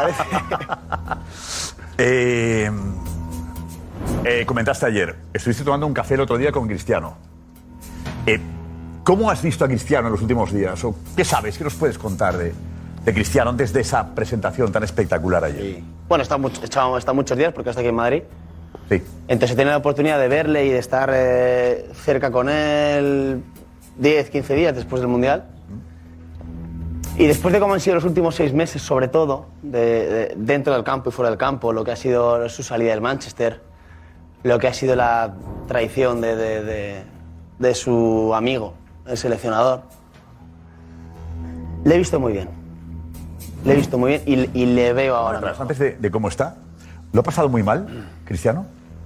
eh, eh, comentaste ayer, estuviste tomando un café el otro día con Cristiano. Eh, ¿Cómo has visto a Cristiano en los últimos días? ¿O qué sabes? ¿Qué nos puedes contar de, de Cristiano antes de esa presentación tan espectacular ayer? Sí. Bueno, está, mucho, está, está muchos días porque está aquí en Madrid. Sí. Entonces he tenido la oportunidad de verle y de estar eh, cerca con él diez, quince días después del Mundial. Y después de cómo han sido los últimos seis meses, sobre todo, de, de, dentro del campo y fuera del campo, lo que ha sido su salida del Manchester, lo que ha sido la traición de, de, de, de su amigo, el seleccionador, le he visto muy bien. Le he visto muy bien y, y le veo ahora Bueno, mejor. antes de, de cómo está, ¿lo ha pasado muy mal, Cristiano?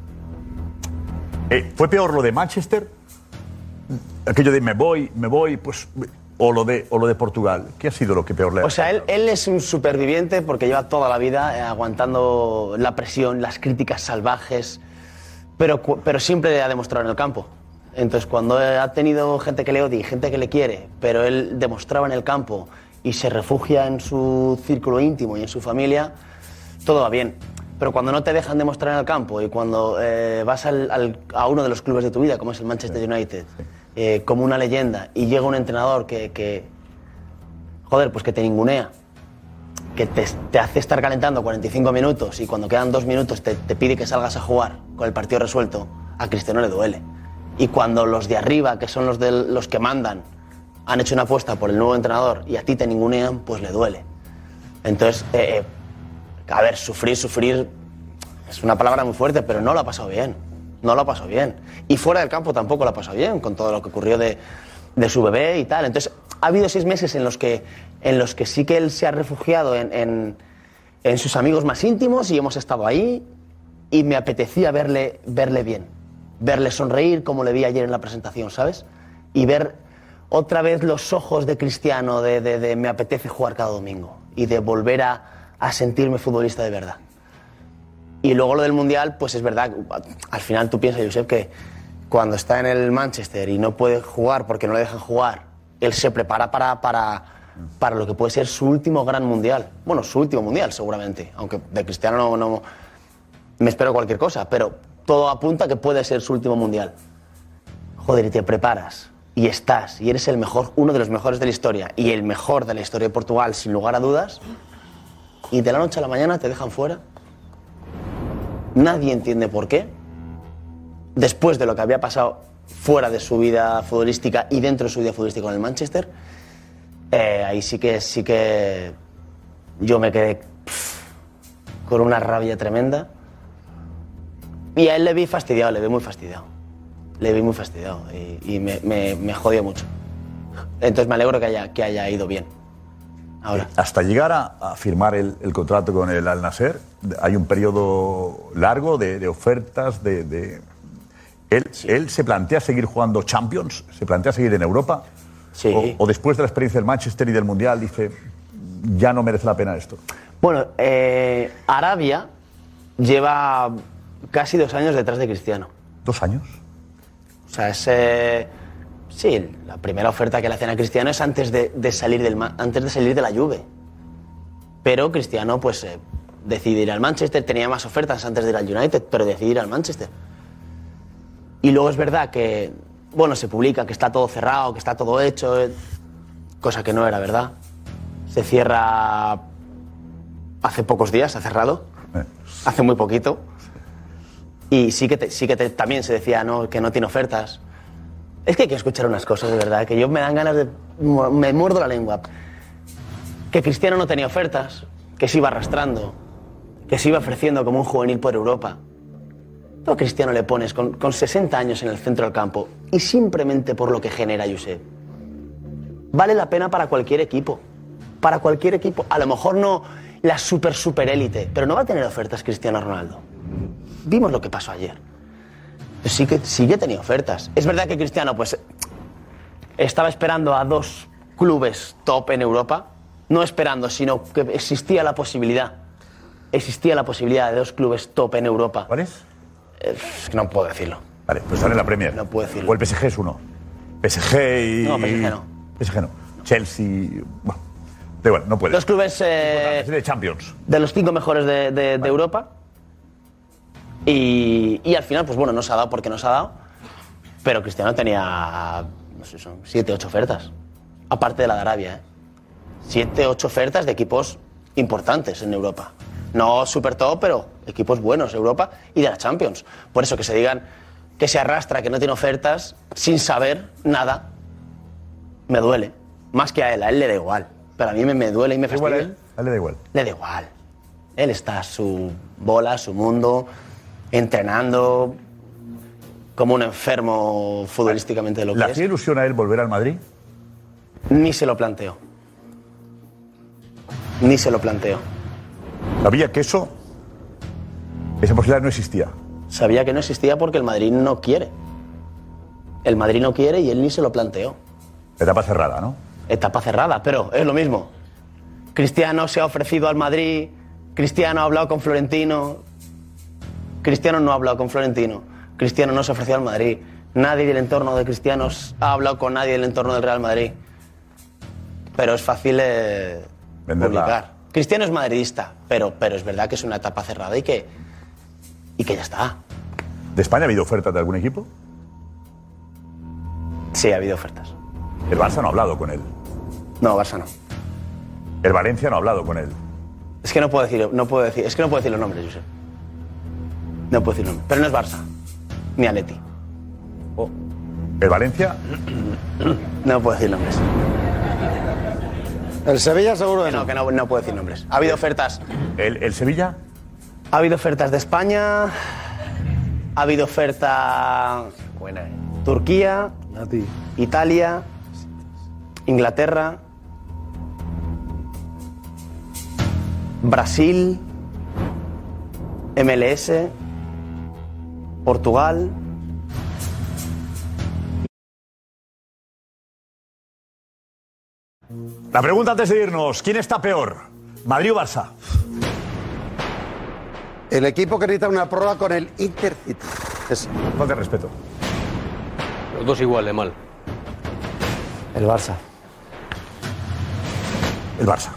Eh, ¿Fue peor lo de Manchester? Aquello de me voy, me voy, pues... O lo, de, o lo de Portugal. ¿Qué ha sido lo que peor le ha O sea, él, él es un superviviente porque lleva toda la vida eh, aguantando la presión, las críticas salvajes, pero, cu- pero siempre ha demostrado en el campo. Entonces, cuando ha tenido gente que le odia y gente que le quiere, pero él demostraba en el campo y se refugia en su círculo íntimo y en su familia, todo va bien. Pero cuando no te dejan demostrar en el campo y cuando eh, vas al, al, a uno de los clubes de tu vida, como es el Manchester United, eh, como una leyenda, y llega un entrenador que, que joder, pues que te ningunea, que te, te hace estar calentando cuarenta y cinco minutos y cuando quedan dos minutos te, te pide que salgas a jugar con el partido resuelto, a Cristiano le duele. Y cuando los de arriba, que son los, de, los que mandan, han hecho una apuesta por el nuevo entrenador y a ti te ningunean, pues le duele. Entonces, eh, eh, a ver, sufrir, sufrir es una palabra muy fuerte, pero no lo ha pasado bien. No lo ha pasado bien. Y fuera del campo tampoco lo ha pasado bien, con todo lo que ocurrió de, de su bebé y tal. Entonces, ha habido seis meses en los que, en los que sí que él se ha refugiado en, en, en sus amigos más íntimos y hemos estado ahí y me apetecía verle, verle bien, verle sonreír como le vi ayer en la presentación, ¿sabes? Y ver otra vez los ojos de Cristiano de, de, de me apetece jugar cada domingo y de volver a, a sentirme futbolista de verdad. Y luego lo del Mundial, pues es verdad, al final tú piensas, Josep, que cuando está en el Manchester y no puede jugar porque no le dejan jugar, él se prepara para, para, para lo que puede ser su último gran Mundial. Bueno, su último Mundial seguramente, aunque de Cristiano no, no me espero cualquier cosa, pero todo apunta a que puede ser su último Mundial. Joder, y te preparas, y estás, y eres el mejor, uno de los mejores de la historia, y el mejor de la historia de Portugal, sin lugar a dudas, y de la noche a la mañana te dejan fuera. Nadie entiende por qué. Después de lo que había pasado fuera de su vida futbolística y dentro de su vida futbolística con el Manchester, eh, ahí sí que, sí que yo me quedé pff, con una rabia tremenda. Y a él le vi fastidiado, le vi muy fastidiado. Le vi muy fastidiado y, y me, me, me jodió mucho. Entonces me alegro que haya, que haya ido bien. Ahora. Hasta llegar a, a firmar el, el contrato con el Al Nassr, hay un periodo largo de, de ofertas, de... de... ¿Él, sí. ¿Él se plantea seguir jugando Champions? ¿Se plantea seguir en Europa? Sí. O, o después de la experiencia del Manchester y del Mundial dice, ya no merece la pena esto? Bueno, eh, Arabia lleva casi dos años detrás de Cristiano. ¿Dos años? O sea, es... Eh, sí, la primera oferta que le hacen a Cristiano es antes de, de, salir, del, antes de salir de la Juve. Pero Cristiano, pues, eh, decide ir al Manchester. Tenía más ofertas antes de ir al United, pero decide ir al Manchester. Y luego es verdad que, bueno, se publica que está todo cerrado, que está todo hecho, eh, cosa que no era verdad. Se cierra hace pocos días, se ha cerrado, hace muy poquito. Y sí que, te, sí que te, también se decía, ¿no?, que no tiene ofertas. Es que hay que escuchar unas cosas, de verdad, que yo me dan ganas de... me muerdo la lengua. Que Cristiano no tenía ofertas, que se iba arrastrando, que se iba ofreciendo como un juvenil por Europa. Tú a Cristiano le pones con, con sesenta años en el centro del campo y simplemente por lo que genera, Josep, vale la pena para cualquier equipo. Para cualquier equipo. A lo mejor no la super, super élite, pero no va a tener ofertas Cristiano Ronaldo. Vimos lo que pasó ayer. Sí que, sí que tenía ofertas. Es verdad que Cristiano, pues, estaba esperando a dos clubes top en Europa. No esperando, sino que existía la posibilidad. Existía la posibilidad de dos clubes top en Europa. ¿Cuáles? Es que no puedo decirlo. Vale, pues sale en la Premier. No puedo decirlo. O el P S G es uno. P S G y... No, P S G no. P S G no. Chelsea... Bueno, da igual, no puede. Dos clubes... Eh, de Champions. De los cinco mejores de, de, de vale. Europa. Y, y al final, pues bueno, no se ha dado porque no se ha dado. Pero Cristiano tenía, no sé, son siete, ocho ofertas. Aparte de la de Arabia, ¿eh? Siete, ocho ofertas de equipos importantes en Europa. No super top, pero equipos buenos de Europa y de la Champions. Por eso que se digan que se arrastra, que no tiene ofertas, sin saber nada, Me duele. Más que a él, a él le da igual. Pero a mí me, me duele y me fastidia. ¿Igual a él? A él le da igual. Le da igual. Él está a su bola, su mundo, entrenando como un enfermo futbolísticamente de lo que ¿Le es. hacía ilusión a él volver al Madrid? Ni se lo planteo. Ni se lo planteo. ¿Sabía que eso, esa posibilidad no existía? Sabía que no existía porque el Madrid no quiere. El Madrid no quiere y él ni se lo planteó. Etapa cerrada, ¿no? Etapa cerrada, pero es lo mismo. Cristiano se ha ofrecido al Madrid, Cristiano ha hablado con Florentino, Cristiano no ha hablado con Florentino, Cristiano no se ofreció al Madrid, nadie del entorno de Cristiano ha hablado con nadie del entorno del Real Madrid. Pero es fácil eh, publicar. Cristiano es madridista, pero, pero es verdad que es una etapa cerrada y que, y que ya está. ¿De España ha habido ofertas de algún equipo? Sí, ha habido ofertas. El Barça no ha hablado con él. No, Barça no. El Valencia no ha hablado con él. Es que no puedo decir, no puedo decir, es que no puedo decir los nombres, Josep. No puedo decir nombres. Pero no es Barça, ni Atleti. Oh. ¿El Valencia? No puedo decir nombres. El Sevilla seguro que no. Que no, no puedo decir nombres. Ha habido ofertas. ¿El, el Sevilla? Ha habido ofertas de España. Ha habido oferta. Buena, ¿eh? Turquía. Italia. Inglaterra. Brasil. M L S. Portugal. La pregunta antes de irnos, ¿quién está peor? ¿Madrid o Barça? El equipo que necesita una prórroga con el Intercity. Es... Falta de respeto. Los dos igual de mal. El Barça. El Barça.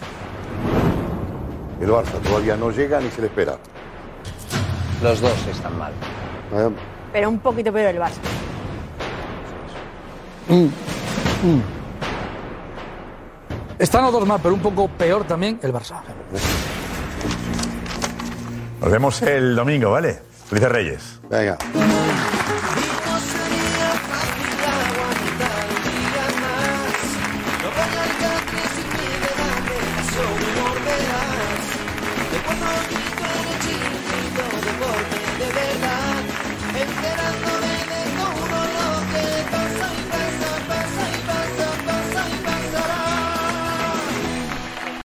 El Barça todavía no llega ni se le espera. Los dos están mal. Pero un poquito peor el Barça. Mm. Mm. Están los dos mal, pero un poco peor también el Barça. Nos vemos el domingo, ¿vale? Felices Reyes. Venga.